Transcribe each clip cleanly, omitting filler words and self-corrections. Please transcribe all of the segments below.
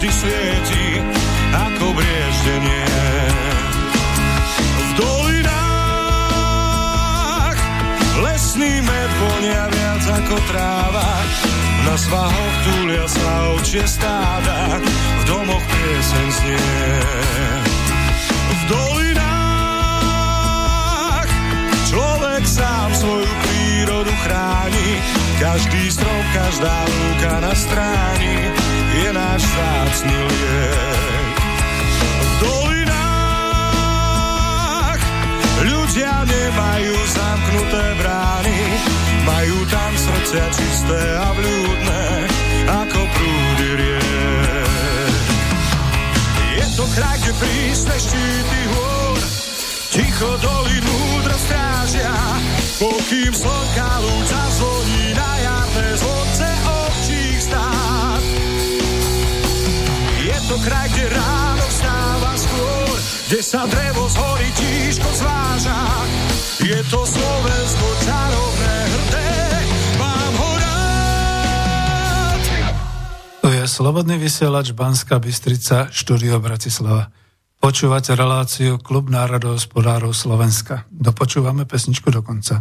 vždy svieti ako brieždenie. V dolinách lesný med vonia viac ako tráva, na svahoch túlia sa ovčie stáda, v domoch pieseň znie. V dolinách človek sám svoju prírodu chráni, každý strom, každá lúka na stráni je náš vzácny liek. V dolinách ľudia nemajú zamknuté brány, majú tam srdcia čisté a vľúdne ako prúdy riek. Je to kraj, kde prísne štíty hôr ticho dolín múdro strážia, pokým slnka lúč zazvoní na jarné zvonce ovčích stád. Je to kraj, kde ráno vstáva skôr, kde sa drevo z hory tížko zváža. Je to Slovensko čarovné, hrdé, mám ho rád. To je Slobodný vysielač Banská Bystrica, štúdio Bratislava. Počúvate reláciu Klub národohospodárov Slovenska. Dopočúvame pesničku do konca.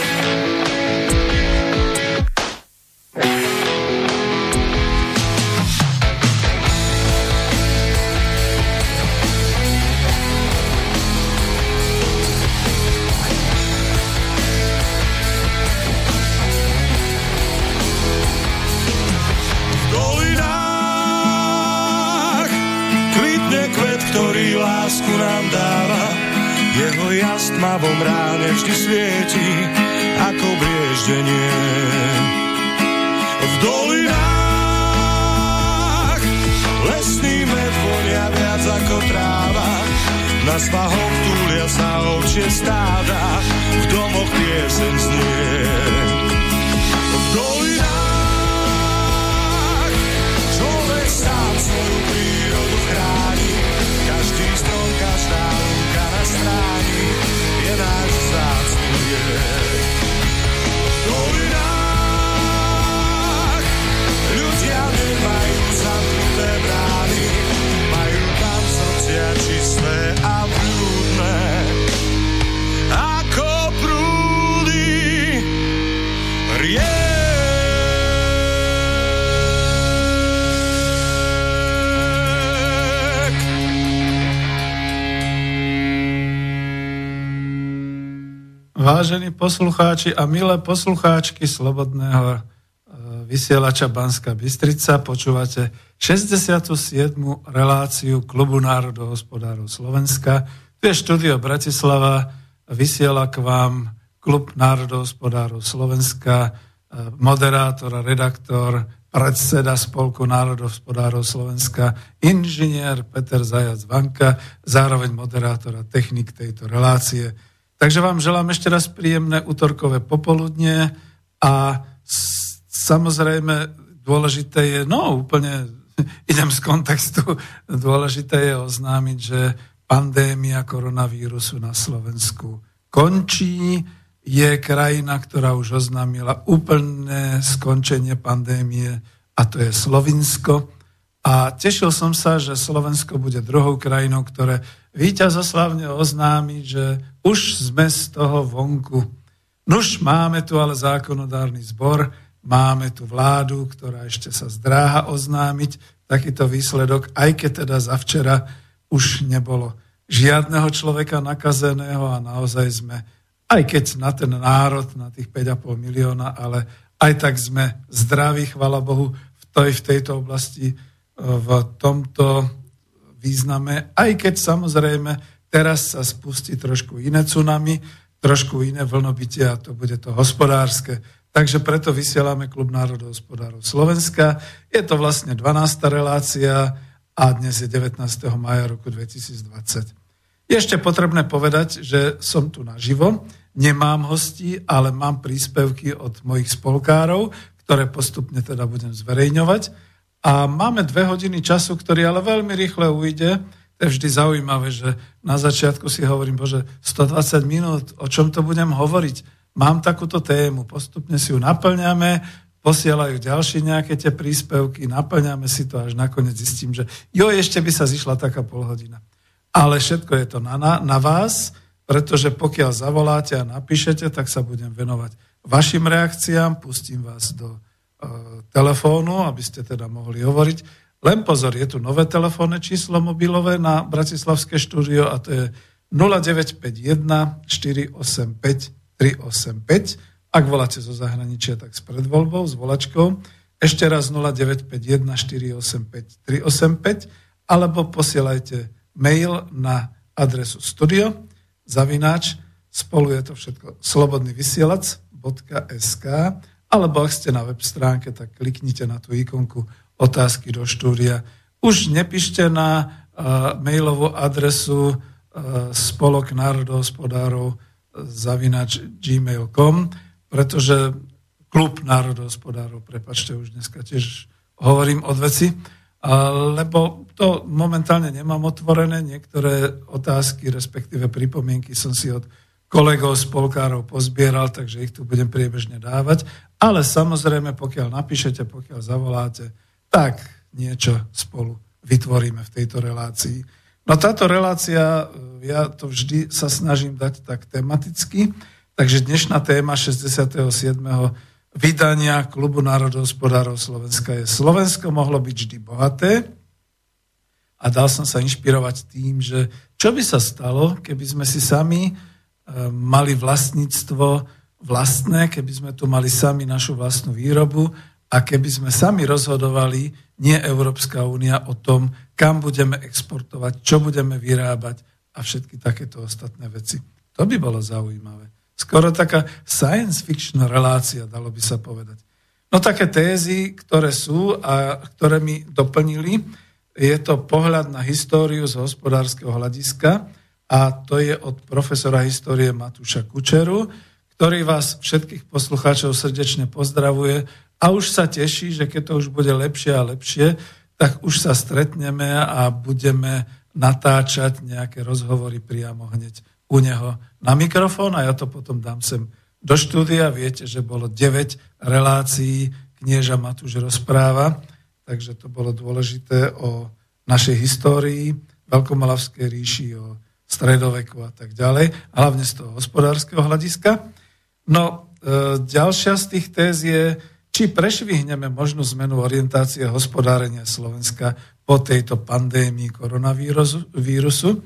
Lásku nám dáva, jeho jas v tmavom ráne vždy svieti ako brieždenie. V dolinách lesný med vonia viac ako tráva, na svahoch túlia sa ovčie stáda, v domoch pieseň znie. V dolinách človek sám svoju prírodu chráni, každý strom, každá lúka na stráni je náš vzácny liek. V dolinách ľudia nemajú zamknuté brány, majú tam srdcia čisté a vľúdne ako prúdy riek. Vážení poslucháči a milé poslucháčky Slobodného vysielača Banská Bystrica, počúvate 67. reláciu Klubu národohospodárov Slovenska. Tu je štúdio Bratislava, vysiela k vám Klub národohospodárov Slovenska, moderátor a redaktor, predseda Spolku národohospodárov Slovenska, inžinier Peter Zajac Vanka, zároveň moderátor a technik tejto relácie. Takže vám želám ešte raz príjemné utorkové popoludnie a samozrejme dôležité je, úplne idem z kontextu, dôležité je oznámiť, že pandémia koronavírusu na Slovensku končí. Je krajina, ktorá už oznámila úplné skončenie pandémie a to je Slovinsko. A tešil som sa, že Slovensko bude druhou krajinou, ktoré víťazoslavne oznámi, že už sme z toho vonku. Nuž máme tu ale zákonodárny zbor, máme tu vládu, ktorá ešte sa zdráha oznámiť takýto výsledok, aj keď teda zavčera už nebolo žiadneho človeka nakazeného a naozaj sme, aj keď na ten národ, na tých 5,5 milióna, ale aj tak sme zdraví, chvala Bohu, v tejto oblasti, v tomto význame, aj keď samozrejme teraz sa spustí trošku iné tsunami, trošku iné vlnobytie a to bude to hospodárske. Takže preto vysielame Klub národohospodárov Slovenska. Je to vlastne 12. relácia a dnes je 19. mája roku 2020. Je ešte potrebné povedať, že som tu naživo, nemám hostí, ale mám príspevky od mojich spolkárov, ktoré postupne teda budem zverejňovať. A máme 2 hodiny času, ktorý ale veľmi rýchle ujde. To je vždy zaujímavé, že na začiatku si hovorím, bože, 120 minút, o čom to budem hovoriť? Mám takúto tému, postupne si ju naplňame posielajú ďalšie nejaké tie príspevky, naplňame si to, až nakoniec zistím, že ešte by sa zišla taká polhodina. Ale všetko je to na vás, pretože pokiaľ zavoláte a napíšete, tak sa budem venovať vašim reakciám, pustím vás do telefónu, aby ste teda mohli hovoriť. Len pozor, je tu nové telefónne číslo mobilové na bratislavské štúdio a to je 0951 485 385. Ak voláte zo zahraničia, tak s predvoľbou, s volačkou. Ešte raz 0951 485 385 alebo posielajte mail na adresu studio@spolu je to všetko slobodnyvysielac.sk alebo ak ste na web stránke, tak kliknite na tú ikonku otázky do štúdia. Už nepíšte na mailovú adresu spolok národohospodárov @gmail.com, pretože klub národohospodárov, prepáčte, už dneska tiež hovorím od veci, lebo to momentálne nemám otvorené. Niektoré otázky, respektíve pripomienky som si od kolegov spolkárov pozbieral, takže ich tu budem priebežne dávať. Ale samozrejme, pokiaľ napíšete, pokiaľ zavoláte, tak niečo spolu vytvoríme v tejto relácii. No táto relácia, ja to vždy sa snažím dať tak tematicky, takže dnešná téma 67. vydania Klubu národohospodárov Slovenska je Slovensko mohlo byť vždy bohaté a dal som sa inšpirovať tým, že čo by sa stalo, keby sme si sami mali vlastníctvo vlastné, keby sme tu mali sami našu vlastnú výrobu a keby sme sami rozhodovali, nie Európska únia, o tom, kam budeme exportovať, čo budeme vyrábať a všetky takéto ostatné veci. To by bolo zaujímavé. Skoro taká science fiction relácia, dalo by sa povedať. No také tézy, ktoré sú a ktoré mi doplnili, je to pohľad na históriu z hospodárskeho hľadiska a to je od profesora histórie Matúša Kučeru, ktorý vás všetkých poslucháčov srdečne pozdravuje a už sa teší, že keď to už bude lepšie a lepšie, tak už sa stretneme a budeme natáčať nejaké rozhovory priamo hneď u neho na mikrofón a ja to potom dám sem do štúdia. Viete, že bolo 9 relácií knieža Matúš rozpráva, takže to bolo dôležité o našej histórii, Veľkomoravskej ríši, o stredoveku a tak ďalej, hlavne z toho hospodárskeho hľadiska. No, ďalšia z tých téz je, či prešvihneme možnú zmenu orientácie hospodárenia Slovenska po tejto pandémii koronavírusu.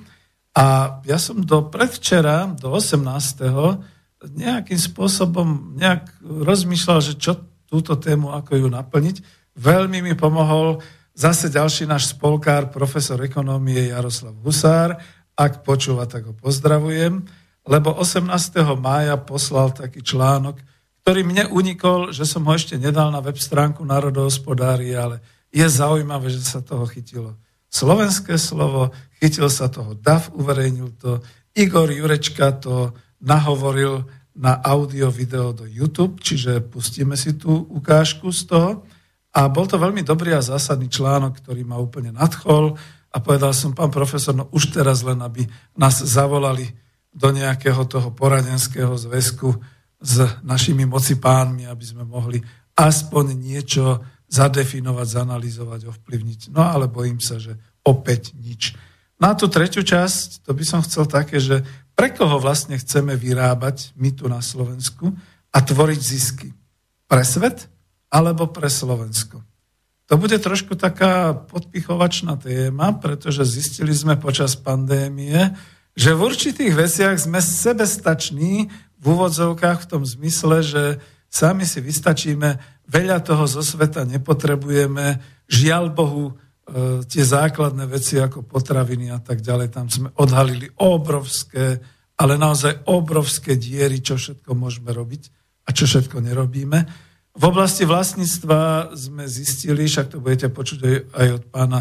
A ja som do predvčera, do 18. nejakým spôsobom rozmýšľal, že čo túto tému, ako ju naplniť. Veľmi mi pomohol zase ďalší náš spolkár, profesor ekonómie Jaroslav Husár. Ak počúva, tak ho pozdravujem, lebo 18. mája poslal taký článok, ktorý mne unikol, že som ho ešte nedal na web stránku Národohospodári, ale je zaujímavé, že sa toho chytilo Slovenské slovo, chytil sa toho DAF, uverejnil to, Igor Jurečka to nahovoril na audio, video do YouTube, čiže pustíme si tú ukážku z toho. A bol to veľmi dobrý a zásadný článok, ktorý ma úplne nadchol a povedal som, pán profesor, no už teraz len, aby nás zavolali do nejakého toho poradenského zväzku s našimi mocipánmi, aby sme mohli aspoň niečo zadefinovať, zanalizovať, ovplyvniť. No ale bojím sa, že opäť nič. Na tú tretiu časť, to by som chcel také, že pre koho vlastne chceme vyrábať my tu na Slovensku a tvoriť zisky? Pre svet alebo pre Slovensko? To bude trošku taká podpichovačná téma, pretože zistili sme počas pandémie, že v určitých veciach sme sebestační v úvodzovkách v tom zmysle, že sami si vystačíme, veľa toho zo sveta nepotrebujeme, žiaľ Bohu, tie základné veci ako potraviny a tak ďalej, tam sme odhalili obrovské, ale naozaj obrovské diery, čo všetko môžeme robiť a čo všetko nerobíme. V oblasti vlastníctva sme zistili, však to budete počuť aj od pána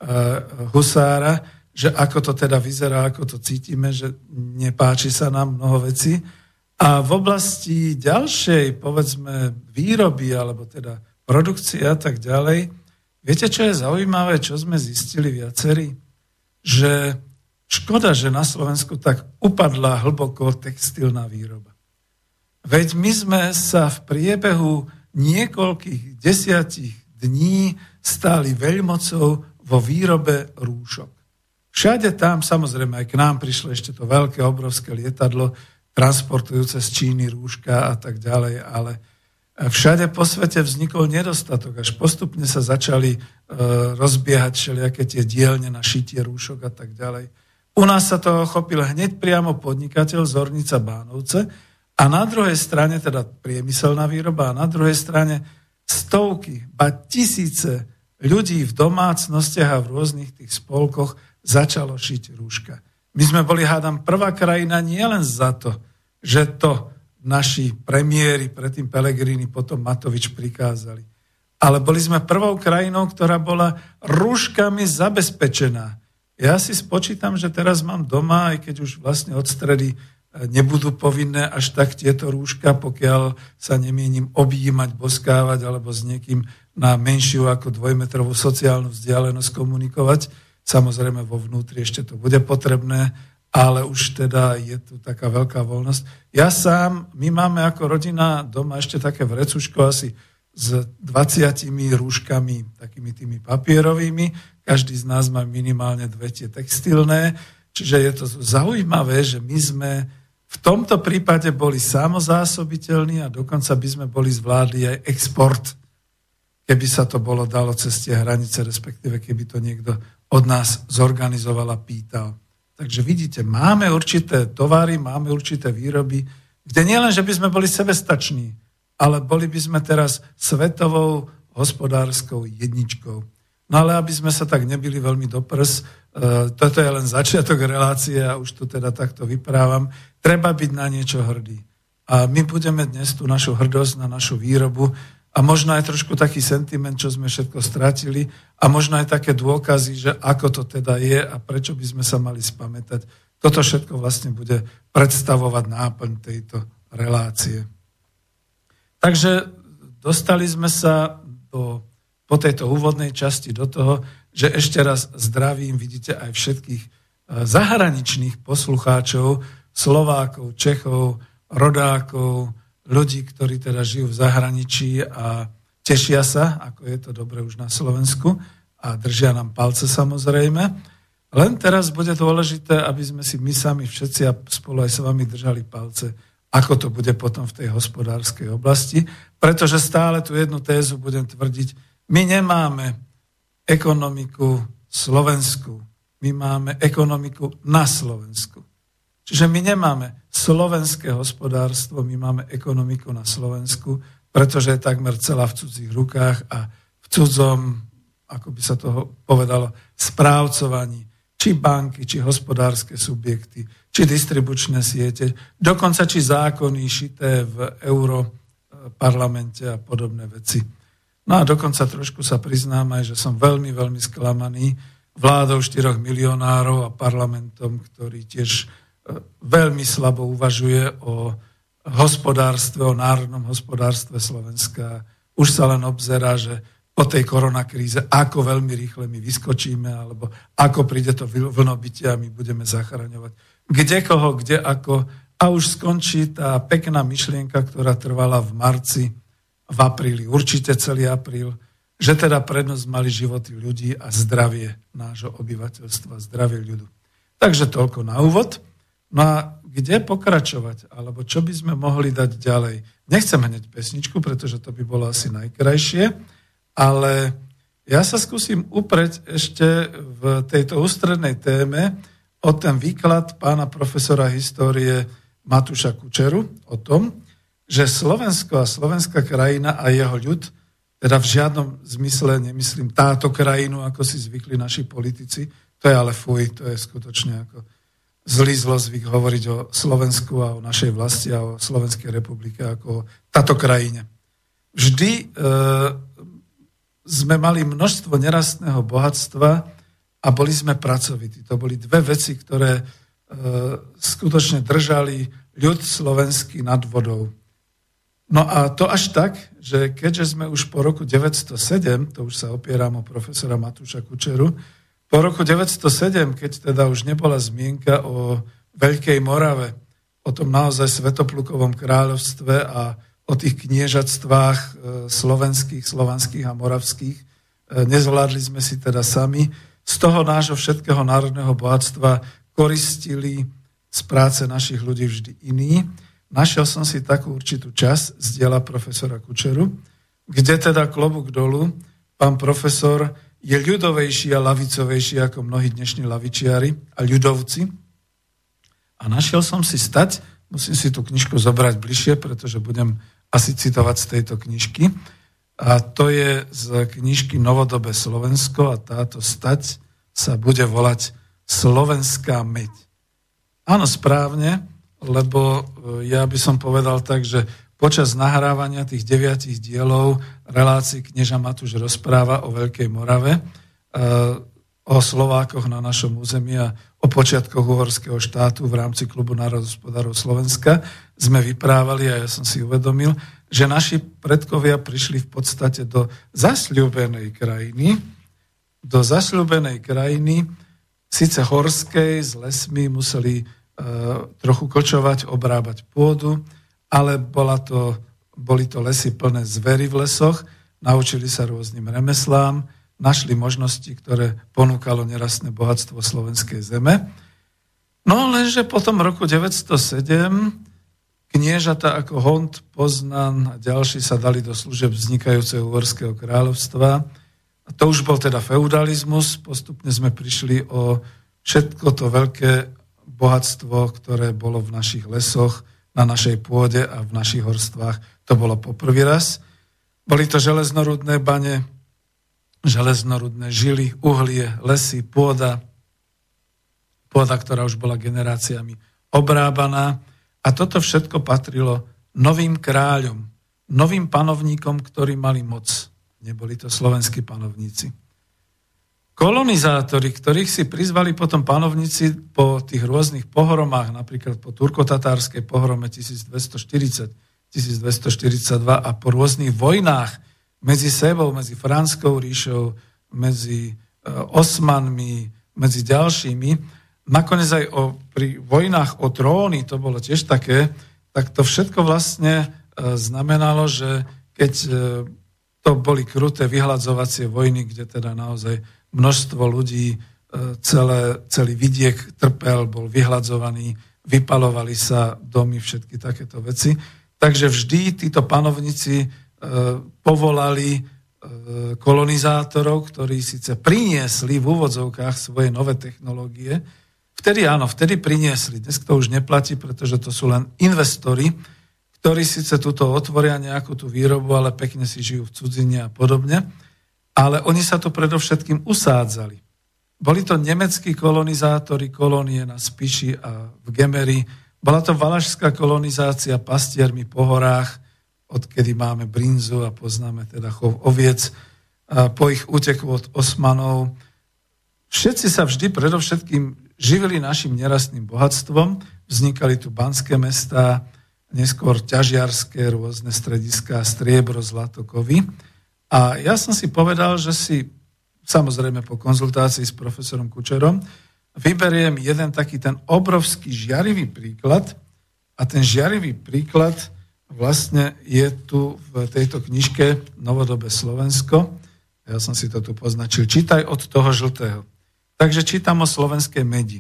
Husára, že ako to teda vyzerá, ako to cítime, že nepáči sa nám mnoho vecí. A v oblasti ďalšej, povedzme, výroby, alebo teda produkcie a tak ďalej, viete, čo je zaujímavé, čo sme zistili viacerí? Že škoda, že na Slovensku tak upadla hlboko textilná výroba. Veď my sme sa v priebehu niekoľkých 10 dní stáli veľmocou vo výrobe rúšok. Všade tam, samozrejme, aj k nám prišlo ešte to veľké, obrovské lietadlo, transportujúce z Číny rúška a tak ďalej, ale všade po svete vznikol nedostatok, až postupne sa začali rozbiehať všelijaké tie dielne na šitie rúšok a tak ďalej. U nás sa to chopil hneď priamo podnikateľ z Ornica Bánovce a na druhej strane, teda priemyselná výroba, a na druhej strane stovky, ba tisíce ľudí v domácnostiach a v rôznych tých spolkoch začalo šiť rúška. My sme boli, hádam, prvá krajina nielen za to, že to naši premiéri, predtým Pellegrini, potom Matovič prikázali, ale boli sme prvou krajinou, ktorá bola rúškami zabezpečená. Ja si spočítam, že teraz mám doma, aj keď už vlastne od stredy nebudú povinné až tak tieto rúška, pokiaľ sa nemienim objímať, boskávať alebo s niekým na menšiu ako 2-metrovú sociálnu vzdialenosť komunikovať. Samozrejme vo vnútri ešte to bude potrebné, ale už teda je tu taká veľká voľnosť. Ja sám, my máme ako rodina doma ešte také vrecuško asi s 20 rúškami, takými tými papierovými. Každý z nás má minimálne 2 tie textilné. Čiže je to zaujímavé, že my sme v tomto prípade boli samozásobiteľní a dokonca by sme boli zvládli aj export, keby sa to bolo dalo cez tie hranice, respektíve keby to niekto od nás zorganizoval a pýtal. Takže vidíte, máme určité tovary, máme určité výroby, kde nielen, že by sme boli sebestační, ale boli by sme teraz svetovou hospodárskou jedničkou. No ale aby sme sa tak nebili veľmi do prs, toto je len začiatok relácie a už tu teda takto vyprávam, treba byť na niečo hrdý. A my budeme dnes tú našu hrdosť na našu výrobu a možno aj trošku taký sentiment, čo sme všetko stratili a možno aj také dôkazy, že ako to teda je a prečo by sme sa mali spamätať. Toto všetko vlastne bude predstavovať náplň tejto relácie. Takže dostali sme sa po tejto úvodnej časti do toho, že ešte raz zdravím, vidíte, aj všetkých zahraničných poslucháčov, Slovákov, Čechov, rodákov, ľudí, ktorí teda žijú v zahraničí a tešia sa, ako je to dobre už na Slovensku a držia nám palce samozrejme. Len teraz bude dôležité, aby sme si my sami všetci a spolu aj s vami držali palce, ako to bude potom v tej hospodárskej oblasti, pretože stále tú jednu tézu budem tvrdiť, my nemáme ekonomiku Slovensku, my máme ekonomiku na Slovensku. Čiže my nemáme slovenské hospodárstvo, my máme ekonomiku na Slovensku, pretože je takmer celá v cudzích rukách a v cudzom, ako by sa to povedalo, správcovaní, či banky, či hospodárske subjekty, či distribučné siete, dokonca či zákony šité v Europarlamente a podobné veci. No a dokonca trošku sa priznám aj, že som veľmi, veľmi sklamaný vládou 4 milionárov a parlamentom, ktorý tiež veľmi slabo uvažuje o hospodárstve, o národnom hospodárstve Slovenska. Už sa len obzerá, že po tej koronakríze, ako veľmi rýchle my vyskočíme, alebo ako príde to vlnobytie a my budeme zachraňovať. Kde koho, kde ako. A už skončí tá pekná myšlienka, ktorá trvala v marci, v apríli, určite celý apríl, že teda prednosť mali životy ľudí a zdravie nášho obyvateľstva, zdravie ľudu. Takže toľko na úvod. No a kde pokračovať? Alebo čo by sme mohli dať ďalej? Nechcem hneď pesničku, pretože to by bolo asi najkrajšie, ale ja sa skúsim upreť ešte v tejto ústrednej téme o ten výklad pána profesora histórie Matúša Kučeru o tom, že Slovensko a slovenská krajina a jeho ľud, teda v žiadnom zmysle nemyslím táto krajinu, ako si zvykli naši politici, to je ale fuj, to je skutočne ako zlý zlozvyk hovoriť o Slovensku a o našej vlasti a o Slovenskej republike ako o táto krajine. Vždy sme mali množstvo nerastného bohatstva a boli sme pracovití. To boli dve veci, ktoré skutočne držali ľud slovenský nad vodou. No a to až tak, že keďže sme už po roku 907, to už sa opieram o profesora Matúša Kučeru, po roku 907, keď teda už nebola zmienka o Veľkej Morave, o tom naozaj svätoplukovom kráľovstve a o tých kniežatstvách slovenských, slovanských a moravských. Nezvládli sme si teda sami. Z toho nášho všetkého národného bohatstva koristili z práce našich ľudí vždy iní. Našiel som si takú určitú časť z diela profesora Kučeru, kde teda klobúk dolu, pán profesor je ľudovejší a lavicovejší ako mnohí dnešní lavičiari a ľudovci. A našiel som si stať, musím si tú knižku zobrať bližšie, pretože budem asi citovať z tejto knižky. A to je z knižky Novodobé Slovensko a táto stať sa bude volať Slovenská meď. Áno, správne, lebo ja by som povedal tak, že počas nahrávania tých 9 dielov relácií knieža Matúš rozpráva o Veľkej Morave, o Slovákoch na našom území a o počiatkoch uhorského štátu v rámci Klubu národohospodárov Slovenska sme vyprávali a ja som si uvedomil, že naši predkovia prišli v podstate do zasľúbenej krajiny, síce horskej, s lesmi, museli trochu kočovať, obrábať pôdu, ale boli to lesy plné zvery v lesoch, naučili sa rôznym remeslám, našli možnosti, ktoré ponúkalo nerastné bohatstvo slovenskej zeme. No lenže potom roku 907 kniežata ako Hont, Poznan a ďalší sa dali do služieb vznikajúceho uhorského kráľovstva. A to už bol teda feudalizmus. Postupne sme prišli o všetko to veľké bohatstvo, ktoré bolo v našich lesoch, na našej pôde a v našich horstvách. To bolo poprvý raz. Boli to železnorudné bane, železnorudné žily, uhlie, lesy, pôda, ktorá už bola generáciami obrábaná. A toto všetko patrilo novým kráľom, novým panovníkom, ktorí mali moc. Neboli to slovenskí panovníci. Kolonizátori, ktorých si prizvali potom panovníci po tých rôznych pohromách, napríklad po turkotatárskej pohrome 1240, 1242 a po rôznych vojnách medzi sebou, medzi Franskou ríšou, medzi Osmanmi, medzi ďalšími. Nakoniec aj pri vojnách o tróny, to bolo tiež také, tak to všetko vlastne znamenalo, že keď to boli kruté vyhladzovacie vojny, kde teda naozaj množstvo ľudí, celý vidiek trpel, bol vyhladzovaný, vypalovali sa domy, všetky takéto veci. Takže vždy títo panovníci povolali kolonizátorov, ktorí síce priniesli v úvodzovkách svoje nové technológie. Vtedy áno, vtedy priniesli. Dnes to už neplatí, pretože to sú len investori, ktorí síce tuto otvoria nejakú tú výrobu, ale pekne si žijú v cudzine a podobne. Ale oni sa tu predovšetkým usádzali. Boli to nemeckí kolonizátori, kolónie na Spiši a v Gemeri. Bola to valašská kolonizácia pastiermi po horách, odkedy máme brinzu a poznáme teda chov oviec, po ich úteku od Osmanov. Všetci sa vždy predovšetkým živili našim nerastným bohatstvom. Vznikali tu banské mestá, neskôr ťažiarské, rôzne strediská, striebro, zlato, kovy. A ja som si povedal, že si, samozrejme po konzultácii s profesorom Kučerom, vyberiem jeden taký ten obrovský žiarivý príklad a ten žiarivý príklad vlastne je tu v tejto knižke Novodobé Slovensko. Ja som si to tu poznačil. Čítaj od toho žltého. Takže čítam o slovenskej medi.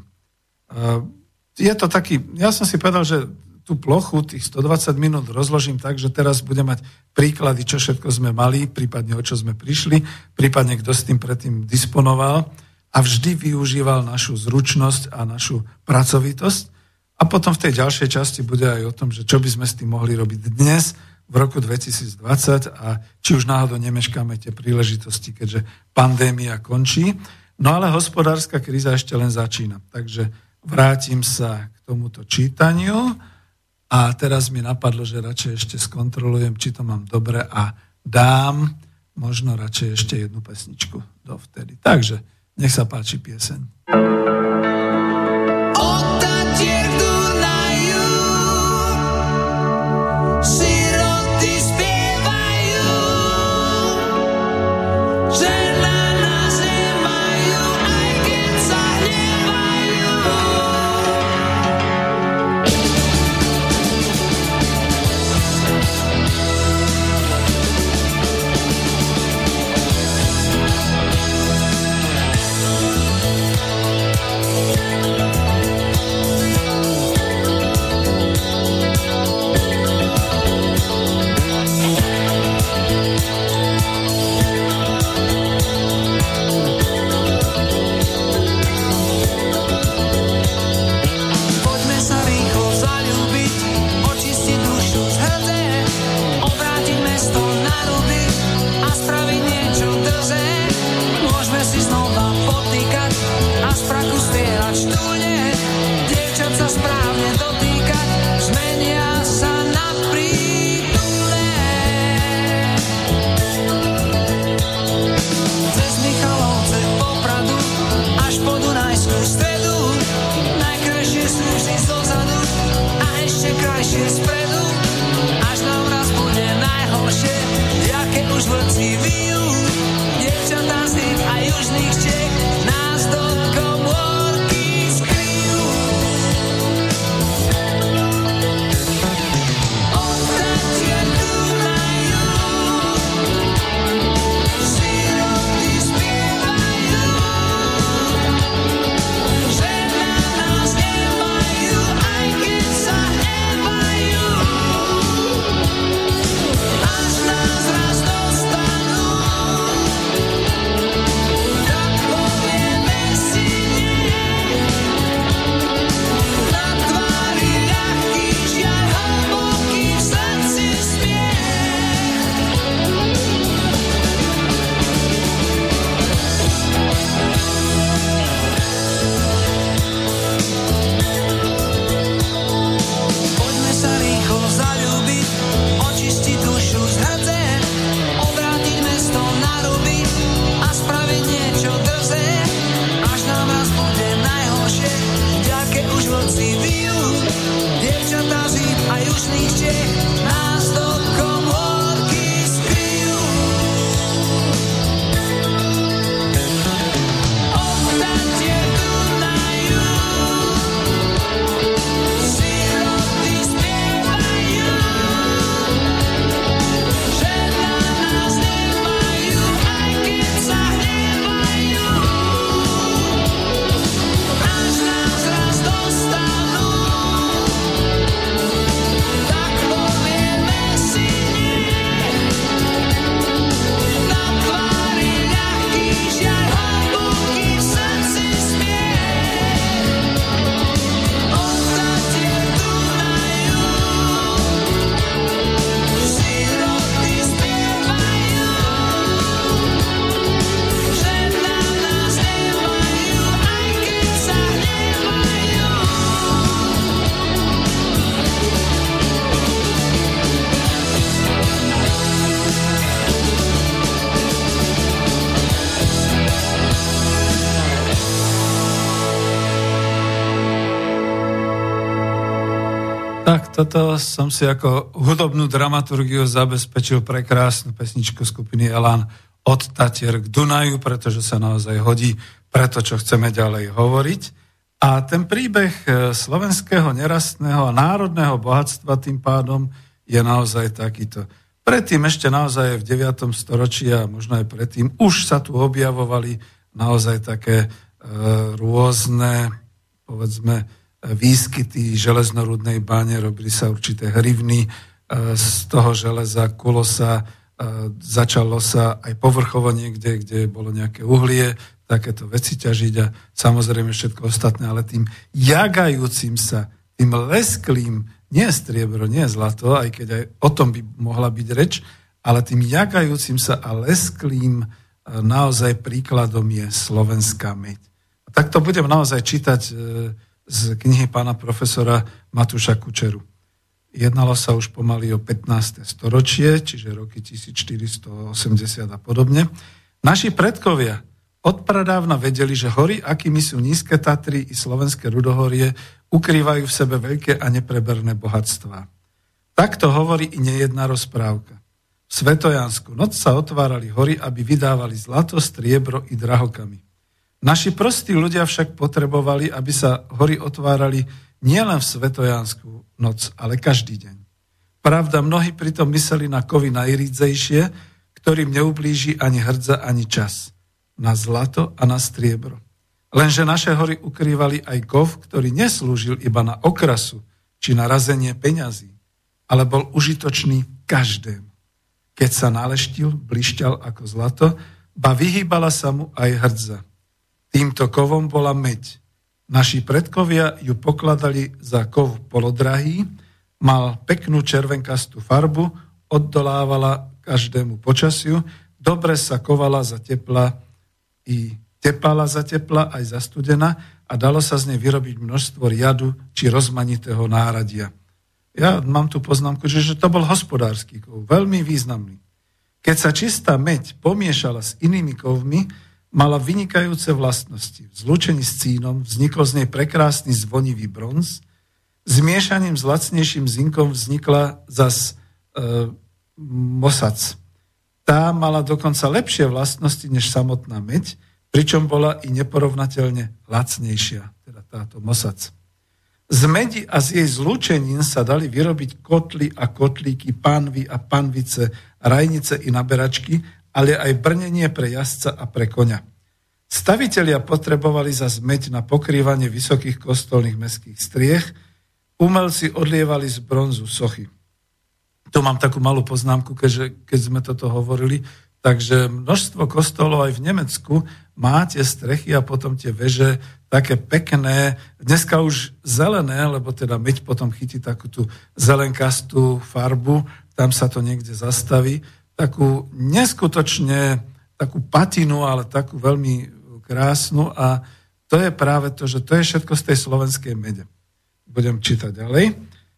Je to taký, ja som si povedal, že tú plochu, tých 120 minút rozložím tak, že teraz budem mať príklady, čo všetko sme mali, prípadne o čo sme prišli, prípadne kto s tým predtým disponoval a vždy využíval našu zručnosť a našu pracovitosť. A potom v tej ďalšej časti bude aj o tom, že čo by sme s tým mohli robiť dnes, v roku 2020 a či už náhodou nemeškáme tie príležitosti, keďže pandémia končí. No ale hospodárska kríza ešte len začína. Takže vrátim sa k tomuto čítaniu. A teraz mi napadlo, že radšej ešte skontrolujem, či to mám dobre a dám možno radšej ešte jednu pesničku dovtedy. Takže nech sa páči pieseň. správne dotýkať, zmenia sa na prítule. Cez Michalovce po Pradu až po Dunajskú Stredu, najkrajšie sú vždy zozadu a ešte krajšie spredu, až nám raz bude najhoršie, jaké už vlci vyjú. Dievčatá z tých a južných Čech nás do komórky skryjú. Odtatie Dunaju, siroty spievajú, že na nás nemajú, aj keď sa hnevajú. Až nás raz dostanú, tak povieme si nie. Na tvári ľahký, žiaľ hlboký, v srdci smiech. Poďme sa rýchlo zaľúbiť, očistiť dušu z hrdze, obrátiť mesto na ruby a spraviť niečo drzé, až nám raz bude najhoršie, jaké už vlci vyjú. Dievčatá z Íp a južných Čech nás do komórky skryjú. Odtatie Dunaju, siroty spievajú, že na nás nemajú, aj keď sa hnevajú. Až nás raz dostanú, tak povieme si nie. Na tvári ľahký, žiaľ hlboký, v srdci smiech. Odtatie Dunaju, siroty spievajú, že na nás nemajú, aj keď sa hnevajú. Tak toto som si ako hudobnú dramaturgiu zabezpečil pre krásnu pesničku skupiny Elan Od Tatier k Dunaju, pretože sa naozaj hodí pre to, čo chceme ďalej hovoriť. A ten príbeh slovenského nerastného a národného bohatstva tým pádom je naozaj takýto. Predtým ešte naozaj v 9. storočí a možno aj predtým už sa tu objavovali naozaj také rôzne, povedzme, výskyty železnorudnej báne, robili sa určité hrivny z toho železa, kulo sa, začalo sa aj povrchovo niekde, kde bolo nejaké uhlie, takéto veci ťažiť a samozrejme všetko ostatné, ale tým jagajúcim sa, tým lesklým, nie striebro, nie zlato, aj keď aj o tom by mohla byť reč, ale tým jagajúcim sa a lesklým naozaj príkladom je slovenská meď. A tak to budem naozaj čítať z knihy pána profesora Matúša Kučeru. Jednalo sa už pomaly o 15. storočie, čiže roky 1480 a podobne. Naši predkovia odpradávna vedeli, že hory, akými sú Nízke Tatry i slovenské Rudohorie, ukrývajú v sebe veľké a nepreberné bohatstvá. Takto hovorí i nejedná rozprávka. V Svetojansku noc sa otvárali hory, aby vydávali zlato, striebro i drahokamy. Naši prostí ľudia však potrebovali, aby sa hory otvárali nielen v Svetojansku noc, ale každý deň. Pravda, mnohí pritom mysleli na kovy najrídzejšie, ktorým neublíži ani hrdza, ani čas. Na zlato a na striebro. Lenže naše hory ukrývali aj kov, ktorý neslúžil iba na okrasu či na razenie peňazí, ale bol užitočný každému. Keď sa naleštil, blišťal ako zlato, ba vyhýbala sa mu aj hrdza. Týmto kovom bola meď. Naši predkovia ju pokladali za kov polodrahý, mal peknú červenkastú farbu, oddolávala každému počasiu, dobre sa kovala za tepla i tepala za tepla aj za studena, a dalo sa z nej vyrobiť množstvo riadu či rozmanitého náradia. Ja mám tu poznámku, že to bol hospodársky kov, veľmi významný. Keď sa čistá meď pomiešala s inými kovmi, mala vynikajúce vlastnosti. V zlúčení s cínom vznikol z nej prekrásny zvonivý bronz, zmiešaním s lacnejším zinkom vznikla zas mosac. Tá mala dokonca lepšie vlastnosti než samotná meď, pričom bola i neporovnateľne lacnejšia, teda táto mosac. Z medi a z jej zlúčenín sa dali vyrobiť kotly a kotlíky, panvy a panvice, rajnice i naberačky, ale aj brnenie pre jazdca a pre koňa. Stavitelia potrebovali zas meď na pokrývanie vysokých kostolných mestských striech, umelci odlievali z bronzu sochy. Tu mám takú malú poznámku, keď sme toto hovorili, takže množstvo kostolov aj v Nemecku má tie strechy a potom tie veže také pekné, dneska už zelené, lebo teda meď potom chytí takú tú zelenkastú farbu, tam sa to niekde zastaví, takú neskutočne, takú patinu, ale takú veľmi krásnu a to je práve to, že to je všetko z tej slovenskej mede. Budem čítať ďalej.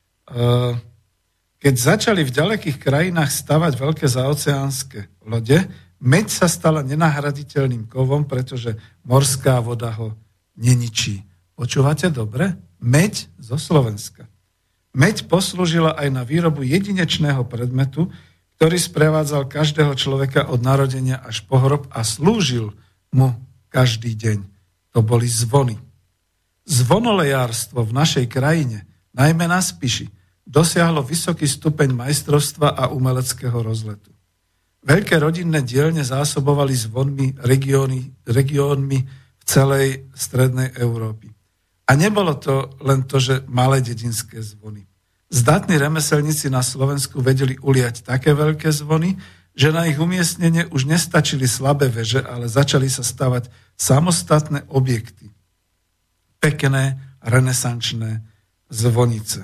Keď začali v ďalekých krajinách stavať veľké zaoceánske lode, meď sa stala nenahraditeľným kovom, pretože morská voda ho neničí. Počúvate dobre? Meď zo Slovenska. Meď poslúžila aj na výrobu jedinečného predmetu, ktorý sprevádzal každého človeka od narodenia až po hrob a slúžil mu každý deň. To boli zvony. Zvonolejárstvo v našej krajine, najmä na Spiši, dosiahlo vysoký stupeň majstrovstva a umeleckého rozletu. Veľké rodinné dielne zásobovali zvonmi regiónmi v celej strednej Európy. A nebolo to len to, že malé dedinské zvony. Zdatní remeselníci na Slovensku vedeli uliať také veľké zvony, že na ich umiestnenie už nestačili slabé veže, ale začali sa stavať samostatné objekty. Pekné, renesančné zvonice.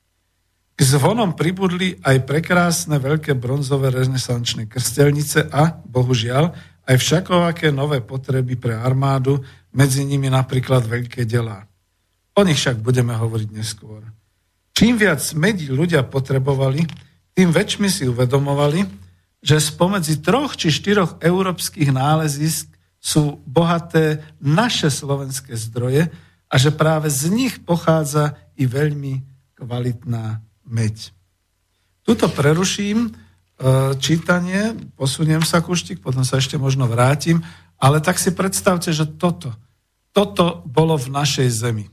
K zvonom pribudli aj prekrásne veľké bronzové renesančné krstelnice a, bohužiaľ, aj všakovaké nové potreby pre armádu, medzi nimi napríklad veľké delá. O nich však budeme hovoriť neskôr. Čím viac medí ľudia potrebovali, tým väčšmi si uvedomovali, že spomedzi 3 či 4 európskych nálezisk sú bohaté naše slovenské zdroje a že práve z nich pochádza i veľmi kvalitná meď. Tuto preruším čítanie, posuniem sa kúštik, potom sa ešte možno vrátim, ale tak si predstavte, že toto bolo v našej zemi.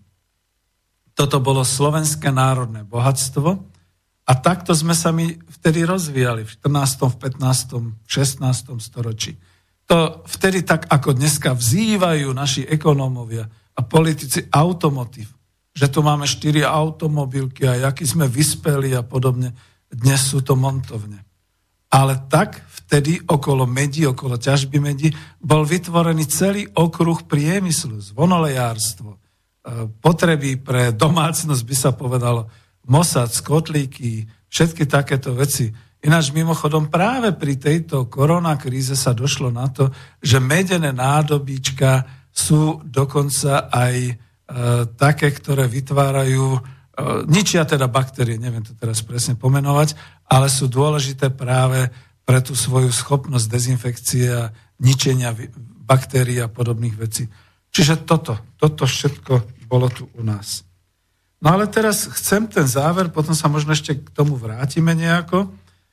Toto bolo slovenské národné bohatstvo a takto sme sa my vtedy rozvíjali v 14., v 15., v 16. storočí. To vtedy tak, ako dneska vzývajú naši ekonómovia a politici automotív, že tu máme 4 automobilky a aký sme vyspeli a podobne. Dnes sú to montovne. Ale tak vtedy okolo medi, okolo ťažby medi bol vytvorený celý okruh priemyslu, zvonolejárstvo, potreby pre domácnosť by sa povedalo, mosac, kotlíky, všetky takéto veci. Ináč mimochodom práve pri tejto koronakríze sa došlo na to, že medené nádobíčka sú dokonca aj také, ktoré vytvárajú, ničia teda baktérie, neviem to teraz presne pomenovať, ale sú dôležité práve pre tú svoju schopnosť dezinfekcie a ničenia baktérií a podobných vecí. Čiže toto všetko bolo tu u nás. No ale teraz chcem ten záver, potom sa možno ešte k tomu vrátime nejako.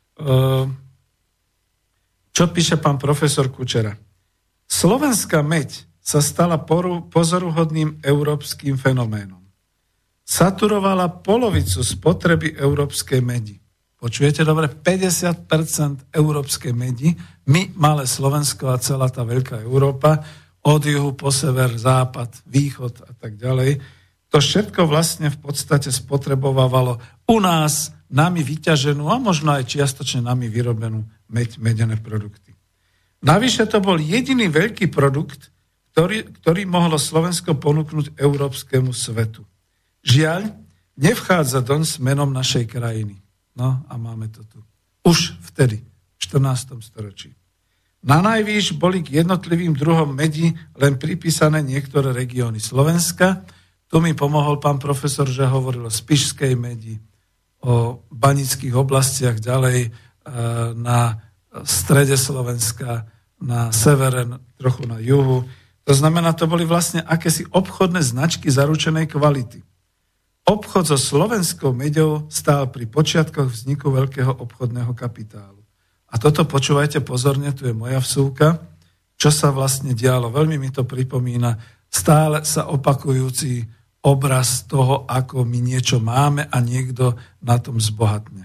Čo píše pán profesor Kučera? Slovenská meď sa stala pozoruhodným európskym fenoménom. Saturovala polovicu spotreby európskej medi. Počujete dobre? 50% európskej medi, my, malé Slovensko a celá tá veľká Európa, od juhu po sever, západ, východ a tak ďalej, to všetko vlastne v podstate spotrebovávalo u nás nami vyťaženú a možno aj čiastočne nami vyrobenú medené produkty. Navyše to bol jediný veľký produkt, ktorý mohlo Slovensko ponúknuť európskemu svetu. Žiaľ, nevchádza doň s menom našej krajiny. No a máme to tu. Už vtedy, v 14. storočí. Na najvýš boli k jednotlivým druhom medí len pripísané niektoré regióny Slovenska. Tu mi pomohol pán profesor, že hovoril o spišskej medi, o banických oblastiach ďalej na strede Slovenska, na severe, trochu na juhu. To znamená, to boli vlastne akési obchodné značky zaručenej kvality. Obchod so slovenskou meďou stál pri počiatkoch vzniku veľkého obchodného kapitálu. A toto počúvajte pozorne, tu je moja vsúka, čo sa vlastne dialo. Veľmi mi to pripomína stále sa opakujúci obraz toho, ako my niečo máme a niekto na tom zbohatne.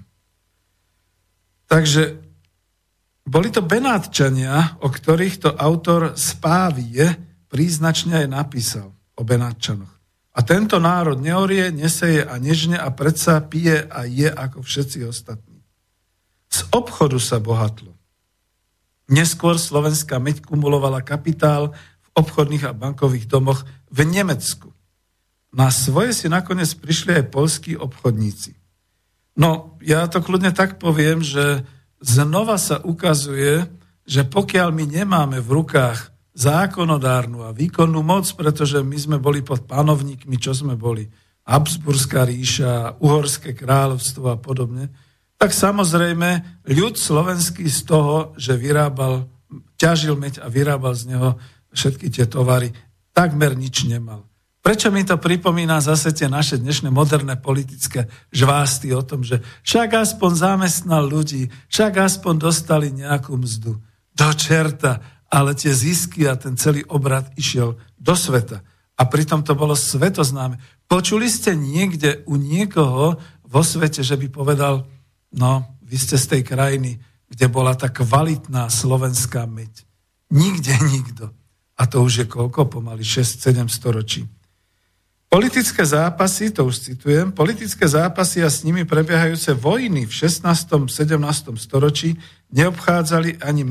Takže boli to Benátčania, o ktorých to autor Spávie príznačne aj napísal o Benátčanoch. A tento národ neorie, neseje a nežne a predsa pije a je ako všetci ostatní. Z obchodu sa bohatlo. Neskôr slovenská meď kumulovala kapitál v obchodných a bankových domoch v Nemecku. Na svoje si nakoniec prišli aj poľskí obchodníci. No, ja to kľudne tak poviem, že znova sa ukazuje, že pokiaľ my nemáme v rukách zákonodárnu a výkonnú moc, pretože my sme boli pod panovníkmi, čo sme boli, Habsburská ríša, Uhorské kráľovstvo a podobne, tak samozrejme ľud slovenský z toho, že ťažil meď a vyrábal z neho všetky tie tovary, takmer nič nemal. Prečo mi to pripomína zase tie naše dnešné moderné politické žvásty o tom, že však aspoň zamestnal ľudí, však aspoň dostali nejakú mzdu. Do čerta, ale tie zisky a ten celý obrad išiel do sveta. A pritom to bolo svetoznáme. Počuli ste niekde u niekoho vo svete, že by povedal, no, vy ste z tej krajiny, kde bola tá kvalitná slovenská meď. Nikde nikto. A to už je koľko? Pomaly 6-7 storočí. Politické zápasy, to už citujem, politické zápasy a s nimi prebiehajúce vojny v 16. 17. storočí neobchádzali ani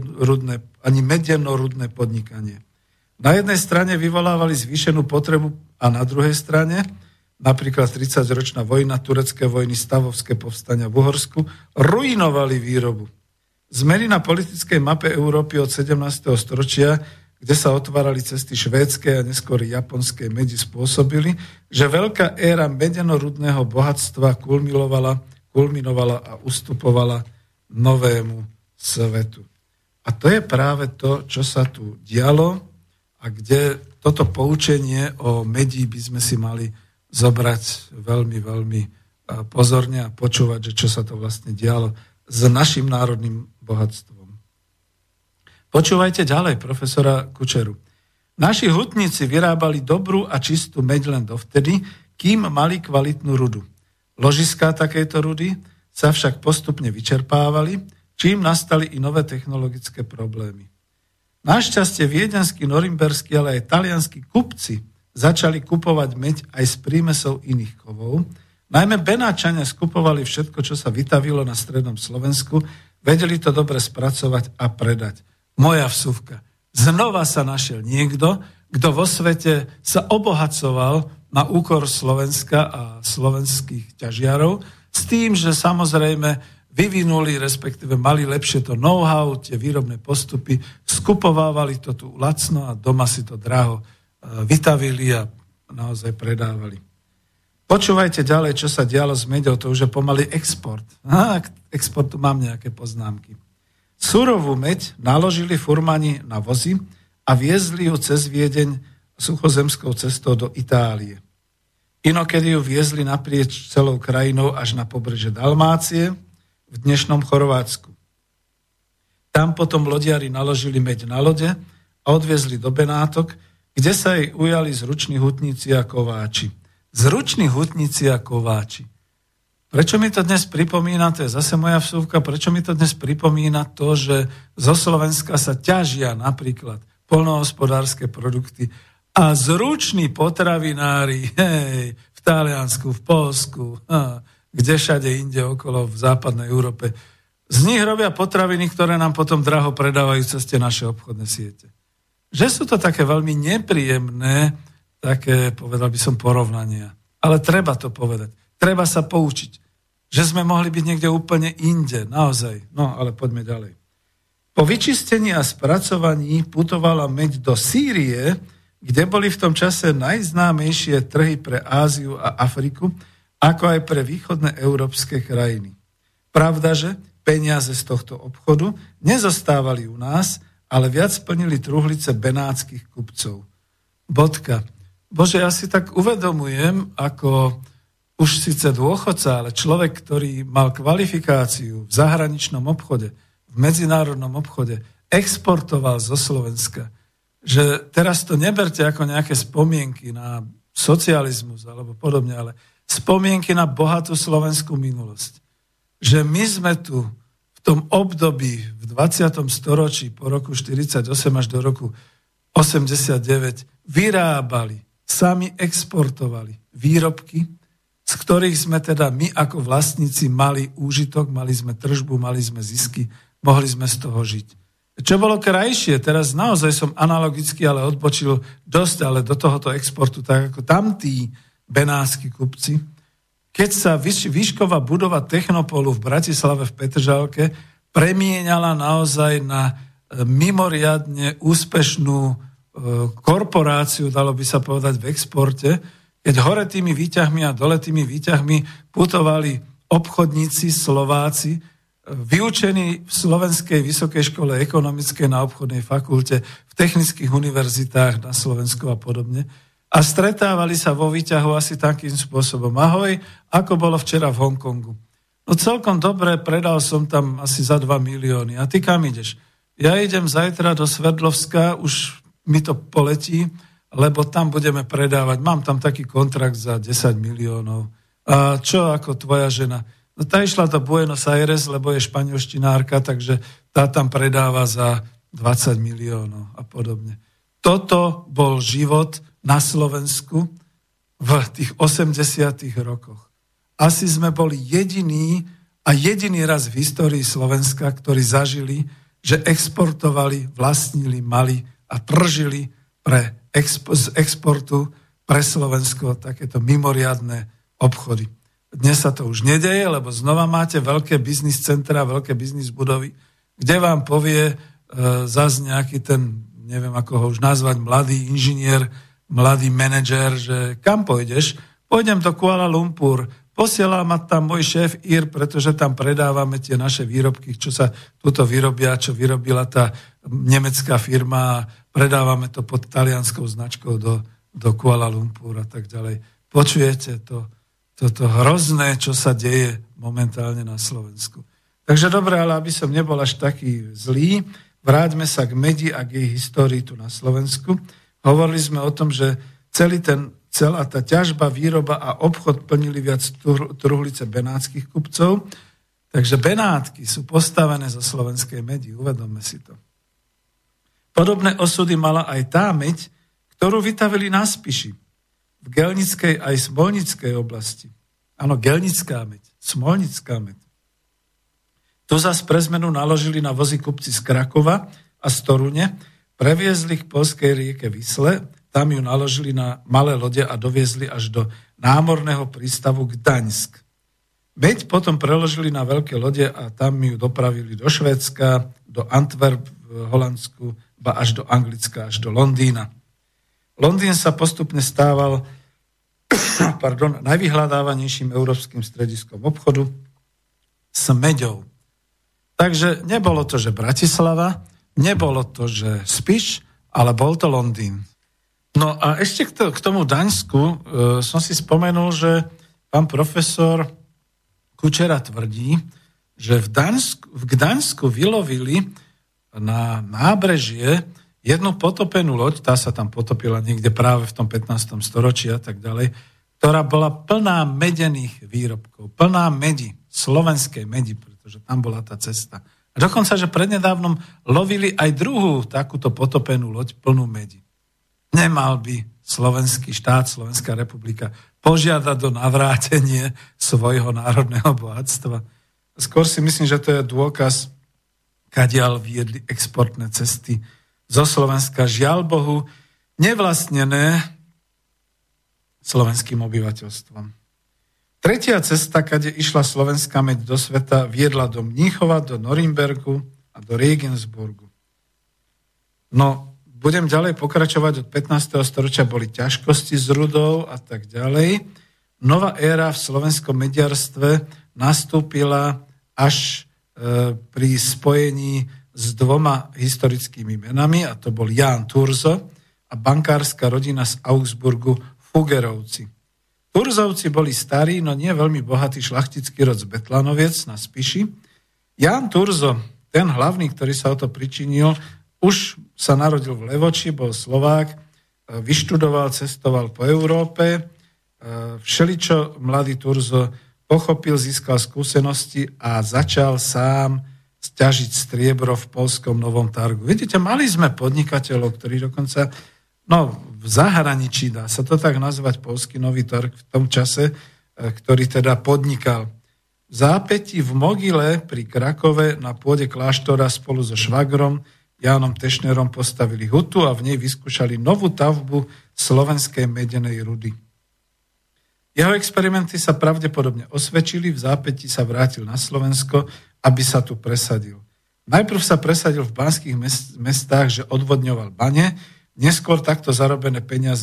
medeno-rudné podnikanie. Na jednej strane vyvolávali zvýšenú potrebu a na druhej strane, napríklad 30-ročná vojna, turecké vojny, stavovské povstania v Uhorsku, ruinovali výrobu. Zmeny na politickej mape Európy od 17. storočia, kde sa otvárali cesty švédskej a neskôr japonskej medi, spôsobili, že veľká éra medenorudného bohatstva kulminovala a ustupovala novému svetu. A to je práve to, čo sa tu dialo a kde toto poučenie o medí by sme si mali zobrať veľmi, veľmi pozorne a počúvať, že čo sa to vlastne dialo s našim národným bohatstvom. Počúvajte ďalej profesora Kučeru. Naši hutníci vyrábali dobrú a čistú meď len dovtedy, kým mali kvalitnú rudu. Ložiská takejto rudy sa však postupne vyčerpávali, čím nastali i nové technologické problémy. Našťastie viedenskí, norimberskí, ale aj talianskí kupci začali kupovať meď aj z prímesov iných kovov. Najmä Benátčania skupovali všetko, čo sa vytavilo na strednom Slovensku, vedeli to dobre spracovať a predať. Moja vsuvka. Znova sa našiel niekto, kto vo svete sa obohacoval na úkor Slovenska a slovenských ťažiarov s tým, že samozrejme vyvinuli, respektíve mali lepšie to know-how, tie výrobné postupy, skupovávali to tu lacno a doma si to draho vytavili a naozaj predávali. Počúvajte ďalej, čo sa dialo s meďou, to už je pomaly export. K exportu mám nejaké poznámky. Surovú meď naložili furmani na vozy a viezli ju cez Viedeň suchozemskou cestou do Itálie. Inokedy ju viezli naprieč celou krajinou až na pobreže Dalmácie v dnešnom Chorvátsku. Tam potom lodiari naložili meď na lode a odviezli do Benátok, kde sa jej ujali zruční hutníci a kováči. Zruční hutníci a kováči. Prečo mi to dnes pripomína, to je zase moja vsúvka, prečo mi to dnes pripomína to, že zo Slovenska sa ťažia napríklad poľnohospodárske produkty a zruční potravinári v Taliansku, v Poľsku, kde všade inde okolo v západnej Európe. Z nich robia potraviny, ktoré nám potom draho predávajú cez tie naše obchodné siete. Že sú to také veľmi nepríjemné, také, povedal by som, porovnania. Ale treba to povedať. Treba sa poučiť, že sme mohli byť niekde úplne inde, naozaj. No, ale poďme ďalej. Po vyčistení a spracovaní putovala meď do Sýrie, kde boli v tom čase najznámejšie trhy pre Áziu a Afriku, ako aj pre východné európske krajiny. Pravda, že peniaze z tohto obchodu nezostávali u nás, ale viac plnili truhlice benátskych kupcov. Bodka. Bože, ja si tak uvedomujem, ako už síce dôchodca, ale človek, ktorý mal kvalifikáciu v zahraničnom obchode, v medzinárodnom obchode, exportoval zo Slovenska, že teraz to neberte ako nejaké spomienky na socializmus alebo podobne, ale spomienky na bohatú slovenskú minulosť. Že my sme tu v tom období v 20. storočí po roku 48 až do roku 89 vyrábali, sami exportovali výrobky, z ktorých sme teda my ako vlastníci mali úžitok, mali sme tržbu, mali sme zisky, mohli sme z toho žiť. Čo bolo krajšie, teraz naozaj som analogicky, ale odbočil dosť, ale do tohoto exportu, tak ako tamtí benátsky kupci, keď sa výšková budova Technopolu v Bratislave v Petržalke premieňala naozaj na mimoriadne úspešnú korporáciu, dalo by sa povedať, v exporte, keď hore tými výťahmi a dole tými výťahmi putovali obchodníci Slováci, vyučení v Slovenskej vysokej škole ekonomickej na obchodnej fakulte, v technických univerzitách na Slovensku a podobne. A stretávali sa vo výťahu asi takým spôsobom. Ahoj, ako bolo včera v Hongkongu. No celkom dobre, predal som tam asi za 2 milióny. A ty kam ideš? Ja idem zajtra do Sverdlovska, už mi to poletí, lebo tam budeme predávať. Mám tam taký kontrakt za 10 miliónov. A čo ako tvoja žena? No tá išla do Buenos Aires, lebo je španielštinárka, takže tá tam predáva za 20 miliónov a podobne. Toto bol život na Slovensku v tých 80. rokoch. Asi sme boli jediný raz v histórii Slovenska, ktorí zažili, že exportovali, vlastnili, mali a tržili z exportu pre Slovensko takéto mimoriadne obchody. Dnes sa to už nedeje, lebo znova máte veľké biznis centra, veľké biznis budovy, kde vám povie zase nejaký ten, neviem ako ho už nazvať, mladý inžinier, mladý manažér, že kam pôjdeš? Pôjdem do Kuala Lumpur, posiela ma tam môj šéf Ir, pretože tam predávame tie naše výrobky, čo sa tuto vyrobia, čo vyrobila tá nemecká firma a predávame to pod talianskou značkou do Kuala Lumpur a tak ďalej. Počujete toto hrozné, čo sa deje momentálne na Slovensku. Takže dobre, ale aby som nebol až taký zlý, vráťme sa k medi a k jej histórii tu na Slovensku. Hovorili sme o tom, že celá tá ťažba, výroba a obchod plnili viac truhlice benátskych kupcov. Takže Benátky sú postavené zo slovenskej medi, uvedomme si to. Podobné osudy mala aj tá meď, ktorú vytavili na Spiši, v Gelnickej aj Smolnickej oblasti. Áno, Gelnická meď, Smolnická meď. Tu zas pre zmenu naložili na vozy kupci z Krakova a z Torune, previezli k poľskej rieke Visle, tam ju naložili na malé lode a doviezli až do námorného prístavu Gdaňsk. Meď potom preložili na veľké lode a tam ju dopravili do Švédska, do Antwerp v Holandsku, ba až do Anglicka, až do Londýna. Londýn sa postupne stával najvyhľadávanejším európskym strediskom obchodu s meďou. Takže nebolo to, že Bratislava, nebolo to, že Spiš, ale bol to Londýn. No a ešte k tomu Daňsku som si spomenul, že pán profesor Kučera tvrdí, že v Gdaňsku vylovili na nábrežie jednu potopenú loď, tá sa tam potopila niekde práve v tom 15. storočí a tak ďalej, ktorá bola plná medených výrobkov, plná medi, slovenskej medi, pretože tam bola tá cesta. A dokonca, že prednedávnom lovili aj druhú takúto potopenú loď plnú medi. Nemal by slovenský štát, Slovenská republika požiadať do navrátenie svojho národného bohatstva. Skôr si myslím, že to je dôkaz, kadiaľ viedli exportné cesty zo Slovenska, žiaľ Bohu, nevlastnené slovenským obyvateľstvom. Tretia cesta, kade išla slovenská meď do sveta, viedla do Mníchova, do Norimberku a do Regensburgu. No, budem ďalej pokračovať. Od 15. storočia boli ťažkosti s rudou a tak ďalej. Nová éra v slovenskom mediarstve nastúpila až pri spojení s dvoma historickými menami, a to bol Ján Turzo a bankárska rodina z Augsburgu Fuggerovci. Turzovci boli starí, no nie veľmi bohatý šlachtický rod z Betlanoviec na Spiši. Ján Turzo, ten hlavný, ktorý sa o to pričinil, už sa narodil v Levoči, bol Slovák, vyštudoval, cestoval po Európe, všeličo mladý Turzo pochopil, získal skúsenosti a začal sám ťažiť striebro v poľskom Novom Targu. Vidíte, mali sme podnikateľov, ktorí dokonca, v zahraničí, dá sa to tak nazvať, poľský Nový Targ v tom čase, ktorý teda podnikal. V zápätí v Mogile pri Krakove na pôde kláštora spolu so švagrom Jánom Tešnerom postavili hutu a v nej vyskúšali novú tavbu slovenskej medenej rudy. Jeho experimenty sa pravdepodobne osvedčili, v zápätí sa vrátil na Slovensko, aby sa tu presadil. Najprv sa presadil v banských mestách, že odvodňoval bane, neskôr za takto zarobené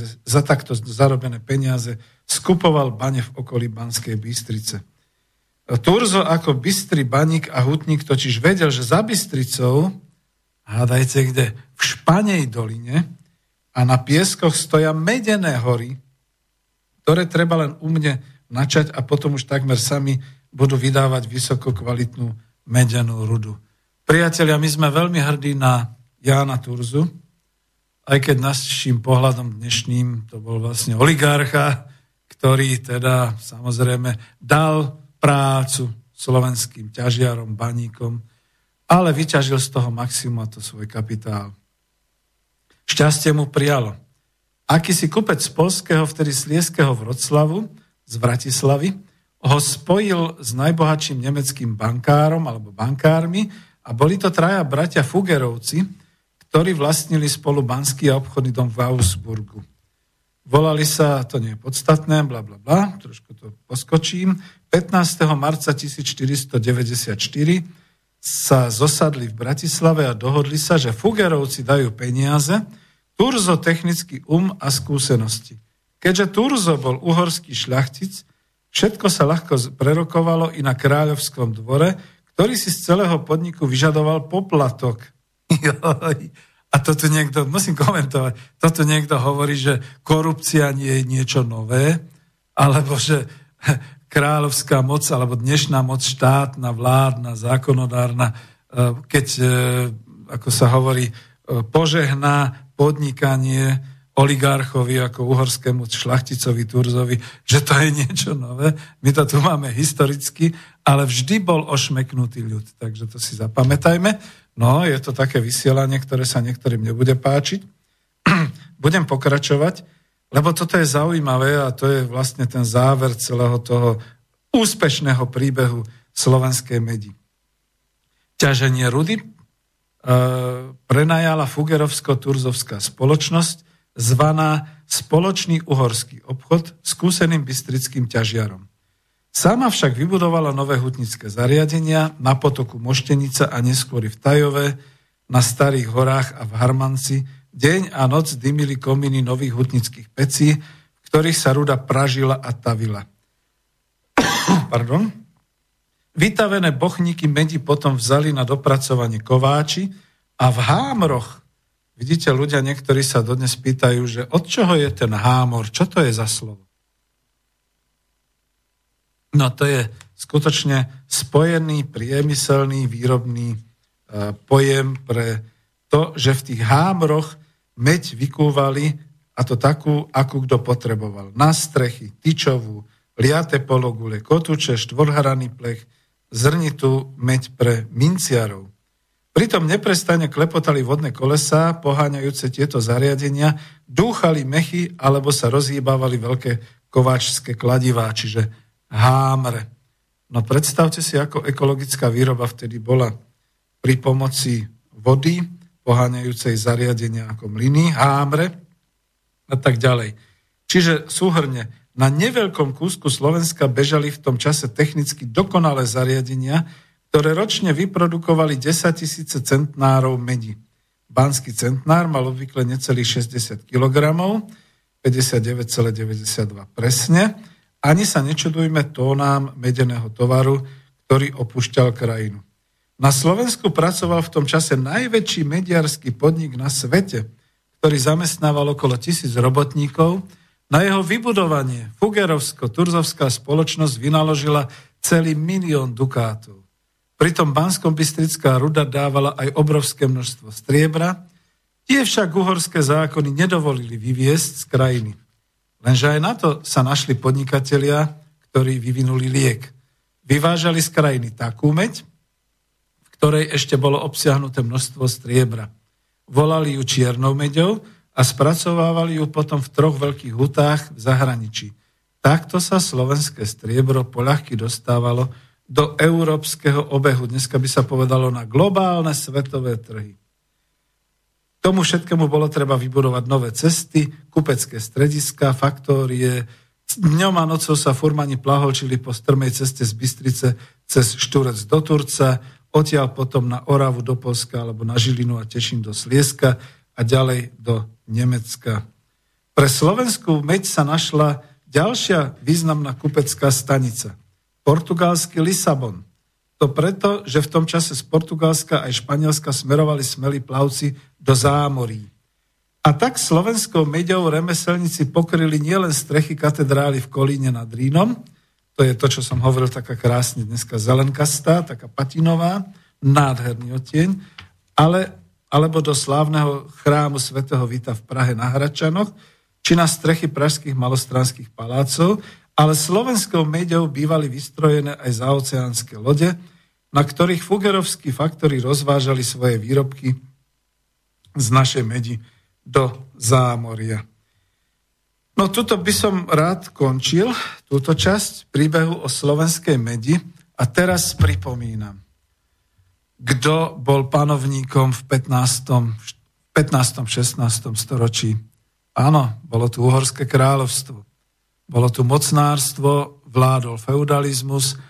peniaze skupoval bane v okolí Banskej Bystrice. Turzo ako bystrý baník a hutník totiž vedel, že za Bystricou, hádajte kde, v Španej doline a na pieskoch stoja medené hory, ktoré treba len umne načať a potom už takmer sami budú vydávať vysoko kvalitnú medenú rudu. Priatelia, my sme veľmi hrdí na Jána Turzu, aj keď naším pohľadom dnešným to bol vlastne oligarcha, ktorý teda samozrejme dal prácu slovenským ťažiarom, baníkom, ale vyťažil z toho maximum, a to svoj kapitál. Šťastie mu prijalo. Akýsi kupec z polského, vtedy slieského Vroclavu, z Bratislavy, ho spojil s najbohatším nemeckým bankárom alebo bankármi a boli to traja bratia Fuggerovci, ktorí vlastnili spolu banský a obchodný dom v Augsburgu. Volali sa, to nie je podstatné, trošku to poskočím, 15. marca 1494 sa zosadli v Bratislave a dohodli sa, že Fuggerovci dajú peniaze, Turzo technický a skúsenosti. Keďže Turzo bol uhorský šľachtic, všetko sa ľahko prerokovalo i na kráľovskom dvore, ktorý si z celého podniku vyžadoval poplatok. A toto niekto, musím komentovať, toto niekto hovorí, že korupcia nie je niečo nové, alebo že kráľovská moc, alebo dnešná moc štátna, vládna, zákonodárna, keď, ako sa hovorí, požehná podnikanie oligarchovi ako uhorskému šlachticovi Turzovi, že to je niečo nové. My to tu máme historicky, ale vždy bol ošmeknutý ľud. Takže to si zapamätajme. No, je to také vysielanie, ktoré sa niektorým nebude páčiť. Budem pokračovať, lebo toto je zaujímavé a to je vlastne ten záver celého toho úspešného príbehu slovenskej medi. Ťaženie rudy prenajala Fuggerovsko-Turzovská spoločnosť zvaná Spoločný uhorský obchod skúseným bystrickým ťažiarom. Sama však vybudovala nové hutnické zariadenia na potoku Moštenica a neskôr v Tajove, na Starých horách a v Harmanci. Deň a noc dymili komíny nových hutnických pecí, v ktorých sa ruda pražila a tavila. Pardon. Vytavené bochníky medi potom vzali na dopracovanie kováči a v hámroch, vidíte, ľudia niektorí sa dodnes pýtajú, že od čoho je ten hámor, čo to je za slovo? No to je skutočne spojený, priemyselný, výrobný pojem pre to, že v tých hámroch meď vykúvali, a to takú, akú kto potreboval. Na strechy, tyčovú, liate pologule, kotúče, štvorhraný plech, zrnitú meď pre minciarov. Pritom neprestane klepotali vodné kolesá, poháňajúce tieto zariadenia, dúchali mechy alebo sa rozhýbávali veľké kováčské kladivá, čiže hámre. No predstavte si, ako ekologická výroba vtedy bola pri pomoci vody, poháňajúcej zariadenia ako mlyny, hámre a tak ďalej. Čiže súhrne, na neveľkom kúsku Slovenska bežali v tom čase technicky dokonalé zariadenia, ktoré ročne vyprodukovali 10 000 centnárov medi. Banský centnár mal obvykle necelých 60 kg, 59,92 presne. Ani sa nečudujme tónám medeného tovaru, ktorý opúšťal krajinu. Na Slovensku pracoval v tom čase najväčší mediársky podnik na svete, ktorý zamestnával okolo 1000 robotníkov. Na jeho vybudovanie Fugerovsko-Turzovská spoločnosť vynaložila celý 1 000 000 dukátov. Pritom Banskobystrická ruda dávala aj obrovské množstvo striebra, tie však uhorské zákony nedovolili vyviesť z krajiny. Lenže aj na to sa našli podnikatelia, ktorí vyvinuli liek. Vyvážali z krajiny takú meď, v ktorej ešte bolo obsiahnuté množstvo striebra. Volali ju čiernou meďou a spracovávali ju potom v 3 veľkých hutách v zahraničí. Takto sa slovenské striebro poľahky dostávalo do európskeho obehu. Dneska by sa povedalo na globálne svetové trhy. Tomu všetkému bolo treba vybudovať nové cesty, kupecké strediska, faktórie. Dňom a nocou sa furmani plaholčili po strmej ceste z Bystrice cez Šturec do Turca, odtiaľ potom na Oravu do Poľska alebo na Žilinu a Tešín do Slieska a ďalej do Nemecka. Pre slovenskú meď sa našla ďalšia významná kupecká stanica. Portugalský Lisabon. To preto, že v tom čase z Portugalska aj Španielska smerovali smelí plavci do zámorí. A tak slovenskou meďou remeselníci pokryli nielen strechy katedrály v Kolíne nad Rínom, to je to, čo som hovoril, taká krásne dneska zelenkastá, taká patinová, nádherný odtieň, alebo do slávneho chrámu svätého Vita v Prahe na Hradčanoch, či na strechy pražských malostranských palácov, ale slovenskou meďou bývali vystrojené aj zaoceánske lode, na ktorých fugerovskí faktori rozvážali svoje výrobky z našej medi do zámoria. No tuto by som rád končil, túto časť príbehu o slovenskej medi a teraz pripomínam, kto bol panovníkom v 15. 16. storočí. Áno, bolo tu Uhorské kráľovstvo. Bolo tu mocnárstvo, vládol feudalizmus,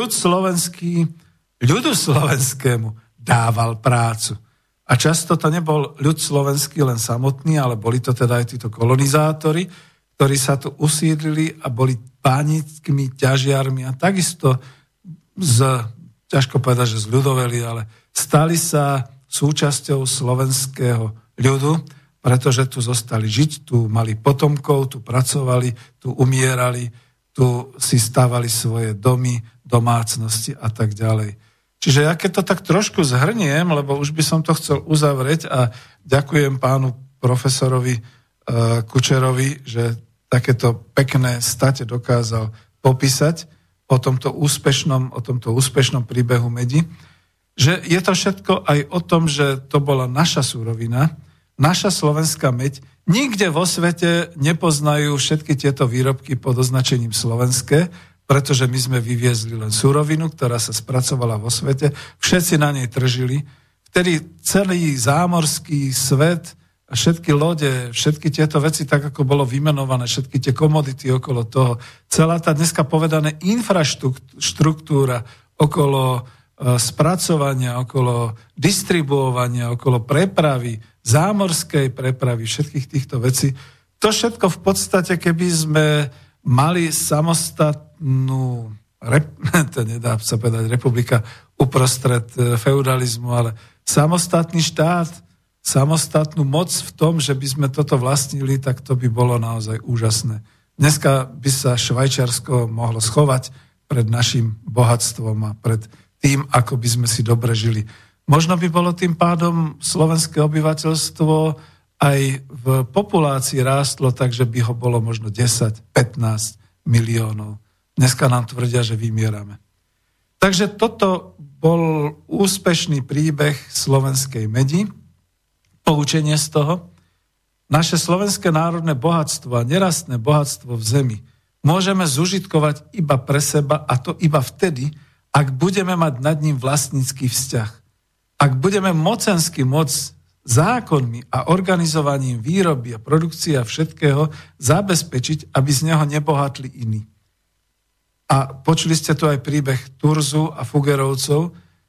ľudu slovenskému dával prácu. A často to nebol ľud slovenský len samotný, ale boli to teda aj títo kolonizátori, ktorí sa tu usídlili a boli pánickými ťažiarmi a takisto ťažko povedať, že zľudoveli, ale stali sa súčasťou slovenského ľudu, pretože tu zostali žiť, tu mali potomkov, tu pracovali, tu umierali, tu si stávali svoje domy, domácnosti a tak ďalej. Čiže ja keď to tak trošku zhrniem, lebo už by som to chcel uzavrieť a ďakujem pánu profesorovi Kučerovi, že takéto pekné state dokázal popísať o tomto úspešnom príbehu medi, že je to všetko aj o tom, že to bola naša surovina, naša slovenská meď. Nikde vo svete nepoznajú všetky tieto výrobky pod označením slovenské, pretože my sme vyviezli len surovinu, ktorá sa spracovala vo svete. Všetci na nej tržili. Vtedy celý zámorský svet a všetky lode, všetky tieto veci, tak ako bolo vymenované, všetky tie komodity okolo toho, celá tá dneska povedané infraštruktúra okolo spracovania, okolo distribuovania, okolo prepravy, zámorskej prepravy, všetkých týchto vecí. To všetko v podstate, keby sme mali samostatnú, to nedá sa povedať republika uprostred feudalizmu, ale samostatný štát, samostatnú moc v tom, že by sme toto vlastnili, tak to by bolo naozaj úžasné. Dneska by sa Švajčiarsko mohlo schovať pred našim bohatstvom a pred tým, ako by sme si dobre žili. Možno by bolo tým pádom slovenské obyvateľstvo aj v populácii rástlo, takže by ho bolo možno 10-15 miliónov. Dneska nám tvrdia, že vymierame. Takže toto bol úspešný príbeh slovenskej medi, poučenie z toho. Naše slovenské národné bohatstvo a nerastné bohatstvo v zemi môžeme zužitkovať iba pre seba, a to iba vtedy, ak budeme mať nad ním vlastnícky vzťah. Ak budeme mocensky môcť zákonmi a organizovaním výroby a produkcie a všetkého zabezpečiť, aby z neho nebohatli iní. A počuli ste tu aj príbeh Turzu a Fugerovcov,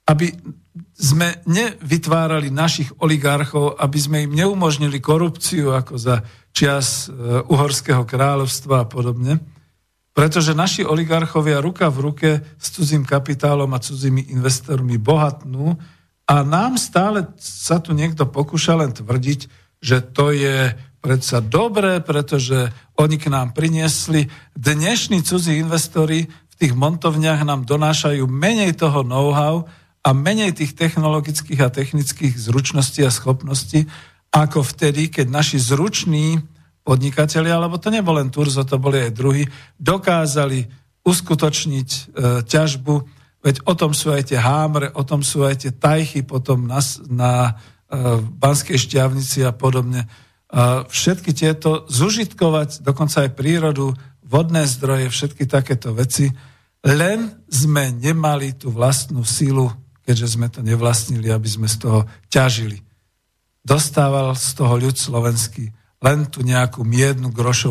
aby sme nevytvárali našich oligarchov, aby sme im neumožnili korupciu ako za čias Uhorského kráľovstva a podobne. Pretože naši oligarchovia ruka v ruke s cudzým kapitálom a cudzými investormi bohatnú a nám stále sa tu niekto pokúša len tvrdiť, že to je predsa dobré, pretože oni k nám priniesli. Dnešní cudzí investori v tých montovniach nám donášajú menej toho know-how a menej tých technologických a technických zručností a schopností, ako vtedy, keď naši zruční podnikatelia, alebo to nebol len Turzo, to boli aj druhí, dokázali uskutočniť ťažbu, veď o tom sú aj tie hámre, o tom sú aj tie tajchy potom na Banskej Štiavnici a podobne. Všetky tieto zužitkovať, dokonca aj prírodu, vodné zdroje, všetky takéto veci, len sme nemali tú vlastnú silu, keďže sme to nevlastnili, aby sme z toho ťažili. Dostával z toho ľud slovenský len tú nejakú biednu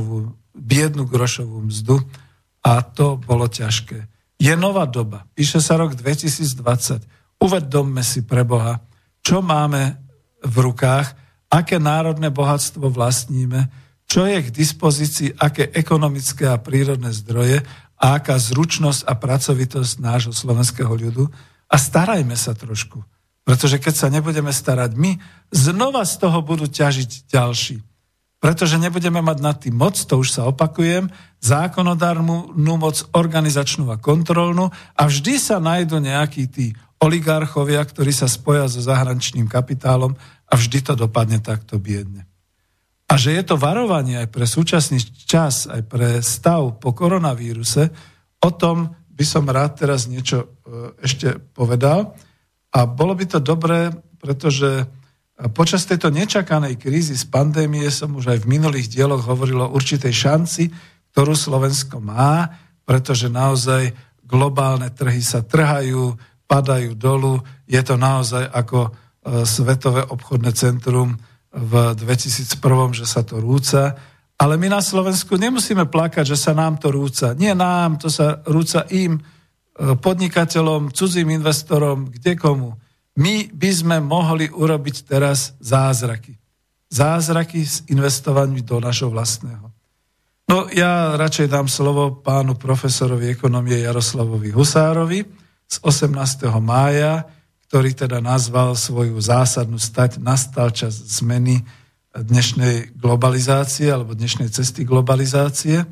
grošovú mzdu a to bolo ťažké. Je nová doba, píše sa rok 2020. Uvedomme si pre Boha, čo máme v rukách, aké národné bohatstvo vlastníme, čo je k dispozícii, aké ekonomické a prírodné zdroje a aká zručnosť a pracovitosť nášho slovenského ľudu. A starajme sa trošku, pretože keď sa nebudeme starať my, znova z toho budú ťažiť ďalší. Pretože nebudeme mať nad tým moc, to už sa opakujem, zákonodárnu moc, organizačnú a kontrolnú a vždy sa nájdu nejakí tí oligarchovia, ktorí sa spoja so zahraničným kapitálom a vždy to dopadne takto biedne. A že je to varovanie aj pre súčasný čas, aj pre stav po koronavíruse, o tom by som rád teraz niečo ešte povedal. A bolo by to dobré, pretože počas tejto nečakanej krízy z pandémie som už aj v minulých dieloch hovoril o určitej šanci, ktorú Slovensko má, pretože naozaj globálne trhy sa trhajú, padajú dolu. Je to naozaj ako Svetové obchodné centrum v 2001, že sa to rúca. Ale my na Slovensku nemusíme plakať, že sa nám to rúca. Nie nám, to sa rúca im, podnikateľom, cudzím investorom, kdekomu. My by sme mohli urobiť teraz zázraky. Zázraky s investovaním do našho vlastného. No ja radšej dám slovo pánu profesorovi ekonomie Jaroslavovi Husárovi z 18. mája, ktorý teda nazval svoju zásadnú stať Nastal čas zmeny dnešnej globalizácie alebo dnešnej cesty globalizácie.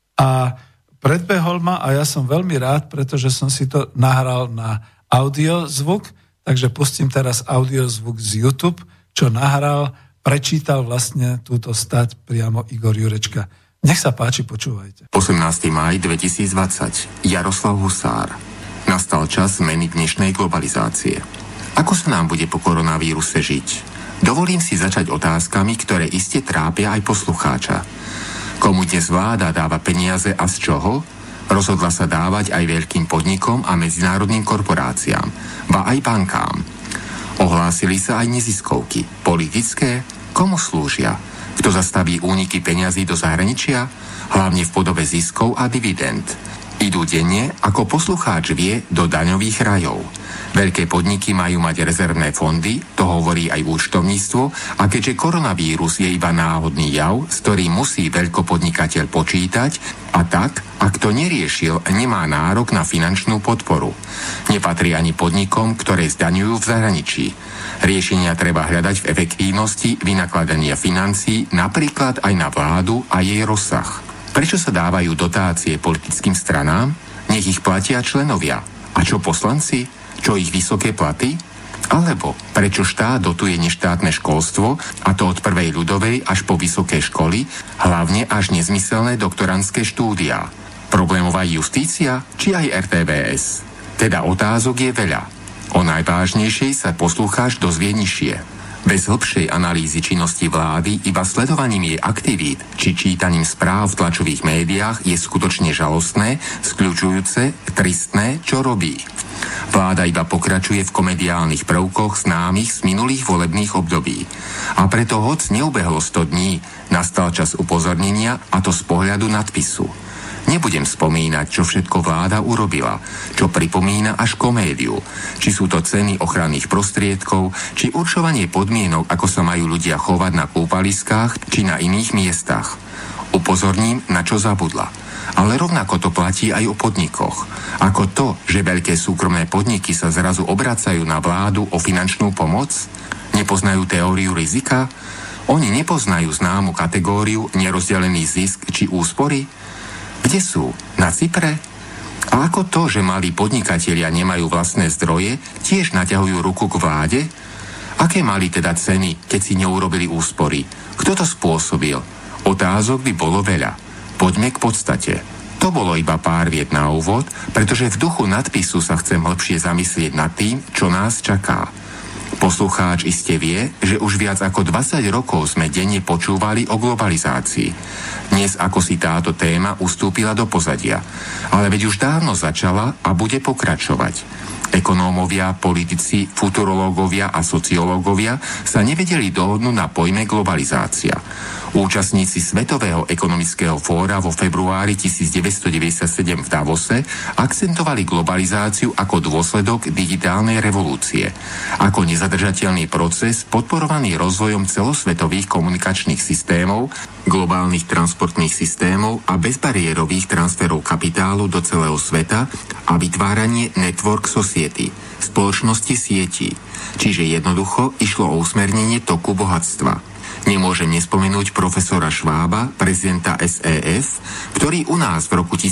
A predbehol ma a ja som veľmi rád, pretože som si to nahral na audiozvuk, takže pustím teraz audiozvuk z YouTube, čo nahral, prečítal vlastne túto stať priamo Igor Jurečka. Nech sa páči, počúvajte. 18. máj 2020. Jaroslav Husár. Nastal čas zmeny dnešnej globalizácie. Ako sa nám bude po koronavíruse žiť? Dovolím si začať otázkami, ktoré iste trápia aj poslucháča. Komu dnes vláda dáva peniaze a z čoho? Rozhodla sa dávať aj veľkým podnikom a medzinárodným korporáciám, ba aj bankám. Ohlásili sa aj neziskovky. Politické? Komu slúžia? Kto zastaví úniky peňazí do zahraničia? Hlavne v podobe ziskov a dividend. Idú denne, ako poslucháč vie, do daňových rajov. Veľké podniky majú mať rezervné fondy, to hovorí aj účtovníctvo, a keďže koronavírus je iba náhodný jav, s ktorým musí veľkopodnikateľ počítať, a tak, ak to neriešil, nemá nárok na finančnú podporu. Nepatrí ani podnikom, ktoré zdaňujú v zahraničí. Riešenia treba hľadať v efektívnosti vynakladania financií, napríklad aj na vládu a jej rozsah. Prečo sa dávajú dotácie politickým stranám? Nech ich platia členovia. A čo poslanci? Čo ich vysoké platy? Alebo prečo štát dotuje neštátne školstvo, a to od prvej ľudovej až po vysoké školy, hlavne až nezmyselné doktorandské štúdia? Problémová justícia či aj RTVS? Teda otázok je veľa. O najvážnejšej sa poslucháč dozvie nižšie. Bez hĺbšej analýzy činnosti vlády, iba sledovaním jej aktivít či čítaním správ v tlačových médiách je skutočne žalostné, skľučujúce, tristné, čo robí. Vláda iba pokračuje v komediálnych prvkoch známych z minulých volebných období. A preto hoc neubehlo 100 dní, nastal čas upozornenia, a to z pohľadu nadpisu. Nebudem spomínať, čo všetko vláda urobila, čo pripomína až komédiu. Či sú to ceny ochranných prostriedkov, či určovanie podmienok, ako sa majú ľudia chovať na kúpaliskách, či na iných miestach. Upozorním, na čo zabudla. Ale rovnako to platí aj o podnikoch. Ako to, že veľké súkromné podniky sa zrazu obracajú na vládu o finančnú pomoc? Nepoznajú teóriu rizika? Oni nepoznajú známu kategóriu nerozdelený zisk či úspory? Kde sú? Na Cypre? A ako to, že malí podnikatelia nemajú vlastné zdroje, tiež naťahujú ruku k vláde? Aké mali teda ceny, keď si neurobili úspory? Kto to spôsobil? Otázok by bolo veľa. Poďme k podstate. To bolo iba pár viet na úvod, pretože v duchu nadpisu sa chcem hlbšie zamyslieť nad tým, čo nás čaká. Poslucháč iste vie, že už viac ako 20 rokov sme denne počúvali o globalizácii. Dnes ako si táto téma ustúpila do pozadia. Ale veď už dávno začala a bude pokračovať. Ekonómovia, politici, futurológovia a sociológovia sa nevedeli dohodnúť na pojme globalizácia. Účastníci Svetového ekonomického fóra vo februári 1997 v Davose akcentovali globalizáciu ako dôsledok digitálnej revolúcie, ako nezadržateľný proces podporovaný rozvojom celosvetových komunikačných systémov, globálnych transportných systémov a bezbariérových transferov kapitálu do celého sveta a vytváranie network society, spoločnosti sietí. Čiže jednoducho išlo o usmernenie toku bohatstva. Nemôžem nespomenúť profesora Schwaba, prezidenta SEF, ktorý u nás v roku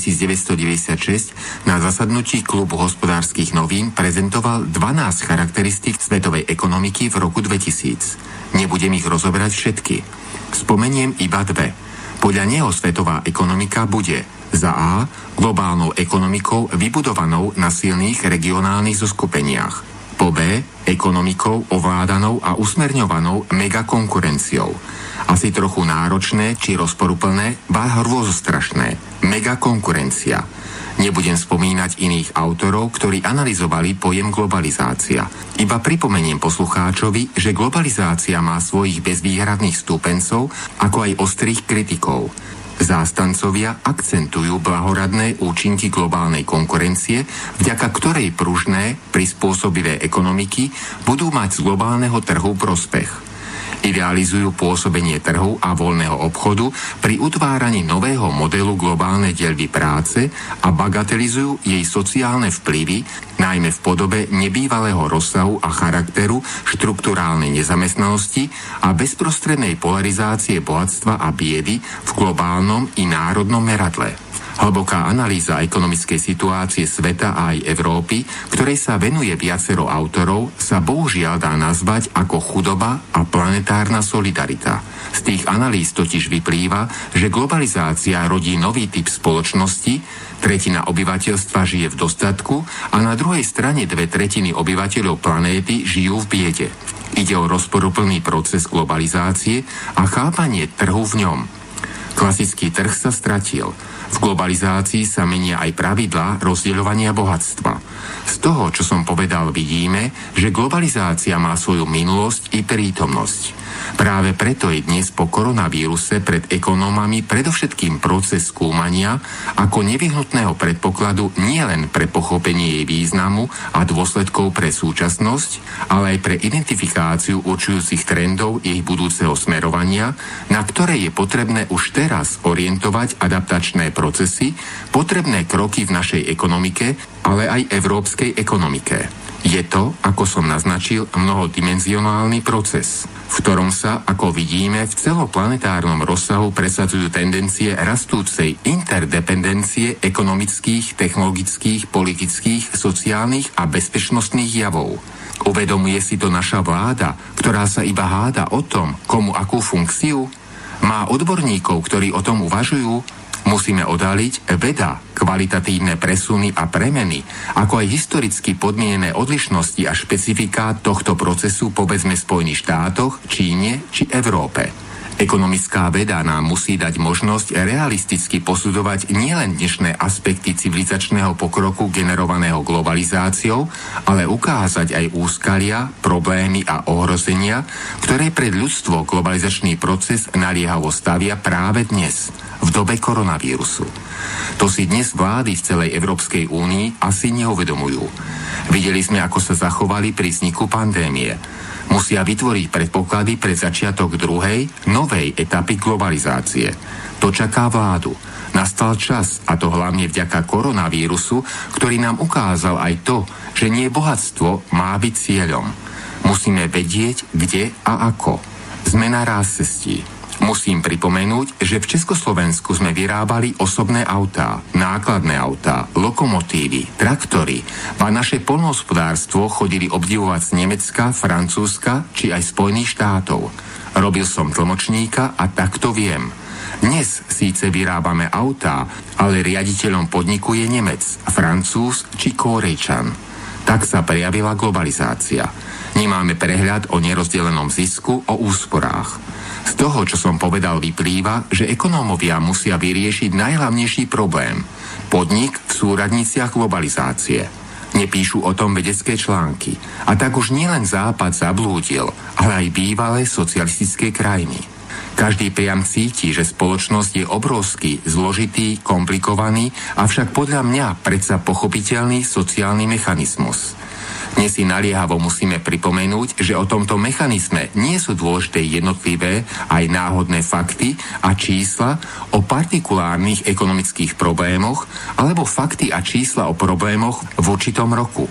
1996 na zasadnutí Klubu hospodárskych novín prezentoval 12 charakteristík svetovej ekonomiky v roku 2000. Nebudem ich rozoberať všetky. Spomeniem iba dve. Podľa neho svetová ekonomika bude za A globálnou ekonomikou vybudovanou na silných regionálnych zoskupeniach. Po B, ekonomikou ovládanou a usmerňovanou megakonkurenciou. Asi trochu náročné či rozporuplné, ba hrôzostrašné. Megakonkurencia. Nebudem spomínať iných autorov, ktorí analyzovali pojem globalizácia. Iba pripomeniem poslucháčovi, že globalizácia má svojich bezvýhradných stúpencov, ako aj ostrých kritikov. Zástancovia akcentujú blahoradné účinky globálnej konkurencie, vďaka ktorej pružné, prispôsobivé ekonomiky budú mať z globálneho trhu prospech. Idealizujú pôsobenie trhu a voľného obchodu pri utváraní nového modelu globálnej deľby práce a bagatelizujú jej sociálne vplyvy, najmä v podobe nebývalého rozsahu a charakteru štrukturálnej nezamestnanosti a bezprostrednej polarizácie bohatstva a biedy v globálnom i národnom meradle. Hlboká analýza ekonomickej situácie sveta a aj Európy, ktorej sa venuje viacero autorov, sa bohužiaľ dá nazvať ako chudoba a planetárna solidarita. Z tých analýz totiž vyplýva, že globalizácia rodí nový typ spoločnosti, tretina obyvateľstva žije v dostatku a na druhej strane 2/3 obyvateľov planéty žijú v biede. Ide o rozporuplný proces globalizácie a chápanie trhu v ňom. Klasický trh sa stratil. V globalizácii sa menia aj pravidlá rozdeľovania bohatstva. Z toho, čo som povedal, vidíme, že globalizácia má svoju minulosť i prítomnosť. Práve preto je dnes po koronavíruse pred ekonómami predovšetkým proces skúmania ako nevyhnutného predpokladu nielen pre pochopenie jej významu a dôsledkov pre súčasnosť, ale aj pre identifikáciu určujúcich trendov jej budúceho smerovania, na ktoré je potrebné už teraz orientovať adaptačné procesy, potrebné kroky v našej ekonomike, ale aj európskej ekonomike. Je to, ako som naznačil, mnohodimenzionálny proces, v ktorom sa, ako vidíme, v celoplanetárnom rozsahu presadzujú tendencie rastúcej interdependencie ekonomických, technologických, politických, sociálnych a bezpečnostných javov. Uvedomuje si to naša vláda, ktorá sa iba háda o tom, komu akú funkciu? Má odborníkov, ktorí o tom uvažujú? Musíme odhaliť veda, kvalitatívne presuny a premeny, ako aj historicky podmienené odlišnosti a špecifiká tohto procesu povedzme v Spojených štátoch, Číne či Európe. Ekonomická veda nám musí dať možnosť realisticky posudzovať nielen dnešné aspekty civilizačného pokroku generovaného globalizáciou, ale ukázať aj úskalia, problémy a ohrozenia, ktoré pred ľudstvo globalizačný proces naliehavo stavia práve dnes, v v dobe koronavírusu. To si dnes vlády v celej Európskej únii asi neuvedomujú. Videli sme, ako sa zachovali pri vzniku pandémie. Musia vytvoriť predpoklady pre začiatok druhej, novej etapy globalizácie. To čaká vládu. Nastal čas, a to hlavne vďaka koronavírusu, ktorý nám ukázal aj to, že nie bohatstvo má byť cieľom. Musíme vedieť, kde a ako. Zmena ráz cestí. Musím pripomenúť, že v Československu sme vyrábali osobné autá, nákladné autá, lokomotívy, traktory, a naše poľnohospodárstvo chodili obdivovať z Nemecka, Francúzska či aj Spojených štátov. Robil som tlmočníka a takto viem. Dnes síce vyrábame autá, ale riaditeľom podniku je Nemec, Francúz či Kórejčan. Tak sa prejavila globalizácia. Nemáme prehľad o nerozdelenom zisku, o úsporách. Z toho, čo som povedal, vyplýva, že ekonómovia musia vyriešiť najhlavnejší problém. Podnik v súradniciach globalizácie. Nepíšu o tom vedecké články. A tak už nielen Západ zablúdil, ale aj bývalé socialistické krajiny. Každý priam cíti, že spoločnosť je obrovský, zložitý, komplikovaný, avšak podľa mňa predsa pochopiteľný sociálny mechanizmus. Dnes si naliehavo musíme pripomenúť, že o tomto mechanizme nie sú dôležité jednotlivé aj náhodné fakty a čísla o partikulárnych ekonomických problémoch alebo fakty a čísla o problémoch v určitom roku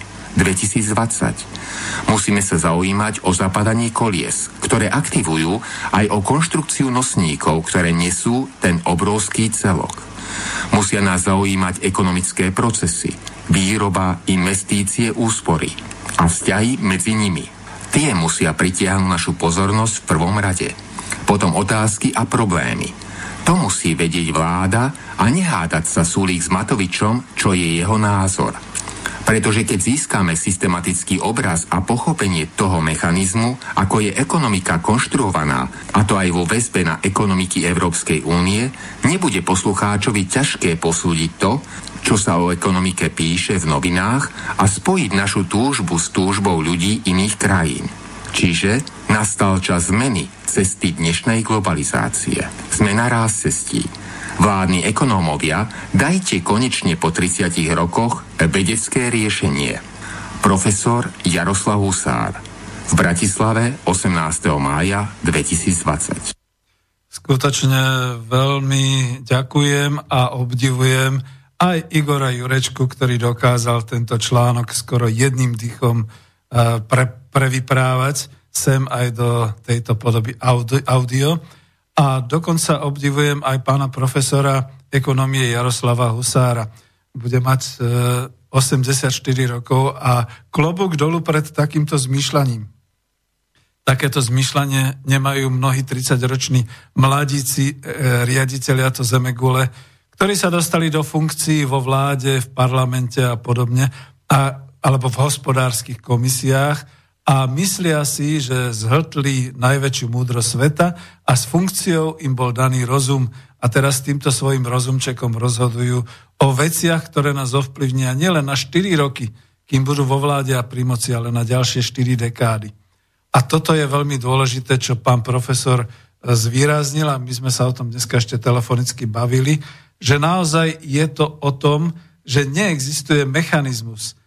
2020. Musíme sa zaujímať o zapadanie kolies, ktoré aktivujú, aj o konštrukciu nosníkov, ktoré nesú ten obrovský celok. Musia nás zaujímať ekonomické procesy, výroba, investície, úspory a vzťahy medzi nimi. Tie musia pritiahnuť našu pozornosť v prvom rade. Potom otázky a problémy. To musí vedieť vláda a nehádať sa Sulík s Matovičom, čo je jeho názor. Pretože keď získame systematický obraz a pochopenie toho mechanizmu, ako je ekonomika konštruovaná, a to aj vo väzbe na ekonomiky Európskej únie, nebude poslucháčovi ťažké posúdiť to, čo sa o ekonomike píše v novinách a spojiť našu túžbu s túžbou ľudí iných krajín. Čiže nastal čas zmeny cesty dnešnej globalizácie. Zmena ráz cestí. Vládni ekonómovia, dajte konečne po 30 rokoch vedecké riešenie. Profesor Jaroslav Husár v Bratislave 18. mája 2020. Skutočne veľmi ďakujem a obdivujem aj Igora Jurečku, ktorý dokázal tento článok skoro jedným dýchom prevyprávať sem aj do tejto podoby audio. A dokonca obdivujem aj pána profesora ekonomie Jaroslava Husára. Bude mať 84 rokov a klobúk dolu pred takýmto zmýšľaním. Takéto zmýšľanie nemajú mnohí 30-roční mladíci riaditelia to Zemegule, ktorí sa dostali do funkcií vo vláde, v parlamente a podobne, alebo v hospodárskych komisiách a myslia si, že zhltli najväčšiu múdrosť sveta a s funkciou im bol daný rozum a teraz týmto svojim rozumčekom rozhodujú o veciach, ktoré nás ovplyvnia nielen na 4 roky, kým budú vo vláde a pri moci, ale na ďalšie 4 dekády. A toto je veľmi dôležité, čo pán profesor zvýraznil a my sme sa o tom dneska ešte telefonicky bavili, že naozaj je to o tom, že neexistuje mechanizmus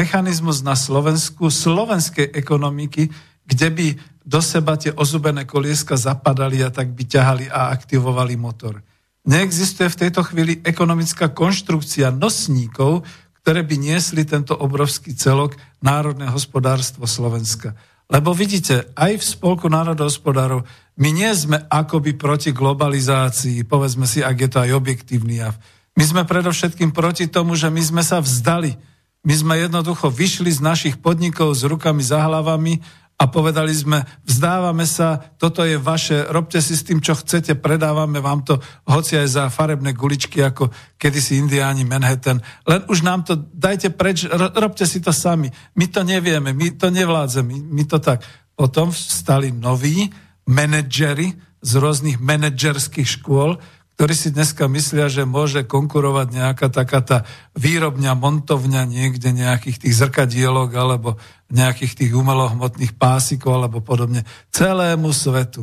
na Slovensku, slovenskej ekonomiky, kde by do seba tie ozubené kolieska zapadali a tak by ťahali a aktivovali motor. Neexistuje v tejto chvíli ekonomická konštrukcia nosníkov, ktoré by niesli tento obrovský celok národné hospodárstvo Slovenska. Lebo vidíte, aj v Spolku národohospodárov my nie sme akoby proti globalizácii, povedzme si, ak je to aj objektívny jav. My sme predovšetkým proti tomu, že my sme sa vzdali. My sme jednoducho vyšli z našich podnikov s rukami za hlavami a povedali sme, vzdávame sa, toto je vaše, robte si s tým, čo chcete, predávame vám to, hoci aj za farebné guličky, ako kedysi Indiáni Manhattan. Len už nám to dajte preč, robte si to sami. My to nevieme, my to nevládzeme, my to tak. Potom vstali noví manažeri z rôznych manažerských škôl, ktorí si dneska myslia, že môže konkurovať nejaká taká tá výrobňa, montovňa niekde nejakých tých zrkadielok alebo nejakých tých umelohmotných pásikov alebo podobne celému svetu.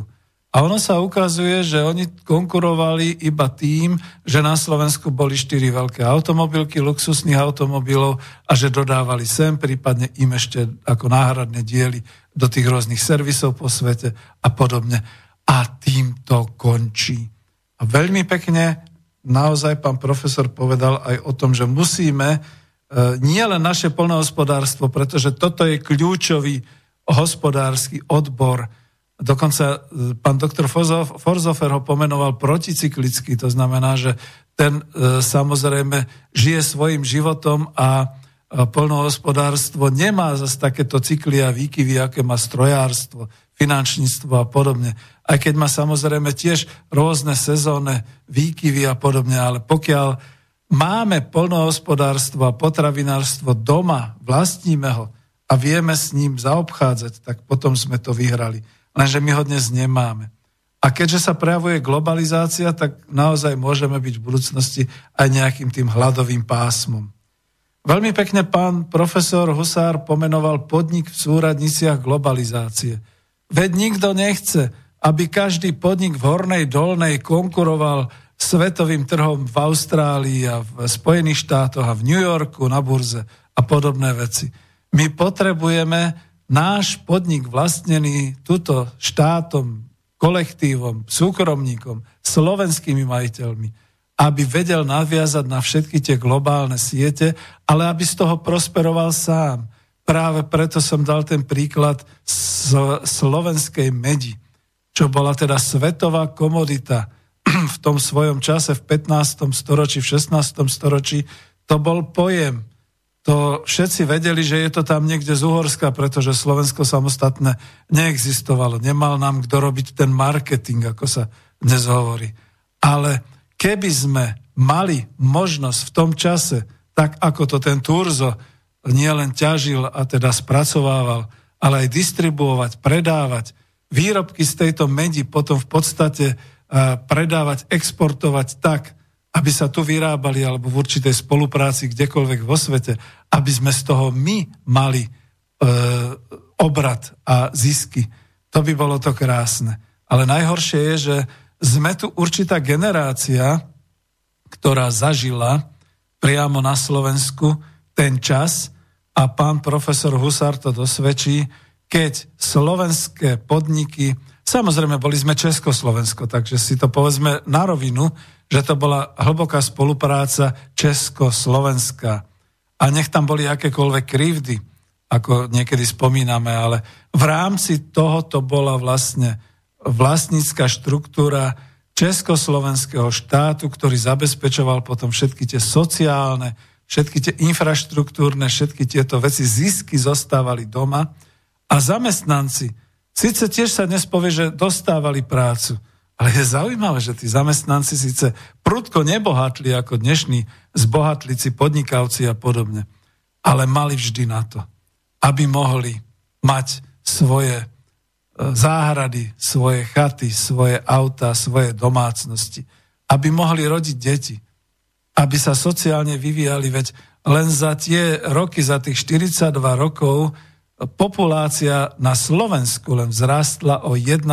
A ono sa ukazuje, že oni konkurovali iba tým, že na Slovensku boli 4 veľké automobilky, luxusných automobilov a že dodávali sem, prípadne im ešte ako náhradné diely do tých rôznych servisov po svete a podobne. A tým to končí. A veľmi pekne naozaj pán profesor povedal aj o tom, že musíme nie len naše poľnohospodárstvo, pretože toto je kľúčový hospodársky odbor. Dokonca pán doktor Forzofer ho pomenoval proticyklicky, to znamená, že ten samozrejme žije svojim životom a poľnohospodárstvo nemá zase takéto cykly a výkyvy, aké má strojárstvo, finančníctvo a podobne. Aj keď má samozrejme tiež rôzne sezónne výkyvy a podobne, ale pokiaľ máme poľnohospodárstvo a potravinárstvo doma, vlastníme ho a vieme s ním zaobchádzať, tak potom sme to vyhrali. Lenže my ho dnes nemáme. A keďže sa prejavuje globalizácia, tak naozaj môžeme byť v budúcnosti aj nejakým tým hladovým pásmom. Veľmi pekne pán profesor Husár pomenoval podnik v súradniciach globalizácie. Veď nikto nechce, aby každý podnik v Hornej Dolnej konkuroval svetovým trhom v Austrálii a v Spojených štátoch a v New Yorku na burze a podobné veci. My potrebujeme náš podnik vlastnený tuto štátom, kolektívom, súkromníkom, slovenskými majiteľmi, aby vedel nadviazať na všetky tie globálne siete, ale aby z toho prosperoval sám. Práve preto som dal ten príklad slovenskej medi, čo bola teda svetová komodita v tom svojom čase v 15. storočí, v 16. storočí. To bol pojem. To všetci vedeli, že je to tam niekde z Uhorska, pretože Slovensko samostatné neexistovalo. Nemal nám kto robiť ten marketing, ako sa dnes hovorí. Ale keby sme mali možnosť v tom čase, tak ako to ten Turzo nielen ťažil a teda spracovával, ale aj distribuovať, predávať, výrobky z tejto medi potom v podstate predávať, exportovať tak, aby sa tu vyrábali alebo v určitej spolupráci kdekoľvek vo svete, aby sme z toho my mali obrat a zisky. To by bolo to krásne. Ale najhoršie je, že sme tu určitá generácia, ktorá zažila priamo na Slovensku ten čas a pán profesor Husár to dosvedčí, keď slovenské podniky, samozrejme boli sme Československo, takže si to povedzme na rovinu, že to bola hlboká spolupráca Československá. A nech tam boli akékoľvek krivdy, ako niekedy spomíname, ale v rámci toho to bola vlastne vlastnícka štruktúra Československého štátu, ktorý zabezpečoval potom všetky tie sociálne, všetky tie infraštruktúrne, všetky tieto veci, zisky zostávali doma a zamestnanci, síce tiež sa dnes povie, že dostávali prácu, ale je zaujímavé, že tí zamestnanci síce prudko nebohatli ako dnešní zbohatlíci, podnikavci a podobne, ale mali vždy na to, aby mohli mať svoje záhrady, svoje chaty, svoje autá, svoje domácnosti, aby mohli rodiť deti, aby sa sociálne vyvíjali, veď len za tie roky, za tých 42 rokov populácia na Slovensku len vzrástla o 1,2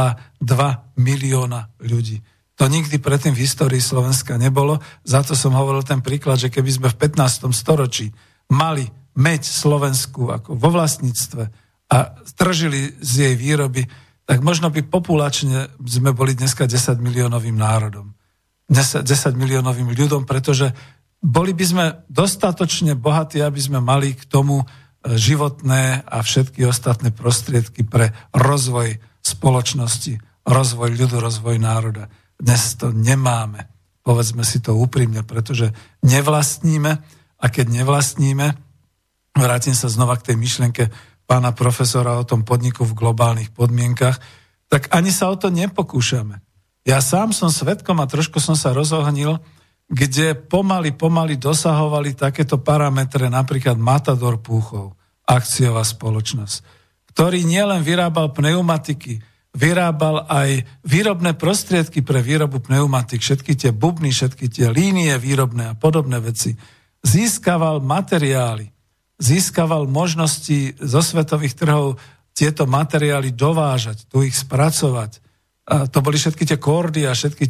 milióna ľudí. To nikdy predtým v histórii Slovenska nebolo. Za to som hovoril ten príklad, že keby sme v 15. storočí mali meď Slovensku ako vo vlastníctve a stržili z jej výroby, tak možno by populačne sme boli dneska 10 miliónovým národom. 10 miliónovým ľuďom, pretože boli by sme dostatočne bohatí, aby sme mali k tomu životné a všetky ostatné prostriedky pre rozvoj spoločnosti, rozvoj ľudu, rozvoj národa. Dnes to nemáme. Povedzme si to úprimne, pretože nevlastníme a keď nevlastníme, vrátim sa znova k tej myšlienke pána profesora o tom podniku v globálnych podmienkach, tak ani sa o to nepokúšame. Ja sám som svedkom a trošku som sa rozohnil, kde pomaly dosahovali takéto parametre, napríklad Matador Púchov, akciová spoločnosť, ktorý nielen vyrábal pneumatiky, vyrábal aj výrobné prostriedky pre výrobu pneumatik, všetky tie bubny, všetky tie línie výrobné a podobné veci. Získaval materiály, získaval možnosti zo svetových trhov tieto materiály dovážať, tu ich spracovať, to boli všetky tie kordy a všetky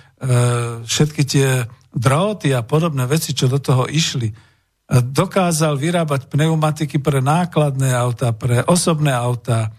tie dróty a podobné veci, čo do toho išli. Dokázal vyrábať pneumatiky pre nákladné autá, pre osobné autá,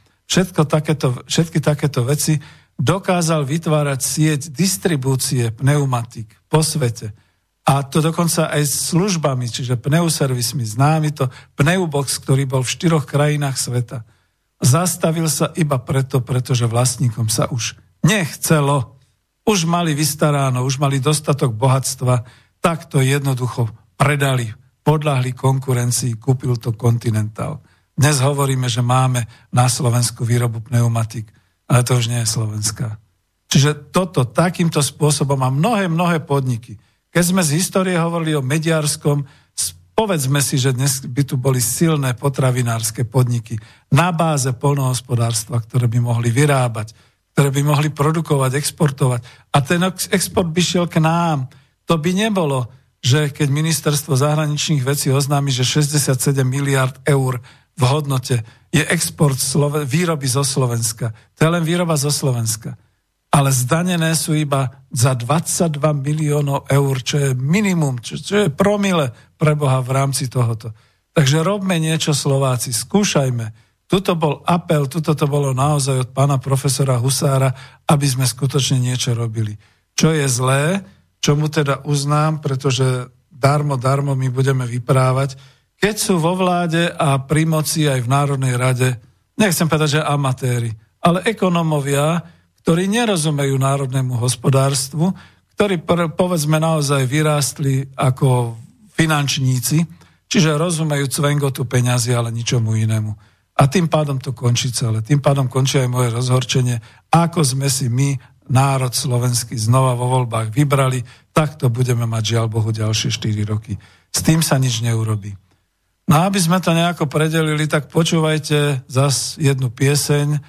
všetky takéto veci. Dokázal vytvárať sieť distribúcie pneumatik po svete. A to dokonca aj s službami, čiže pneuservismi, známy to Pneubox, ktorý bol v 4 krajinách sveta. Zastavil sa iba pretože vlastníkom sa už nechcelo. Už mali vystaráno, už mali dostatok bohatstva, tak to jednoducho predali, podľahli konkurencii, kúpil to Continental. Dnes hovoríme, že máme na Slovensku výrobu pneumatik, ale to už nie je slovenská. Čiže takýmto spôsobom a mnohé podniky. Keď sme z histórie hovorili o Mediarskom, povedzme si, že dnes by tu boli silné potravinárske podniky na báze poľnohospodárstva, ktoré by mohli vyrábať, ktoré by mohli produkovať, exportovať. A ten export by šiel k nám. To by nebolo, že keď ministerstvo zahraničných vecí oznámi, že 67 miliard eur v hodnote je export výroby zo Slovenska. To je len výroba zo Slovenska. Ale zdanené sú iba za 22 miliónov eur, čo je minimum, čo je promile pre Boha v rámci tohoto. Takže robme niečo, Slováci, skúšajme. Tuto bol apel, tuto to bolo naozaj od pána profesora Husára, aby sme skutočne niečo robili. Čo je zlé, čo mu teda uznám, pretože darmo my budeme vyprávať, keď sú vo vláde a pri moci aj v Národnej rade, nechcem povedať, že amatéri, ale ekonómovia, ktorí nerozumejú národnému hospodárstvu, ktorí povedzme naozaj vyrástli ako finančníci, čiže rozumejú cvengotu peňazí, ale ničomu inému. A tým pádom to končí celé. Tým pádom končí aj moje rozhorčenie. Ako sme si my, národ slovenský, znova vo voľbách vybrali, tak to budeme mať, žiaľ Bohu, ďalšie 4 roky. S tým sa nič neurobí. No aby sme to nejako predelili, tak počúvajte zas jednu pieseň.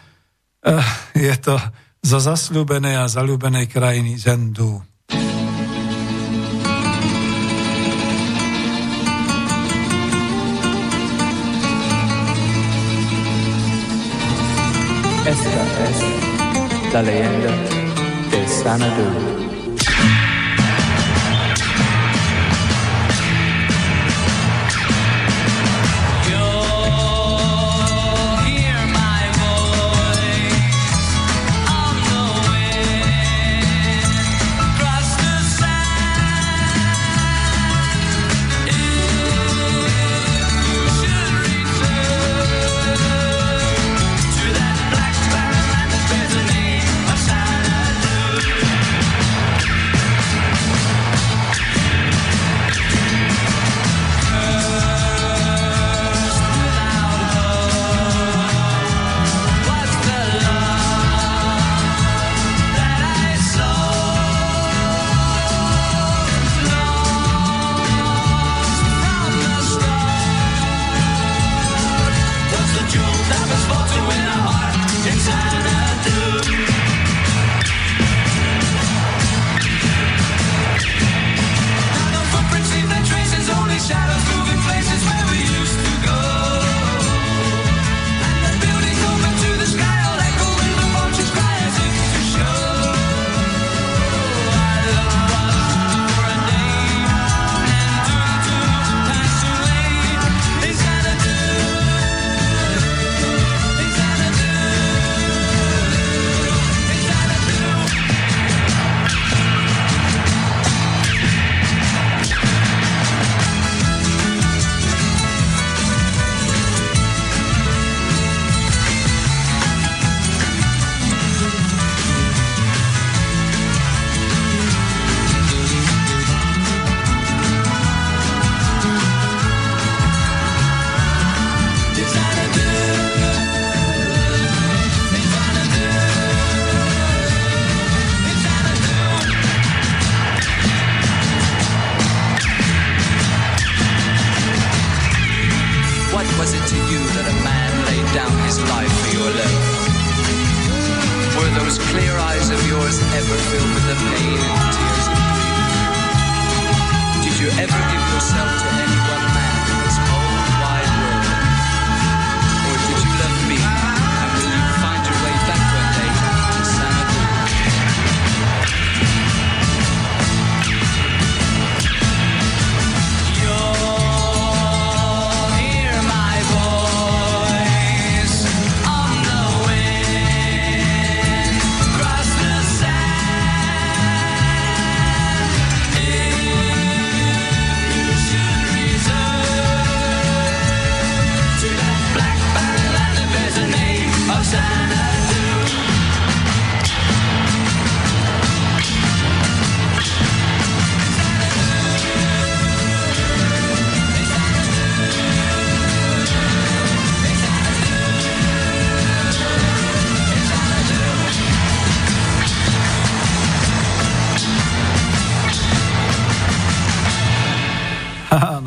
Je to zo zasľúbenej a zaľúbenej krajiny Zendu. Esta es la leyenda de Xanadu.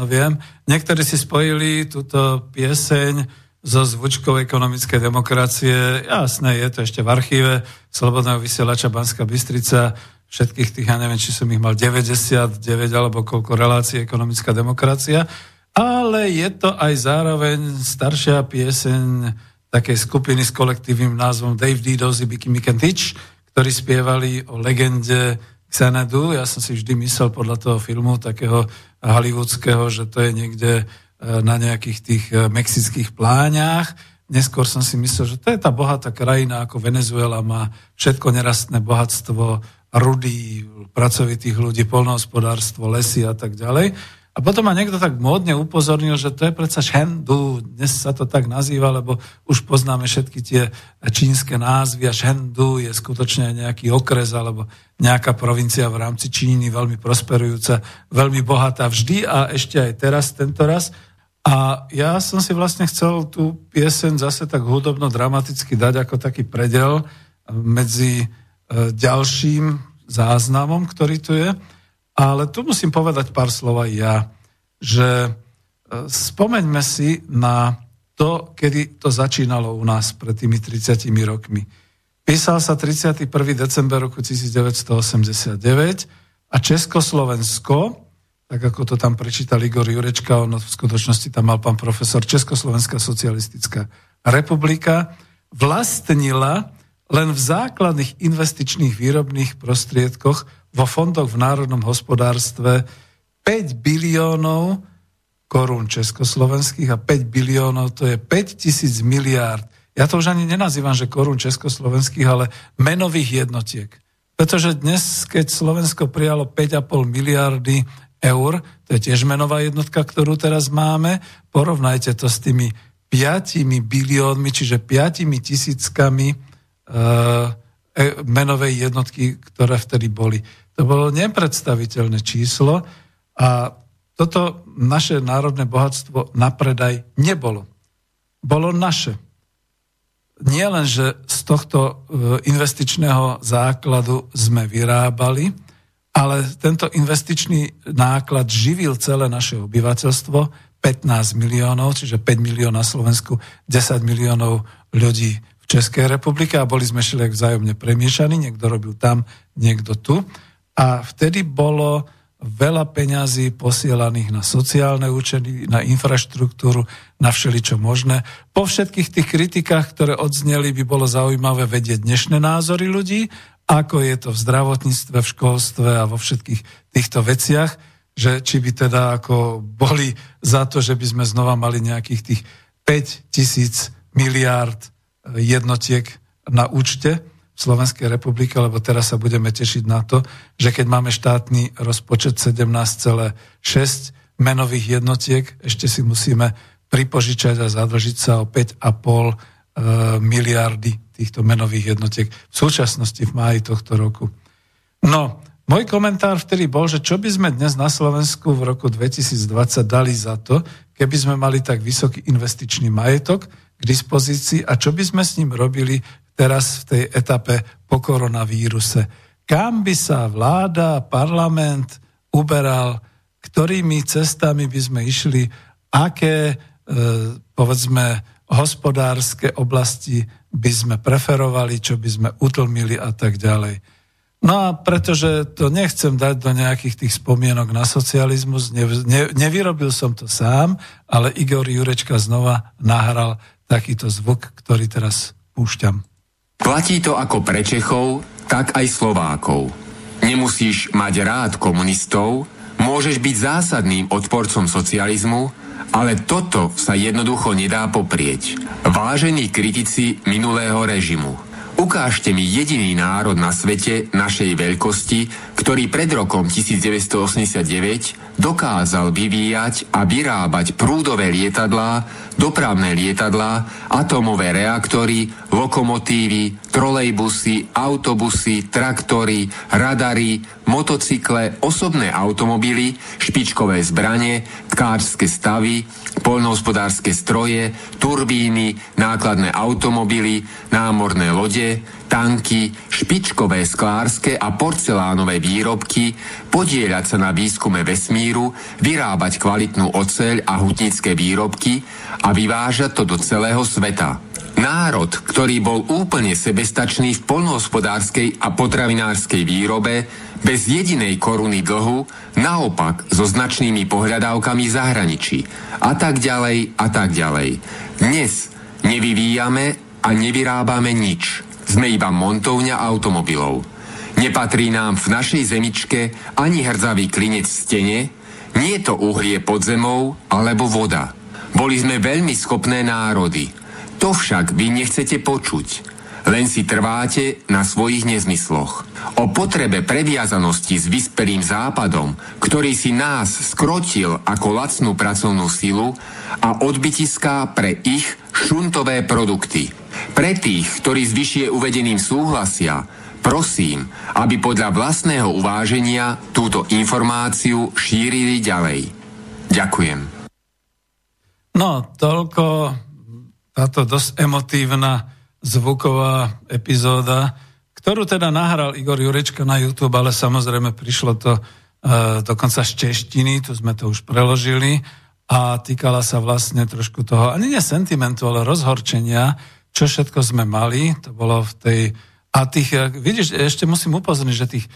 áno, viem. Niektorí si spojili túto pieseň zo zvučkou ekonomickej demokracie. Jasné, je to ešte v archíve Slobodného vysielača Banská Bystrica. Všetkých tých, ja neviem, či som ich mal 99 alebo koľko relácií ekonomická demokracia. Ale je to aj zároveň staršia pieseň takej skupiny s kolektívnym názvom Dave D. Dozy, Bicky Mick and Titch, ktorí spievali o legende Xanadu. Ja som si vždy myslel podľa toho filmu takého hollywoodského, že to je niekde na nejakých tých mexických pláňach. Neskôr som si myslel, že to je tá bohatá krajina, ako Venezuela má všetko nerastné bohatstvo, rudy, pracovitých ľudí, poľnohospodárstvo, lesy a tak ďalej. A potom ma niekto tak módne upozornil, že to je predsa Chengdu, dnes sa to tak nazýva, lebo už poznáme všetky tie čínske názvy a Chengdu je skutočne nejaký okres alebo nejaká provincia v rámci Číny, veľmi prosperujúca, veľmi bohatá vždy a ešte aj teraz, tento raz. A ja som si vlastne chcel tú pieseň zase tak hudobno-dramaticky dať ako taký predel medzi ďalším záznamom, ktorý tu je. Ale tu musím povedať pár slov aj ja, že spomeňme si na to, kedy to začínalo u nás pred tými 30 rokmi. Písal sa 31. december roku 1989 a Československo, tak ako to tam prečítal Igor Jurečka, ono v skutočnosti tam mal pán profesor, Československá socialistická republika, vlastnila len v základných investičných výrobných prostriedkoch vo fondoch v národnom hospodárstve 5 biliónov korún československých a 5 biliónov, to je 5 000 miliárd. Ja to už ani nenazývam, že korún československých, ale menových jednotiek. Pretože dnes, keď Slovensko prijalo 5,5 miliardy eur, to je tiež menová jednotka, ktorú teraz máme, porovnajte to s tými 5 biliónmi, čiže 5 000 menovej jednotky, ktoré vtedy boli. To bolo nepredstaviteľné číslo a toto naše národné bohatstvo na predaj nebolo. Bolo naše. Nie len, že z tohto investičného základu sme vyrábali, ale tento investičný náklad živil celé naše obyvateľstvo, 15 miliónov, čiže 5 miliónov na Slovensku, 10 miliónov ľudí v Českej republike a boli sme všelijak vzájomne premiešaní, niekto robil tam, niekto tu. A vtedy bolo veľa peňazí posielaných na sociálne účely, na infraštruktúru, na všeličo možné. Po všetkých tých kritikách, ktoré odzneli, by bolo zaujímavé vedieť dnešné názory ľudí, ako je to v zdravotníctve, v školstve a vo všetkých týchto veciach, že či by teda ako boli za to, že by sme znova mali nejakých tých 5 000 miliárd jednotiek na účte v Slovenskej republike, lebo teraz sa budeme tešiť na to, že keď máme štátny rozpočet 17,6 menových jednotiek, ešte si musíme pripožičať a zadlžiť sa o 5,5 miliardy týchto menových jednotiek v súčasnosti v máji tohto roku. No, môj komentár vtedy bol, že čo by sme dnes na Slovensku v roku 2020 dali za to, keby sme mali tak vysoký investičný majetok k dispozícii a čo by sme s ním robili teraz v tej etape po koronavíruse. Kam by sa vláda, parlament uberal, ktorými cestami by sme išli, aké, povedzme, hospodárske oblasti by sme preferovali, čo by sme utlmili a tak ďalej. No a pretože to nechcem dať do nejakých tých spomienok na socializmus, nevyrobil som to sám, ale Igor Jurečka znova nahral takýto zvuk, ktorý teraz púšťam. Platí to ako pre Čechov, tak aj Slovákov. Nemusíš mať rád komunistov, môžeš byť zásadným odporcom socializmu, ale toto sa jednoducho nedá poprieť. Vážení kritici minulého režimu, ukážte mi jediný národ na svete našej veľkosti, ktorý pred rokom 1989 dokázal vyvíjať a vyrábať prúdové lietadlá, dopravné lietadlá, atómové reaktory, lokomotívy, trolejbusy, autobusy, traktory, radary, motocykle, osobné automobily, špičkové zbrane, tkárske stavy, poľnohospodárske stroje, turbíny, nákladné automobily, námorné lode, tanky, špičkové sklárske a porcelánové výrobky, podieľať sa na výskume vesmíru, vyrábať kvalitnú oceľ a hutnícke výrobky a vyvážať to do celého sveta. Národ, ktorý bol úplne sebestačný v poľnohospodárskej a potravinárskej výrobe, bez jedinej koruny dlhu, naopak so značnými pohľadávkami v zahraničí. A tak ďalej, a tak ďalej. Dnes nevyvíjame a nevyrábame nič. Sme iba montovňa automobilov. Nepatrí nám v našej zemičke ani hrdzavý klinec v stene, nie je to uhlie pod zemou alebo voda. Boli sme veľmi schopné národy. To však vy nechcete počuť. Len si trváte na svojich nezmysloch. O potrebe previazanosti s vyspelým západom, ktorý si nás skrotil ako lacnú pracovnú silu a odbytiská pre ich šuntové produkty. Pre tých, ktorí s vyššie uvedeným súhlasia, prosím, aby podľa vlastného uváženia túto informáciu šírili ďalej. Ďakujem. No, toľko táto dosť emotívna zvuková epizóda, ktorú teda nahral Igor Jurečka na YouTube, ale samozrejme prišlo to dokonca z češtiny, tu sme to už preložili a týkala sa vlastne trošku toho, ani nie sentimentu, ale rozhorčenia, čo všetko sme mali, to bolo v tej, a tých, vidíš, ešte musím upozorniť, že tých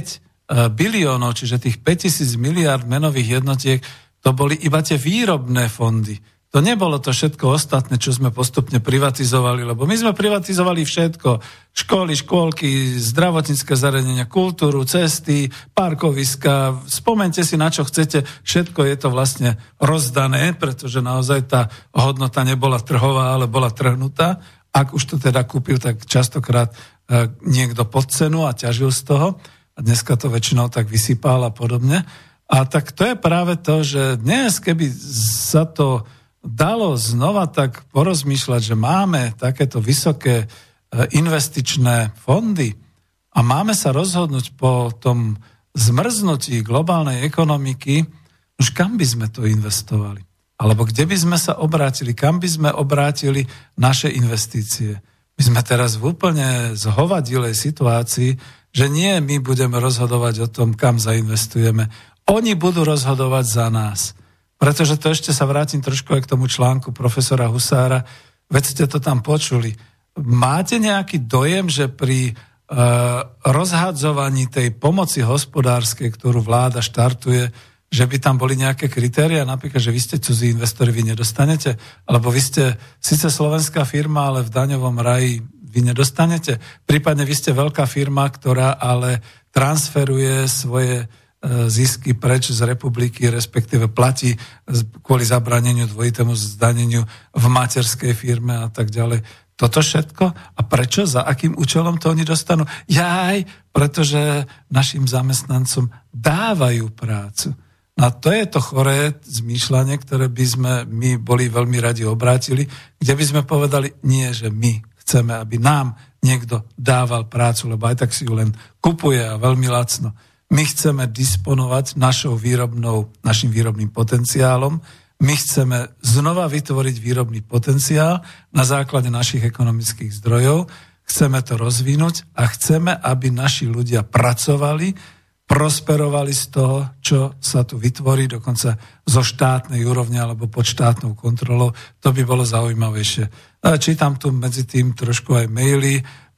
5 biliónov, čiže tých 5000 miliárd menových jednotiek, to boli iba tie výrobné fondy. To nebolo to všetko ostatné, čo sme postupne privatizovali, lebo my sme privatizovali všetko. Školy, škôlky, zdravotnícke zariadenia, kultúru, cesty, parkoviska. Spomeňte si, na čo chcete. Všetko je to vlastne rozdané, pretože naozaj tá hodnota nebola trhová, ale bola trhnutá. Ak už to teda kúpil, tak častokrát niekto pod cenu a ťažil z toho. A dneska to väčšinou tak vysypal a podobne. A tak to je práve to, že dnes, keby sa to dalo znova tak porozmýšľať, že máme takéto vysoké investičné fondy a máme sa rozhodnúť po tom zmrznutí globálnej ekonomiky, už kam by sme to investovali? Alebo kde by sme sa obrátili? Kam by sme obrátili naše investície? My sme teraz v úplne zhovadilej situácii, že nie my budeme rozhodovať o tom, kam zainvestujeme. Oni budú rozhodovať za nás. Pretože to ešte sa vrátim trošku aj k tomu článku profesora Husára. Veď ste to tam počuli. Máte nejaký dojem, že pri rozhadzovaní tej pomoci hospodárskej, ktorú vláda štartuje, že by tam boli nejaké kritéria, napríklad, že vy ste cudzí investori, vy nedostanete? Alebo vy ste síce slovenská firma, ale v daňovom raji vy nedostanete? Prípadne vy ste veľká firma, ktorá ale transferuje svoje zisky preč z republiky, respektíve platí kvôli zabraneniu dvojitému zdaneniu v materskej firme a tak ďalej. Toto všetko? A prečo? Za akým účelom to oni dostanú? Pretože našim zamestnancom dávajú prácu. No a to je to choré zmýšľanie, ktoré by sme my boli veľmi radi obrátili, kde by sme povedali, nie, že my chceme, aby nám niekto dával prácu, lebo aj tak si ju len kupuje a veľmi lacno. My chceme disponovať našim výrobným potenciálom. My chceme znova vytvoriť výrobný potenciál na základe našich ekonomických zdrojov. Chceme to rozvinúť a chceme, aby naši ľudia pracovali, prosperovali z toho, čo sa tu vytvorí, dokonca zo štátnej úrovne alebo pod štátnou kontrolou. To by bolo zaujímavejšie. Čítam tu medzi tým trošku aj maily.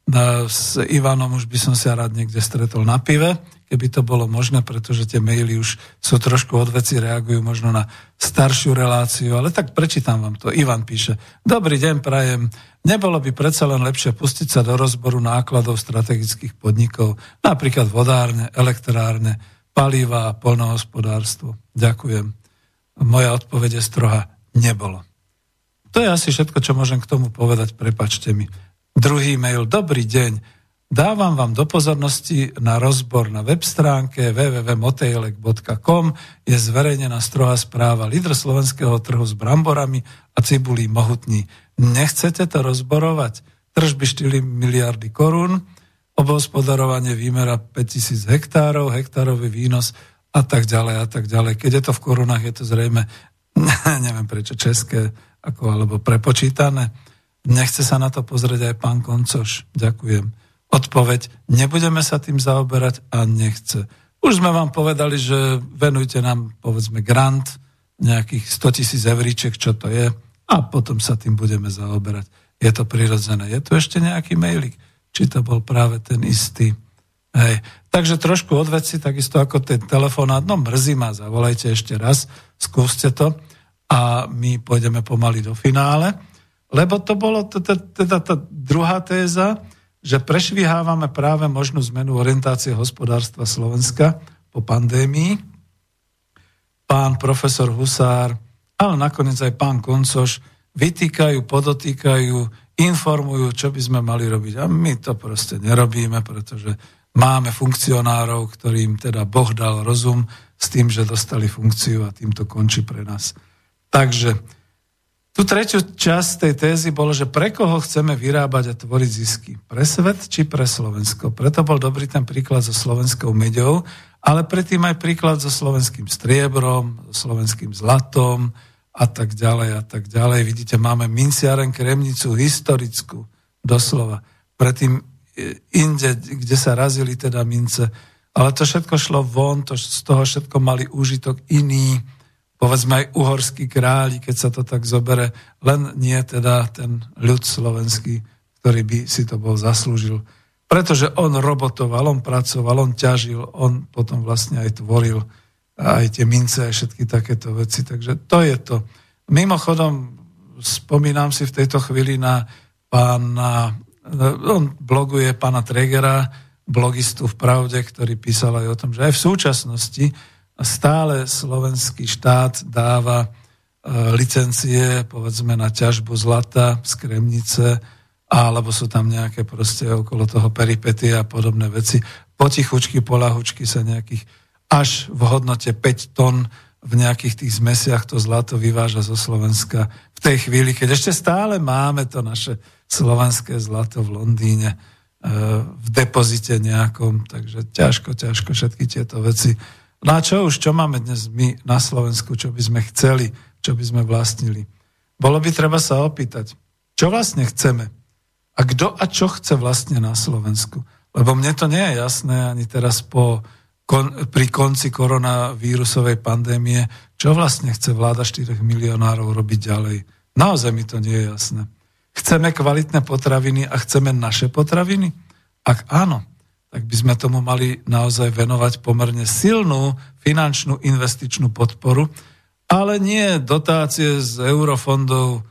S Ivanom už by som sa rád niekde stretol na pive, keby to bolo možné, pretože tie maily už sú trošku od veci, reagujú možno na staršiu reláciu, ale tak prečítam vám to. Ivan píše: Dobrý deň, prajem. Nebolo by predsa len lepšie pustiť sa do rozboru nákladov strategických podnikov, napríklad vodárne, elektrárne, paliva a poľnohospodárstvo? Ďakujem. Moja odpoveď je strohá: nebolo. To je asi všetko, čo môžem k tomu povedať, prepáčte mi. Druhý mail: Dobrý deň. Dávam vám do pozornosti na rozbor na web stránke www.motejlek.com. Je zverejnená strohá správa. Lídr slovenského trhu s bramborami a cibulí mohutný. Nechcete to rozborovať? Tržby 4 miliardy korún, obhospodarovanie výmera 5000 hektárov, hektárový výnos a tak ďalej a tak ďalej. Keď je to v korunách, je to zrejme, neviem prečo, české alebo prepočítané. Nechce sa na to pozrieť aj pán Koncoš. Ďakujem. Odpoveď, nebudeme sa tým zaoberať a nechce. Už sme vám povedali, že venujte nám, povedzme, grant, nejakých 100 000 euríček, čo to je, a potom sa tým budeme zaoberať. Je to prirodzené. Je tu ešte nejaký mailik, či to bol práve ten istý. Hej. Takže trošku od veci, takisto ako ten telefonát, no mrzí ma, zavolajte ešte raz, skúste to a my pôjdeme pomaly do finále, lebo to bolo teda tá druhá téza, že prešvihávame práve možnú zmenu orientácie hospodárstva Slovenska po pandémii. Pán profesor Husár, ale nakoniec aj pán Koncoš vytýkajú, podotýkajú, informujú, čo by sme mali robiť. A my to proste nerobíme, pretože máme funkcionárov, ktorým teda Boh dal rozum s tým, že dostali funkciu a tým to končí pre nás. Takže tú tretiu časť tej tézy bolo, že pre koho chceme vyrábať a tvoriť zisky. Pre svet či pre Slovensko. Preto bol dobrý ten príklad so slovenskou meďou, ale predtým aj príklad so slovenským striebrom, so slovenským zlatom a tak ďalej a tak ďalej. Vidíte, máme minciaren Kremnicu historickú, doslova. Predtým inde, kde sa razili teda mince. Ale to všetko šlo von, z toho všetko mali úžitok iný, povedzme aj uhorskí králi, keď sa to tak zobere, len nie teda ten ľud slovenský, ktorý by si to bol zaslúžil. Pretože on robotoval, on pracoval, on ťažil, on potom vlastne aj tvoril aj tie mince, aj všetky takéto veci. Takže to je to. Mimochodom, spomínam si v tejto chvíli na pána, on bloguje pána Tregera, blogistu v Pravde, ktorý písal aj o tom, že aj v súčasnosti stále slovenský štát dáva licencie, povedzme, na ťažbu zlata z Kremnice, alebo sú tam nejaké proste okolo toho peripety a podobné veci. Potichučky, poľahučky sa nejakých až v hodnote 5 tón v nejakých tých zmesiach to zlato vyváža zo Slovenska. V tej chvíli, keď ešte stále máme to naše slovenské zlato v Londýne v depozite nejakom, takže ťažko všetky tieto veci. No a čo máme dnes my na Slovensku, čo by sme chceli, čo by sme vlastnili? Bolo by treba sa opýtať, čo vlastne chceme? A kto a čo chce vlastne na Slovensku? Lebo mne to nie je jasné ani teraz pri konci koronavírusovej pandémie, čo vlastne chce vláda 4 milionárov robiť ďalej. Naozaj mi to nie je jasné. Chceme kvalitné potraviny a chceme naše potraviny? Ak áno, tak by sme tomu mali naozaj venovať pomerne silnú finančnú investičnú podporu, ale nie dotácie z eurofondov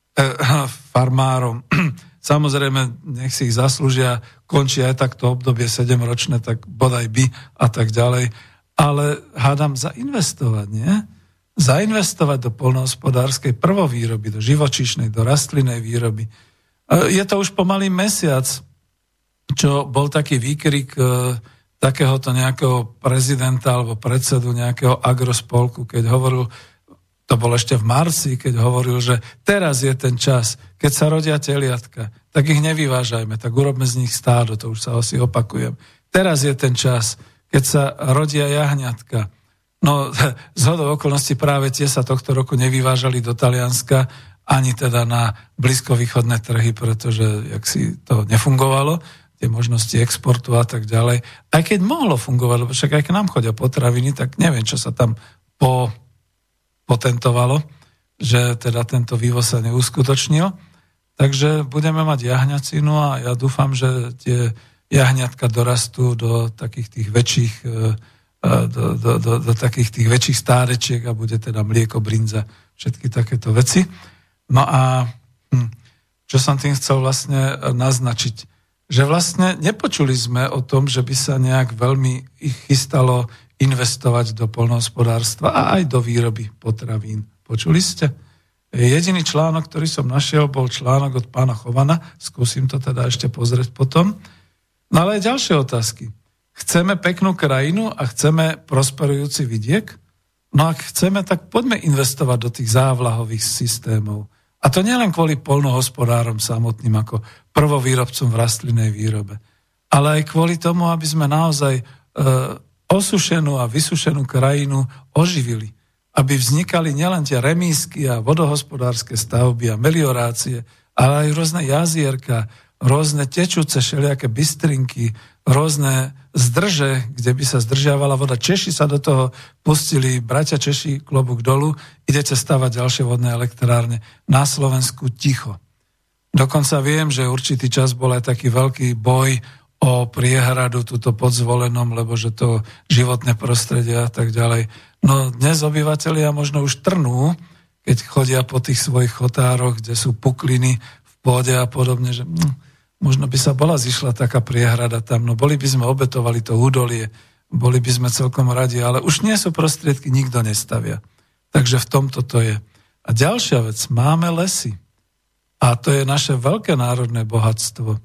farmárom. Samozrejme, nech si ich zaslúžia, končí aj takto obdobie 7-ročné, tak bodaj by a tak ďalej. Ale hádam zainvestovať, nie? Zainvestovať do poľnohospodárskej prvovýroby, do živočíšnej, do rastlinnej výroby. Je to už pomaly mesiac, čo bol taký výkrik takéhoto nejakého prezidenta alebo predsedu nejakého agrospolku, keď hovoril, to bolo ešte v marci, keď hovoril, že teraz je ten čas, keď sa rodia teliatka, tak ich nevyvážajme, tak urobme z nich stádo, to už sa asi opakujem. Teraz je ten čas, keď sa rodia jahňatka. No, zhodou okolností práve tie sa tohto roku nevyvážali do Talianska, ani teda na blízkovýchodné trhy, pretože jak si to nefungovalo, tie možnosti exportu a tak ďalej. Aj keď mohlo fungovať, lebo však aj k nám chodia potraviny, tak neviem, čo sa tam potentovalo, že teda tento vývoz sa neuskutočnil. Takže budeme mať jahňacinu a ja dúfam, že tie jahňatka dorastú do takých tých väčších do takých tých väčších stárečiek a bude teda mlieko, brinza, všetky takéto veci. No a čo som tým chcel vlastne naznačiť? Že vlastne nepočuli sme o tom, že by sa nejak veľmi ich chystalo investovať do poľnohospodárstva a aj do výroby potravín. Počuli ste? Jediný článok, ktorý som našiel, bol článok od pána Chovana. Skúsim to teda ešte pozrieť potom. No ale aj ďalšie otázky. Chceme peknú krajinu a chceme prosperujúci vidiek? No ak chceme, tak poďme investovať do tých závlahových systémov. A to nielen kvôli poľnohospodárom samotným ako prvovýrobcom v rastlinnej výrobe, ale aj kvôli tomu, aby sme naozaj osušenú a vysušenú krajinu oživili. Aby vznikali nielen tie remísky a vodohospodárske stavby a meliorácie, ale aj rôzne jazierka, rôzne tečúce všelijaké bystrinky, rôzne zdrže, kde by sa zdržiavala voda. Češi sa do toho pustili, bratia Češi, klobúk dolu, idete stavať ďalšie vodné elektrárne. Na Slovensku ticho. Dokonca viem, že určitý čas bol aj taký veľký boj o priehradu tuto pod Zvolenom, lebo že to životné prostredie a tak ďalej. No dnes obyvatelia možno už trnú, keď chodia po tých svojich chotároch, kde sú pukliny v pôde a podobne, že možno by sa bola zišla taká priehrada tam, no boli by sme obetovali to údolie, boli by sme celkom radi, ale už nie sú prostriedky, nikto nestavia. Takže v tomto to je. A ďalšia vec, máme lesy. A to je naše veľké národné bohatstvo.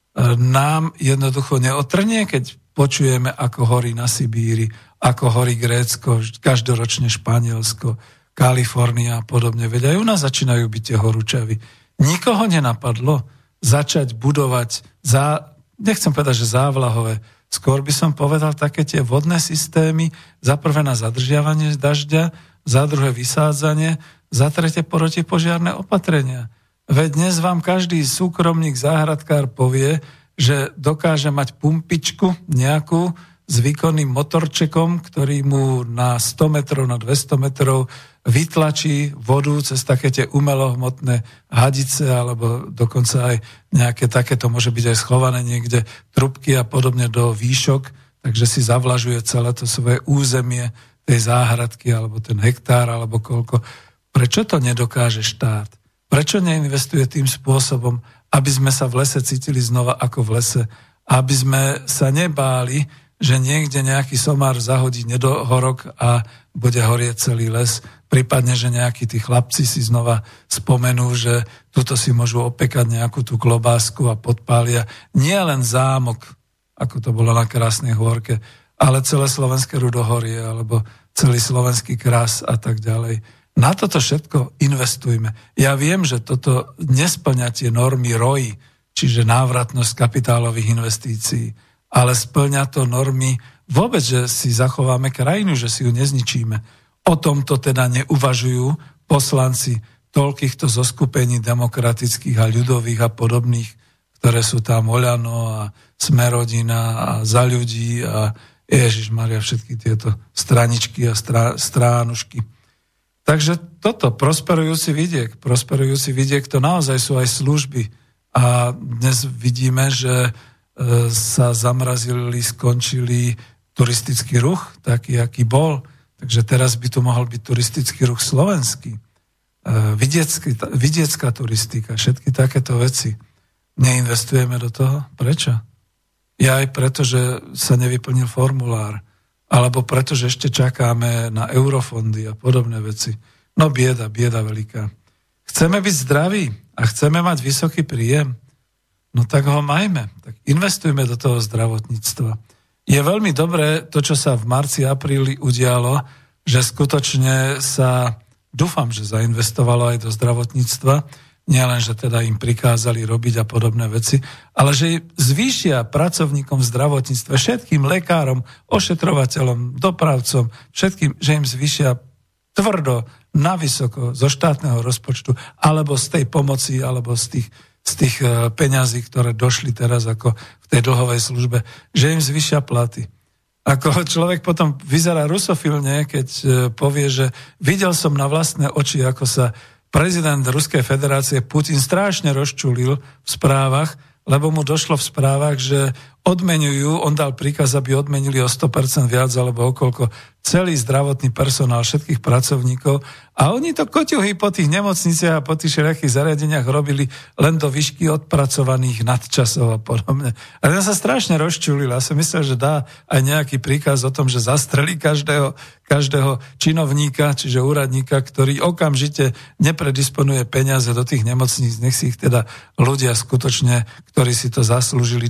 Nám jednoducho neotrnie, keď počujeme, ako horí na Sibíri, ako horí Grécko, každoročne Španielsko, Kalifornia a podobne. Veď aj u nás začínajú byť tie horúčavy. Nikoho nenapadlo začať budovať, nechcem povedať, že závlahové, skôr by som povedal také tie vodné systémy, za prvé na zadržiavanie dažďa, za druhé vysádzanie, za tretie protipožiarne opatrenia. Veď dnes vám každý súkromník, záhradkár povie, že dokáže mať pumpičku nejakú s výkonným motorčekom, ktorý mu na 100 metrov, na 200 metrov vytlačí vodu cez také tie umelohmotné hadice, alebo dokonca aj nejaké takéto, môže byť aj schované niekde, trubky a podobne do výšok, takže si zavlažuje celé to svoje územie tej záhradky, alebo ten hektár, alebo koľko. Prečo to nedokáže štát? Prečo neinvestuje tým spôsobom, aby sme sa v lese cítili znova ako v lese, aby sme sa nebáli, že niekde nejaký somár zahodí nedohorok a bude horieť celý les, prípadne, že nejakí tí chlapci si znova spomenú, že tuto si môžu opekať nejakú tú klobásku a podpália nie len zámok, ako to bolo na Krásnej Hôrke, ale celé slovenské rudohorie, alebo celý slovenský krás a tak ďalej. Na toto všetko investujme. Ja viem, že toto nespĺňa tie normy ROI, čiže návratnosť kapitálových investícií, ale spĺňa to normy vôbec, že si zachováme krajinu, že si ju nezničíme. O tomto teda neuvažujú poslanci toľkýchto zoskupení demokratických a ľudových a podobných, ktoré sú tam Oľano a Smerodina a Za ľudí a Ježišmaria, všetky tieto straničky a stránušky. Takže toto, prosperujúci vidiek, to naozaj sú aj služby. A dnes vidíme, že sa zamrazili, skončili turistický ruch, taký, aký bol. Takže teraz by tu mohol byť turistický ruch slovenský. Vidiecká turistika, všetky takéto veci. Neinvestujeme do toho? Prečo? Ja aj preto, že sa nevyplnil formulár. Alebo preto, že ešte čakáme na eurofondy a podobné veci. No bieda veľká. Chceme byť zdraví a chceme mať vysoký príjem? No tak ho majme. Tak investujme do toho zdravotníctva. Je veľmi dobré to, čo sa v marci, apríli udialo, že skutočne sa, dúfam, že zainvestovalo aj do zdravotníctva, nielen, že teda im prikázali robiť a podobné veci, ale že zvýšia pracovníkom v zdravotníctve, všetkým lekárom, ošetrovateľom, dopravcom, všetkým, že im zvýšia tvrdo, navysoko zo štátneho rozpočtu, alebo z tej pomoci, alebo z tých peňazí, ktoré došli teraz ako v tej dlhovej službe, že im zvýšia platy. Ako človek potom vyzerá rusofilne, keď povie, že videl som na vlastné oči, ako sa prezident Ruskej federácie Putin strašne rozčulil v správach, lebo mu došlo v správach, že odmeňujú, on dal príkaz, aby odmenili o 100% viac alebo okolko celý zdravotný personál, všetkých pracovníkov a oni to koťuhy po tých nemocniciach a po tých všelijakých zariadeniach robili len do výšky odpracovaných nadčasov a podobne. A ja sa strašne rozčulil a som myslel, že dá aj nejaký príkaz o tom, že zastrelí každého činovníka, čiže úradníka, ktorý okamžite nepredisponuje peniaze do tých nemocníc, nech si ich teda ľudia skutočne, ktorí si to zaslúžili,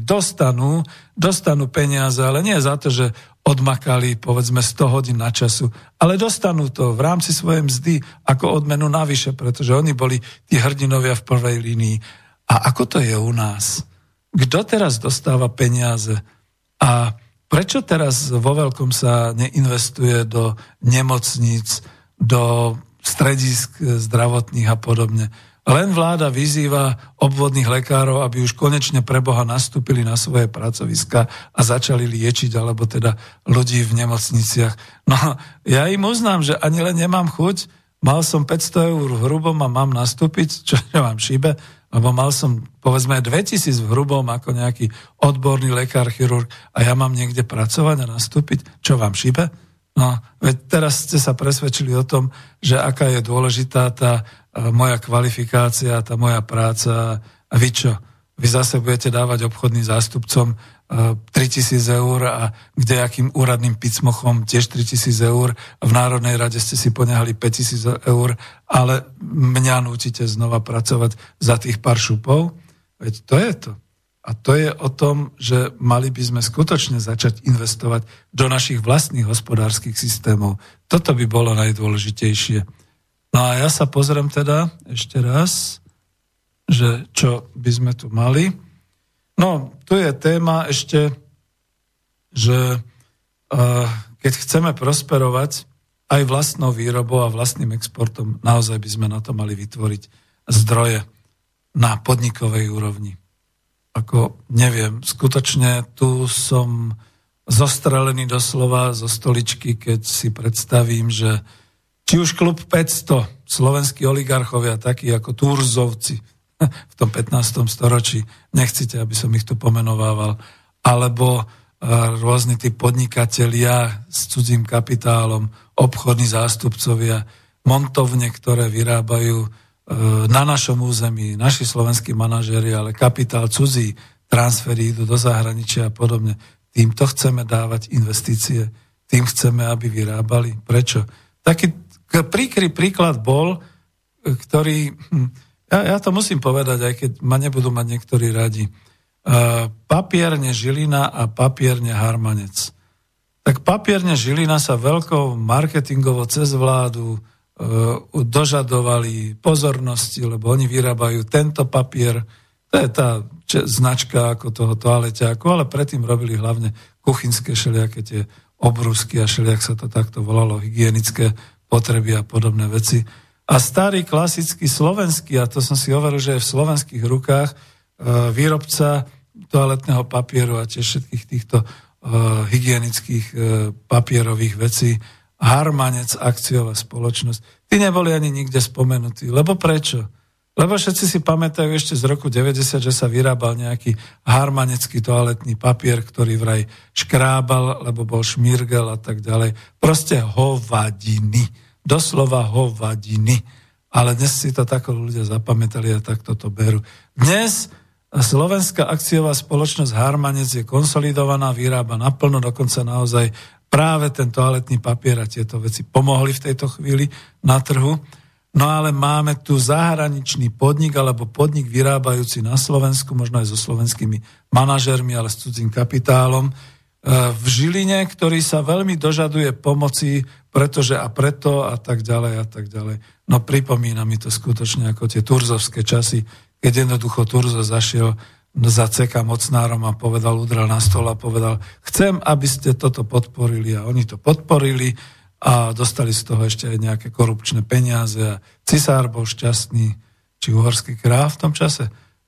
dostanú peniaze, ale nie za to, že odmakali povedzme 100 hodín na času, ale dostanú to v rámci svojej mzdy ako odmenu navyše, pretože oni boli tí hrdinovia v prvej línii. A ako to je u nás? Kto teraz dostáva peniaze? A prečo teraz vo veľkom sa neinvestuje do nemocníc, do stredisk zdravotných a podobne? Len vláda vyzýva obvodných lekárov, aby už konečne pre Boha nastúpili na svoje pracoviska a začali liečiť, alebo teda ľudí v nemocniciach. No, ja im uznám, že ani len nemám chuť, mal som 500 eur v hrubom a mám nastúpiť, čo vám šíbe, lebo mal som, povedzme, 2000 v hrubom ako nejaký odborný lekár, chirurg a ja mám niekde pracovať a nastúpiť, čo vám šíbe? No, veď teraz ste sa presvedčili o tom, že aká je dôležitá tá moja kvalifikácia, tá moja práca. A vy čo? Vy zase budete dávať obchodným zástupcom 3000 eur a kdejakým úradným picmochom tiež 3000 eur. V Národnej rade ste si ponehali 5000 eur, ale mňa nútite znova pracovať za tých pár šupov. Veď to je to. A to je o tom, že mali by sme skutočne začať investovať do našich vlastných hospodárskych systémov. Toto by bolo najdôležitejšie. No a ja sa pozriem teda ešte raz, že čo by sme tu mali. No, tu je téma ešte, že keď chceme prosperovať aj vlastnou výrobou a vlastným exportom, naozaj by sme na to mali vytvoriť zdroje na podnikovej úrovni. Ako, neviem, skutočne tu som zostrelený doslova zo stoličky, keď si predstavím, že či už klub 500, slovenskí oligarchovia, takí ako Turzovci v tom 15. storočí, nechcete, aby som ich tu pomenovával, alebo rôzni tí podnikatelia s cudzím kapitálom, obchodní zástupcovia, montovne, ktoré vyrábajú na našom území, naši slovenskí manažéri, ale kapitál cudzí, transfery idú do zahraničia a podobne. Týmto chceme dávať investície, tým chceme, aby vyrábali. Prečo? Taký príkry príklad bol, ktorý, ja to musím povedať, aj keď ma nebudú mať niektorí radi, papierne Žilina a papierne Harmanec. Tak papierne Žilina sa veľkou marketingovo cez vládu dožadovali pozornosti, lebo oni vyrábajú tento papier, to je tá značka ako toho toaleťáku, ale predtým robili hlavne kuchynské všelijaké tie obrúsky a všelijak sa to takto volalo, hygienické potreby a podobné veci. A starý klasický slovenský, a to som si hovoril, že je v slovenských rukách výrobca toaletného papieru a tiež všetkých týchto hygienických papierových vecí, Harmanec, akciová spoločnosť. Tí neboli ani nikde spomenutí. Lebo prečo? Lebo všetci si pamätajú ešte z roku 90, že sa vyrábal nejaký harmanecký toaletný papier, ktorý vraj škrábal, lebo bol šmirgel a tak ďalej. Proste hovadiny. Doslova hovadiny. Ale dnes si to tako ľudia zapamätali a takto to berú. Dnes slovenská akciová spoločnosť Harmanec je konsolidovaná, vyrába naplno, dokonca naozaj práve ten toaletný papier a tieto veci pomohli v tejto chvíli na trhu. No ale máme tu zahraničný podnik alebo podnik vyrábajúci na Slovensku, možno aj so slovenskými manažérmi, ale s cudzým kapitálom v Žiline, ktorý sa veľmi dožaduje pomoci, pretože a preto a tak ďalej a tak ďalej. No pripomína mi to skutočne ako tie turzovské časy, keď jednoducho Turzo zašiel za CK mocnárom a povedal, udrel na stôl a povedal, chcem, aby ste toto podporili a oni to podporili a dostali z toho ešte aj nejaké korupčné peniaze a cisár bol šťastný, či uhorský kráľ v tom čase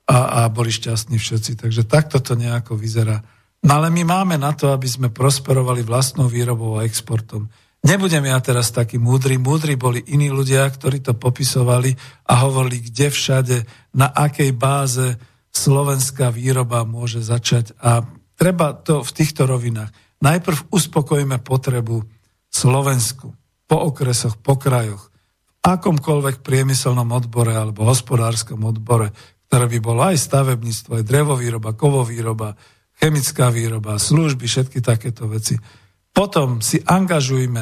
a boli šťastní všetci, takže takto to nejako vyzerá. No ale my máme na to, aby sme prosperovali vlastnou výrobou a exportom. Nebudem ja teraz taký múdry boli iní ľudia, ktorí to popisovali a hovorili, kde všade, na akej báze slovenská výroba môže začať a treba to v týchto rovinách. Najprv uspokojíme potrebu Slovensku, po okresoch, po krajoch, v akomkoľvek priemyselnom odbore alebo hospodárskom odbore, ktoré by bolo aj stavebníctvo, aj drevovýroba, kovovýroba, chemická výroba, služby, všetky takéto veci. Potom si angažujme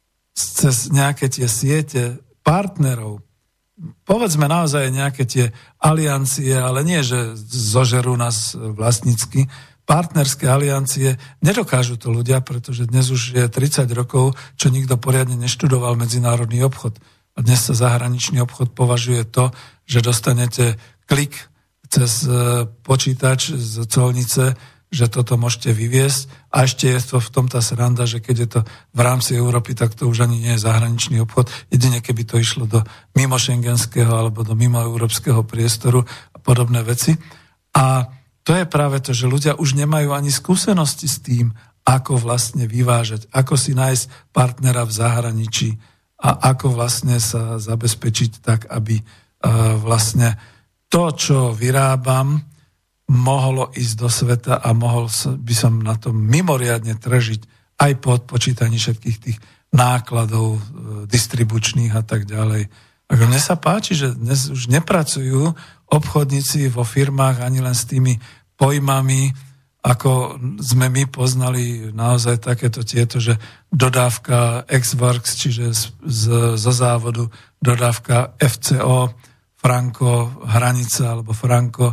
cez nejaké tie siete partnerov, povedzme naozaj nejaké tie aliancie, ale nie, že zožerú nás vlastnícky, partnerské aliancie, nedokážu to ľudia, pretože dnes už je 30 rokov, čo nikto poriadne neštudoval medzinárodný obchod. A dnes sa zahraničný obchod považuje to, že dostanete klik cez počítač z colnice, že toto môžete vyviesť. A ešte je to v tom tá sranda, že keď je to v rámci Európy, tak to už ani nie je zahraničný obchod. Jedine keby to išlo do mimo šengenského alebo do mimo európskeho priestoru a podobné veci. A to je práve to, že ľudia už nemajú ani skúsenosti s tým, ako vlastne vyvážať, ako si nájsť partnera v zahraničí a ako vlastne sa zabezpečiť tak, aby vlastne to, čo vyrábam, mohlo ísť do sveta a mohol by som na tom mimoriadne tržiť aj po odpočítaní všetkých tých nákladov distribučných a tak ďalej. A mne sa páči, že dnes už nepracujú obchodníci vo firmách ani len s tými pojmami, ako sme my poznali naozaj takéto tieto, že dodávka ex-works, čiže zo závodu dodávka FCO, Franko, hranica alebo Franko,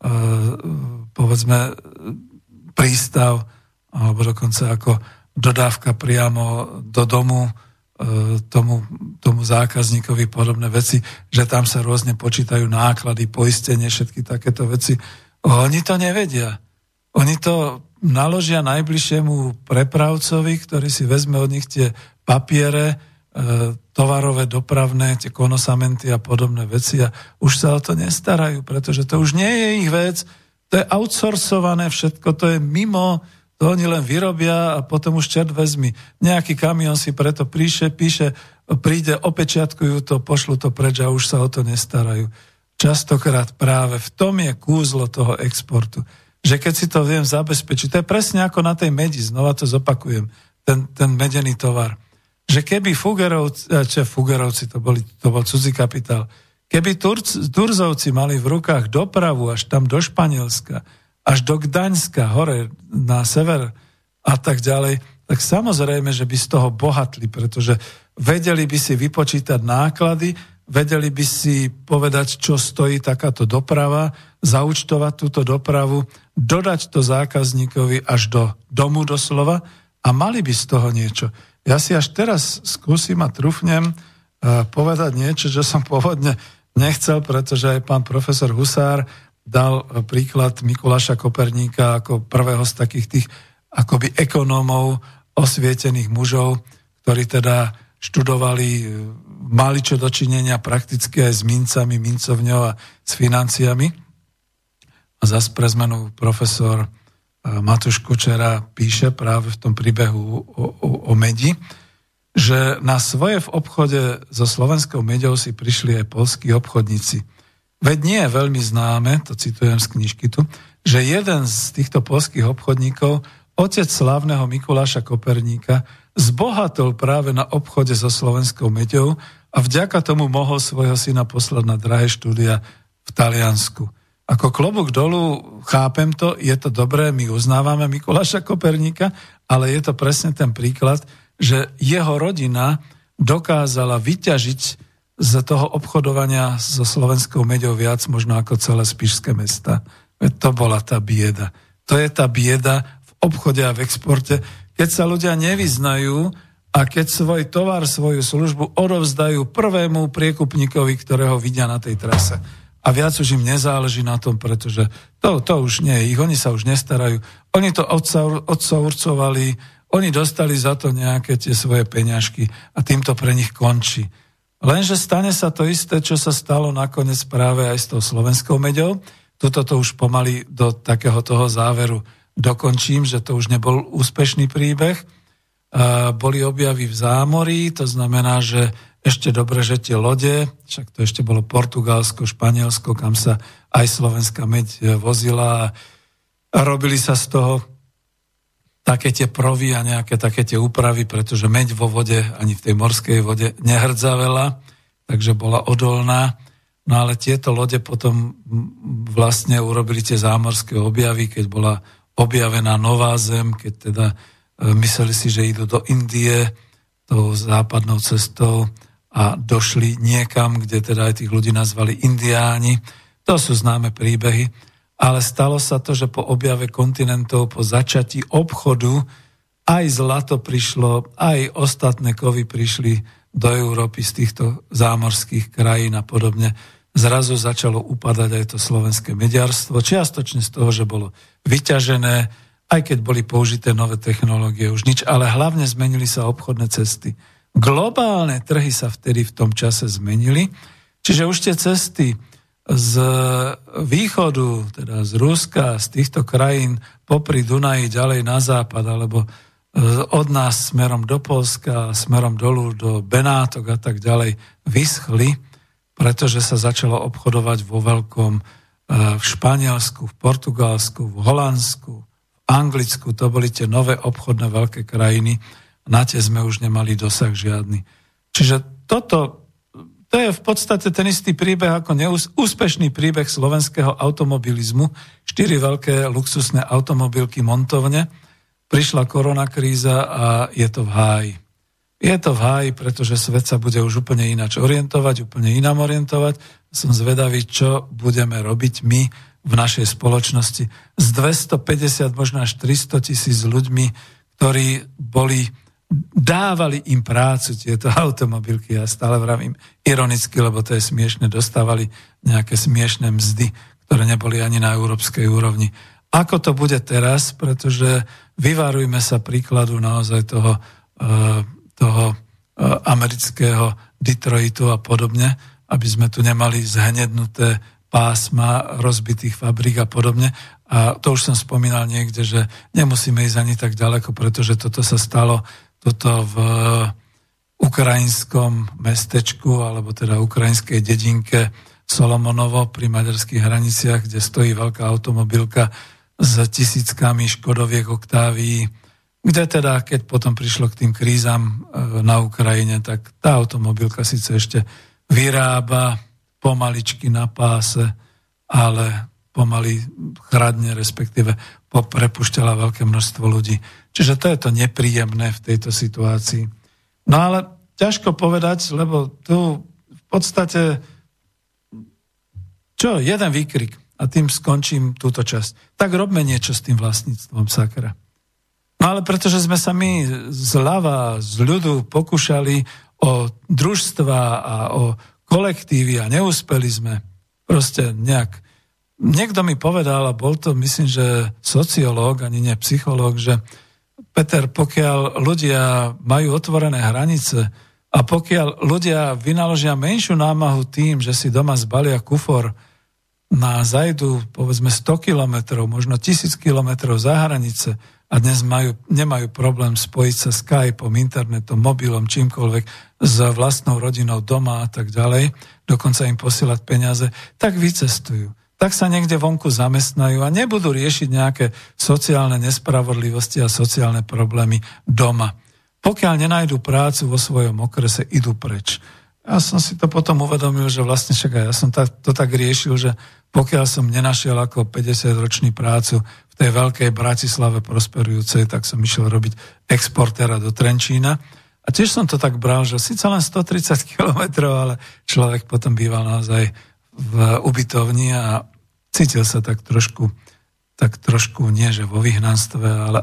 povedzme prístav, alebo dokonca ako dodávka priamo do domu tomu zákazníkovi, podobné veci, že tam sa rôzne počítajú náklady, poistenie, všetky takéto veci. Oni to nevedia. Oni to naložia najbližšiemu prepravcovi, ktorý si vezme od nich tie papiere, tovarové, dopravné, tie konosamenty a podobné veci a už sa o to nestarajú, pretože to už nie je ich vec, to je outsourcované všetko, to je mimo, to oni len vyrobia a potom už čert vezmi. Nejaký kamión si preto píše, príde, opečiatkujú to, pošlu to preč a už sa o to nestarajú. Častokrát práve v tom je kúzlo toho exportu, že keď si to viem zabezpečiť, to je presne ako na tej medi, znova to zopakujem, ten medený tovar. Že keby Fugerovci, to bol cudzí kapitál, keby Turzovci mali v rukách dopravu až tam do Španielska, až do Gdaňska, hore na sever a tak ďalej, tak samozrejme, že by z toho bohatli, pretože vedeli by si vypočítať náklady, vedeli by si povedať, čo stojí takáto doprava, zaúčtovať túto dopravu, dodať to zákazníkovi až do domu doslova a mali by z toho niečo. Ja si až teraz skúsim a trúfnem povedať niečo, čo som pôvodne nechcel, pretože aj pán profesor Husár dal príklad Mikuláša Koperníka ako prvého z takých tých akoby ekonómov, osvietených mužov, ktorí teda študovali, mali čo dočinenia prakticky aj s mincami, mincovňou a s financiami. A zas pre zmenu profesor Matúš Kučera píše práve v tom príbehu o medi, že na svoje v obchode so slovenskou meďou si prišli aj poľskí obchodníci. Veď nie je veľmi známe, to citujem z knižky tu, že jeden z týchto poľských obchodníkov, otec slávneho Mikuláša Koperníka, zbohatol práve na obchode so slovenskou meďou a vďaka tomu mohol svojho syna poslať na drahé štúdia v Taliansku. Ako klobúk dolu, chápem to, je to dobré, my uznávame Mikuláša Koperníka, ale je to presne ten príklad, že jeho rodina dokázala vyťažiť z toho obchodovania so slovenskou meďou viac možno ako celé spišské mesta. To bola tá bieda. To je tá bieda v obchode a v exporte, keď sa ľudia nevyznajú a keď svoj tovar, svoju službu odovzdajú prvému priekupníkovi, ktorého vidia na tej trase. A viac už im nezáleží na tom, pretože to už nie je ich, oni sa už nestarajú. Oni to odsourcovali, oni dostali za to nejaké tie svoje peňažky a týmto pre nich končí. Lenže stane sa to isté, čo sa stalo nakoniec práve aj s tou slovenskou meďou. Toto to už pomaly do takého toho záveru dokončím, že to už nebol úspešný príbeh. Boli objavy v zámorí, to znamená, že ešte dobre, že tie lode, však to ešte bolo Portugalsko, Španielsko, kam sa aj slovenská meď vozila a robili sa z toho také tie provy a nejaké také tie úpravy, pretože meď vo vode, ani v tej morskej vode nehrdzavela, takže bola odolná. No ale tieto lode potom vlastne urobili tie zámorské objavy, keď bola objavená nová zem, keď teda mysleli si, že idú do Indie tou západnou cestou a došli niekam, kde teda aj tých ľudí nazvali Indiáni. To sú známe príbehy. Ale stalo sa to, že po objave kontinentov, po začatí obchodu, aj zlato prišlo, aj ostatné kovy prišli do Európy z týchto zámorských krajín a podobne. Zrazu začalo upadať aj to slovenské mediarstvo, čiastočne z toho, že bolo vyťažené aj keď boli použité nové technológie, už nič, ale hlavne zmenili sa obchodné cesty. Globálne trhy sa vtedy v tom čase zmenili, čiže už tie cesty z východu, teda z Ruska, z týchto krajín popri Dunaji ďalej na západ, alebo od nás smerom do Poľska, smerom dolu do Benátok a tak ďalej vyschli, pretože sa začalo obchodovať vo veľkom v Španielsku, v Portugalsku, v Holandsku, v Anglicku. To boli tie nové obchodné veľké krajiny. Na tie sme už nemali dosah žiadny. Čiže to je v podstate ten istý príbeh ako úspešný príbeh slovenského automobilizmu. 4 veľké luxusné automobilky montovne. Prišla koronakríza a je to v háji. Je to v háji, pretože svet sa bude už úplne ináč orientovať, úplne inám orientovať. Som zvedavý, čo budeme robiť my v našej spoločnosti s 250, možno až 300 000 ľuďmi, ktorí dávali im prácu tieto automobilky. Ja stále vravím ironicky, lebo to je smiešne, dostávali nejaké smiešné mzdy, ktoré neboli ani na európskej úrovni. Ako to bude teraz, pretože vyvarujme sa príkladu naozaj toho amerického Detroitu a podobne, aby sme tu nemali zhnednuté pásma rozbitých fabrík a podobne. A to už som spomínal niekde, že nemusíme ísť ani tak ďaleko, pretože toto sa stalo v ukrajinskom mestečku, alebo teda ukrajinskej dedinke Solomonovo pri maďarských hraniciach, kde stojí veľká automobilka s tisíckami Škodoviek, Oktávií, kde teda, keď potom prišlo k tým krízam na Ukrajine, tak tá automobilka síce ešte vyrába pomaličky na páse, ale pomaly chradne, respektíve prepušťala veľké množstvo ľudí. Čiže to je to nepríjemné v tejto situácii. No ale ťažko povedať, lebo tu v podstate jeden výkrik a tým skončím túto časť. Tak robme niečo s tým vlastníctvom, sakra. No ale pretože sme sa my zľava, z ľudu pokúšali o družstva a o kolektívy a neúspeli sme. Proste nejak. Niekto mi povedal, a bol to, myslím, že sociológ, ani nie psychológ, že Peter, pokiaľ ľudia majú otvorené hranice a pokiaľ ľudia vynaložia menšiu námahu tým, že si doma zbalia kufor zajdu povedzme 100 kilometrov, možno 1000 kilometrov za hranice a dnes nemajú problém spojiť sa Skypeom, internetom, mobilom, čímkoľvek s vlastnou rodinou doma a tak ďalej, dokonca im posielať peniaze, tak vycestujú. Tak sa niekde vonku zamestnajú a nebudú riešiť nejaké sociálne nespravodlivosti a sociálne problémy doma. Pokiaľ nenajdu prácu vo svojom okrese, idú preč. Ja som si to potom uvedomil, že vlastne však ja som to tak riešil, že pokiaľ som nenašiel ako 50-ročný prácu v tej veľkej Bratislave prosperujúcej, tak som išiel robiť exportéra do Trenčína. A tiež som to tak bral, že síce len 130 kilometrov, ale človek potom býval naozaj v ubytovni a cítil sa tak trošku nie že vo vyhnanstve, ale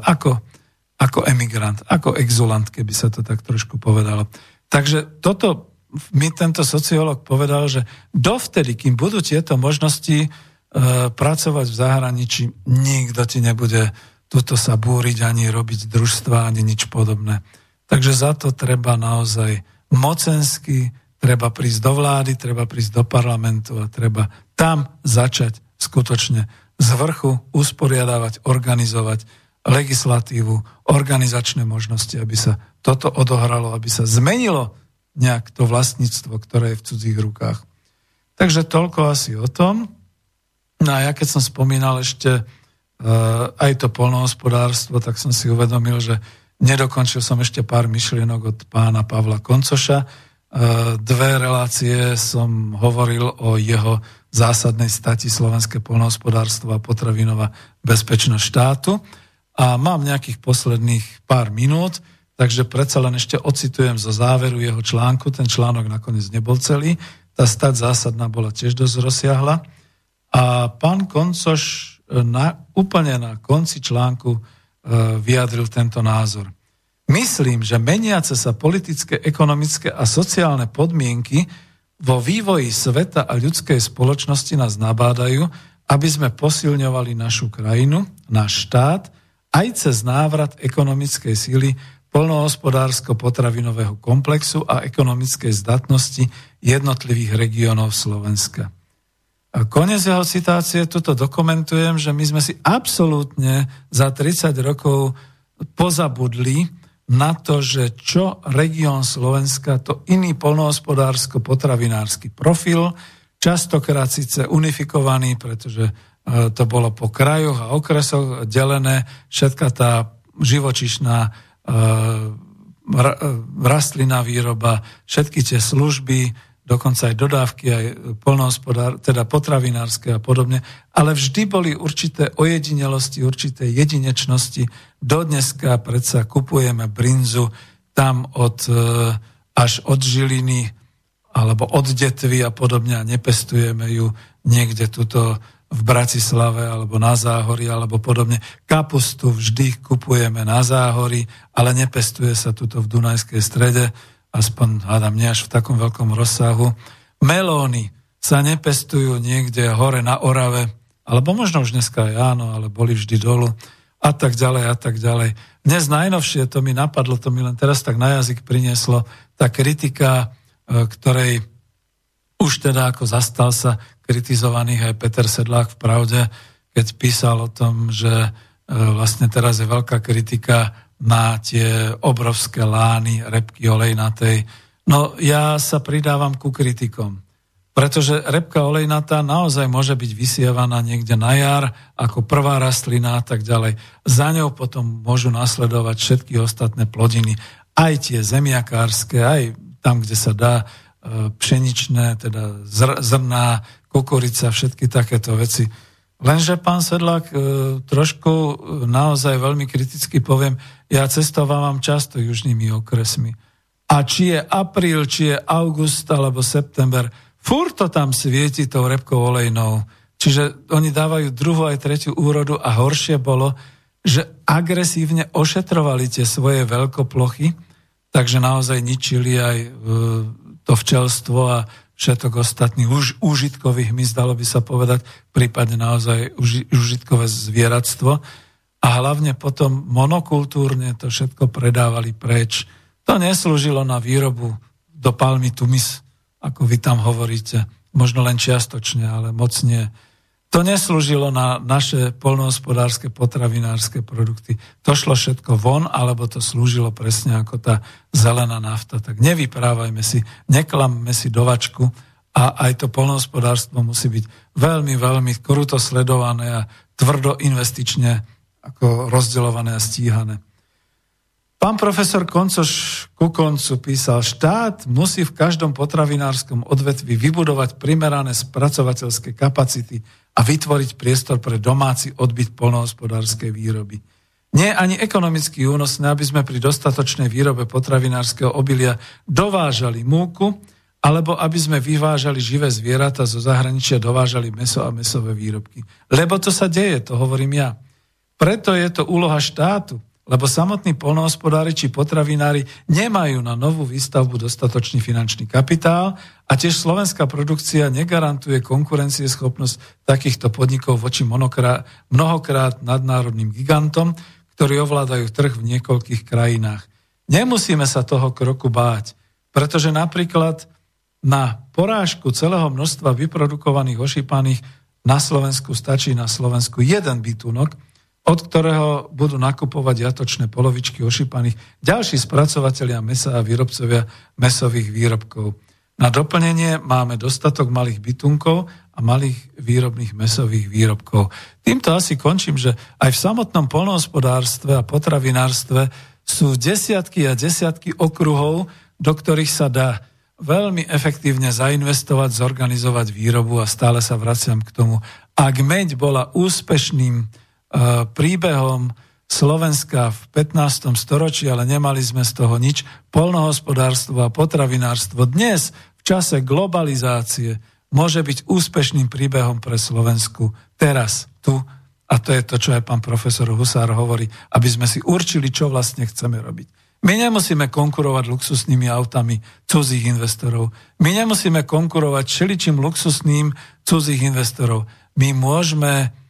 ako emigrant, ako exulant, keby sa to tak trošku povedalo. Takže toto mi tento sociológ povedal, že dovtedy, kým budú tieto možnosti pracovať v zahraničí, nikto ti nebude tuto sa búriť, ani robiť družstva, ani nič podobné. Takže za to treba naozaj mocensky, treba prísť do vlády, treba prísť do parlamentu a treba tam začať skutočne z vrchu usporiadávať, organizovať legislatívu, organizačné možnosti, aby sa toto odohralo, aby sa zmenilo nejak to vlastníctvo, ktoré je v cudzích rukách. Takže toľko asi o tom. No a ja keď som spomínal ešte aj to poľnohospodárstvo, tak som si uvedomil, že nedokončil som ešte pár myšlienok od pána Pavla Koncoša. 2 relácie som hovoril o jeho zásadnej stati slovenské poľnohospodárstvo a potravinová bezpečnosť štátu. A mám nejakých posledných pár minút, takže predsa len ešte ocitujem zo záveru jeho článku. Ten článok nakoniec nebol celý. Tá stať zásadná bola tiež dosť rozsiahla. A pán Koncoš úplne na konci článku vyjadril tento názor. Myslím, že meniace sa politické, ekonomické a sociálne podmienky vo vývoji sveta a ľudskej spoločnosti nás nabádajú, aby sme posilňovali našu krajinu, náš štát aj cez návrat ekonomickej síly poľnohospodársko-potravinového komplexu a ekonomickej zdatnosti jednotlivých regiónov Slovenska. A koniec jeho citácie, tuto dokumentujem, že my sme si absolútne za 30 rokov pozabudli na to, že čo región Slovenska, to iný poľnohospodársko-potravinársky profil, častokrát síce unifikovaný, pretože to bolo po krajoch a okresoch delené, všetka tá živočíšna rastlinná výroba, všetky tie služby, dokonca aj dodávky, aj teda potravinárske a podobne, ale vždy boli určité ojedinelosti, určité jedinečnosti. Dodneska predsa kupujeme brinzu tam až od Žiliny alebo od Detvy a podobne a nepestujeme ju niekde tuto v Bratislave alebo na Záhorí alebo podobne. Kapustu vždy kupujeme na Záhorí, ale nepestuje sa tuto v Dunajskej strede, aspoň hádam nie až v takom veľkom rozsahu. Melóny sa nepestujú niekde hore na Orave, alebo možno už dneska aj áno, ale boli vždy dolu a tak ďalej a tak ďalej. Dnes najnovšie, to mi napadlo, to mi len teraz tak na jazyk prinieslo, tá kritika, ktorej už teda ako zastal sa kritizovaných aj Peter Sedlák v Pravde, keď písal o tom, že vlastne teraz je veľká kritika na tie obrovské lány repky olejnatej. No ja sa pridávam ku kritikom, pretože repka olejnatá naozaj môže byť vysievaná niekde na jar ako prvá rastlina a tak ďalej. Za ňou potom môžu nasledovať všetky ostatné plodiny, aj tie zemiakárske, aj tam, kde sa dá pšeničné, teda zrná, kukurica, všetky takéto veci. Lenže pán Sedlák, trošku naozaj veľmi kriticky poviem, ja cestovávam často južnými okresmi. A či je apríl, či je august alebo september, furt to tam svieti tou repkou olejnou. Čiže oni dávajú druhú aj tretiu úrodu a horšie bolo, že agresívne ošetrovali tie svoje veľkoplochy, takže naozaj ničili aj to včelstvo a všetok ostatných úžitkových hmyz, dalo by sa povedať, prípadne naozaj úžitkové zvieratstvo. A hlavne potom monokultúrne to všetko predávali preč. To neslúžilo na výrobu do palmy tumis, ako vy tam hovoríte. Možno len čiastočne, ale moc nie. To neslúžilo na naše poľnohospodárske, potravinárske produkty. To šlo všetko von, alebo to slúžilo presne ako tá zelená nafta. Tak nevyprávajme si, neklamme si do vačku a aj to poľnohospodárstvo musí byť veľmi, veľmi kruto sledované a tvrdo investične ako rozdeľované a stíhané. Pán profesor Koncoš ku koncu písal, štát musí v každom potravinárskom odvetvi vybudovať primerané spracovateľské kapacity a vytvoriť priestor pre domáci odbyt poľnohospodárskej výroby. Nie je ani ekonomicky únosné, aby sme pri dostatočnej výrobe potravinárskeho obilia dovážali múku, alebo aby sme vyvážali živé zvieratá zo zahraničia, dovážali mäso a mäsové výrobky. Lebo to sa deje, to hovorím ja. Preto je to úloha štátu, lebo samotní poľnohospodári či potravinári nemajú na novú výstavbu dostatočný finančný kapitál a tiež slovenská produkcia negarantuje konkurencieschopnosť takýchto podnikov voči mnohokrát nadnárodným gigantom, ktorí ovládajú trh v niekoľkých krajinách. Nemusíme sa toho kroku báť, pretože napríklad na porážku celého množstva vyprodukovaných ošípaných na Slovensku stačí na Slovensku jeden bytunok, od ktorého budú nakupovať jatočné polovičky ošípaných ďalší spracovatelia mäsa a výrobcovia mäsových výrobkov. Na doplnenie máme dostatok malých bytunkov a malých výrobných mäsových výrobkov. Týmto asi končím, že aj v samotnom poľnohospodárstve a potravinárstve sú desiatky a desiatky okruhov, do ktorých sa dá veľmi efektívne zainvestovať, zorganizovať výrobu a stále sa vraciam k tomu. Ak meď bola úspešným príbehom Slovenska v 15. storočí, ale nemali sme z toho nič. Poľnohospodárstvo a potravinárstvo dnes v čase globalizácie môže byť úspešným príbehom pre Slovensku teraz, tu. A to je to, čo aj pán profesor Husár hovorí, aby sme si určili, čo vlastne chceme robiť. My nemusíme konkurovať luxusnými autami cudzích investorov. My nemusíme konkurovať všeličím luxusným cudzích investorov. My môžeme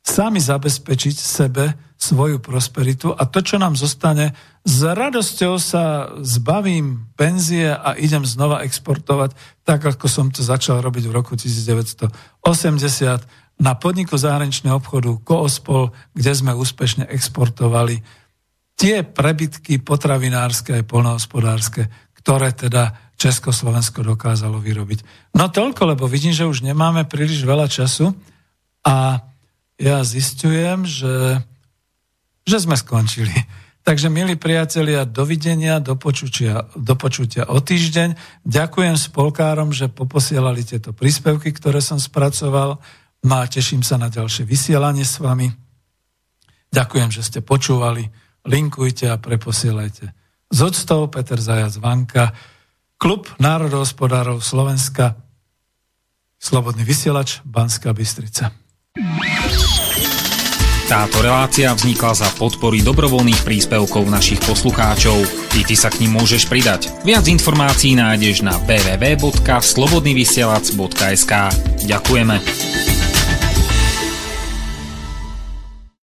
sami zabezpečiť sebe svoju prosperitu a to, čo nám zostane, s radosťou sa zbavím penzie a idem znova exportovať, tak ako som to začal robiť v roku 1980 na podniku zahraničného obchodu Koospol, kde sme úspešne exportovali tie prebytky potravinárske aj poľnohospodárske, ktoré teda Československo dokázalo vyrobiť. No toľko, lebo vidím, že už nemáme príliš veľa času a ja zisťujem, že sme skončili. Takže, milí priatelia, dovidenia, do počutia o týždeň. Ďakujem spolkárom, že poposielali tieto príspevky, ktoré som spracoval. No a teším sa na ďalšie vysielanie s vami. Ďakujem, že ste počúvali. Linkujte a preposielajte. Z úctou Peter Zajac Vanka, Klub národohospodárov Slovenska, Slobodný vysielač, Banská Bystrica. Táto relácia vznikla za podpory dobrovoľných príspevkov našich poslucháčov. I ty sa k nim môžeš pridať. Viac informácií nájdeš na www.slobodnyvysielac.sk. Ďakujeme.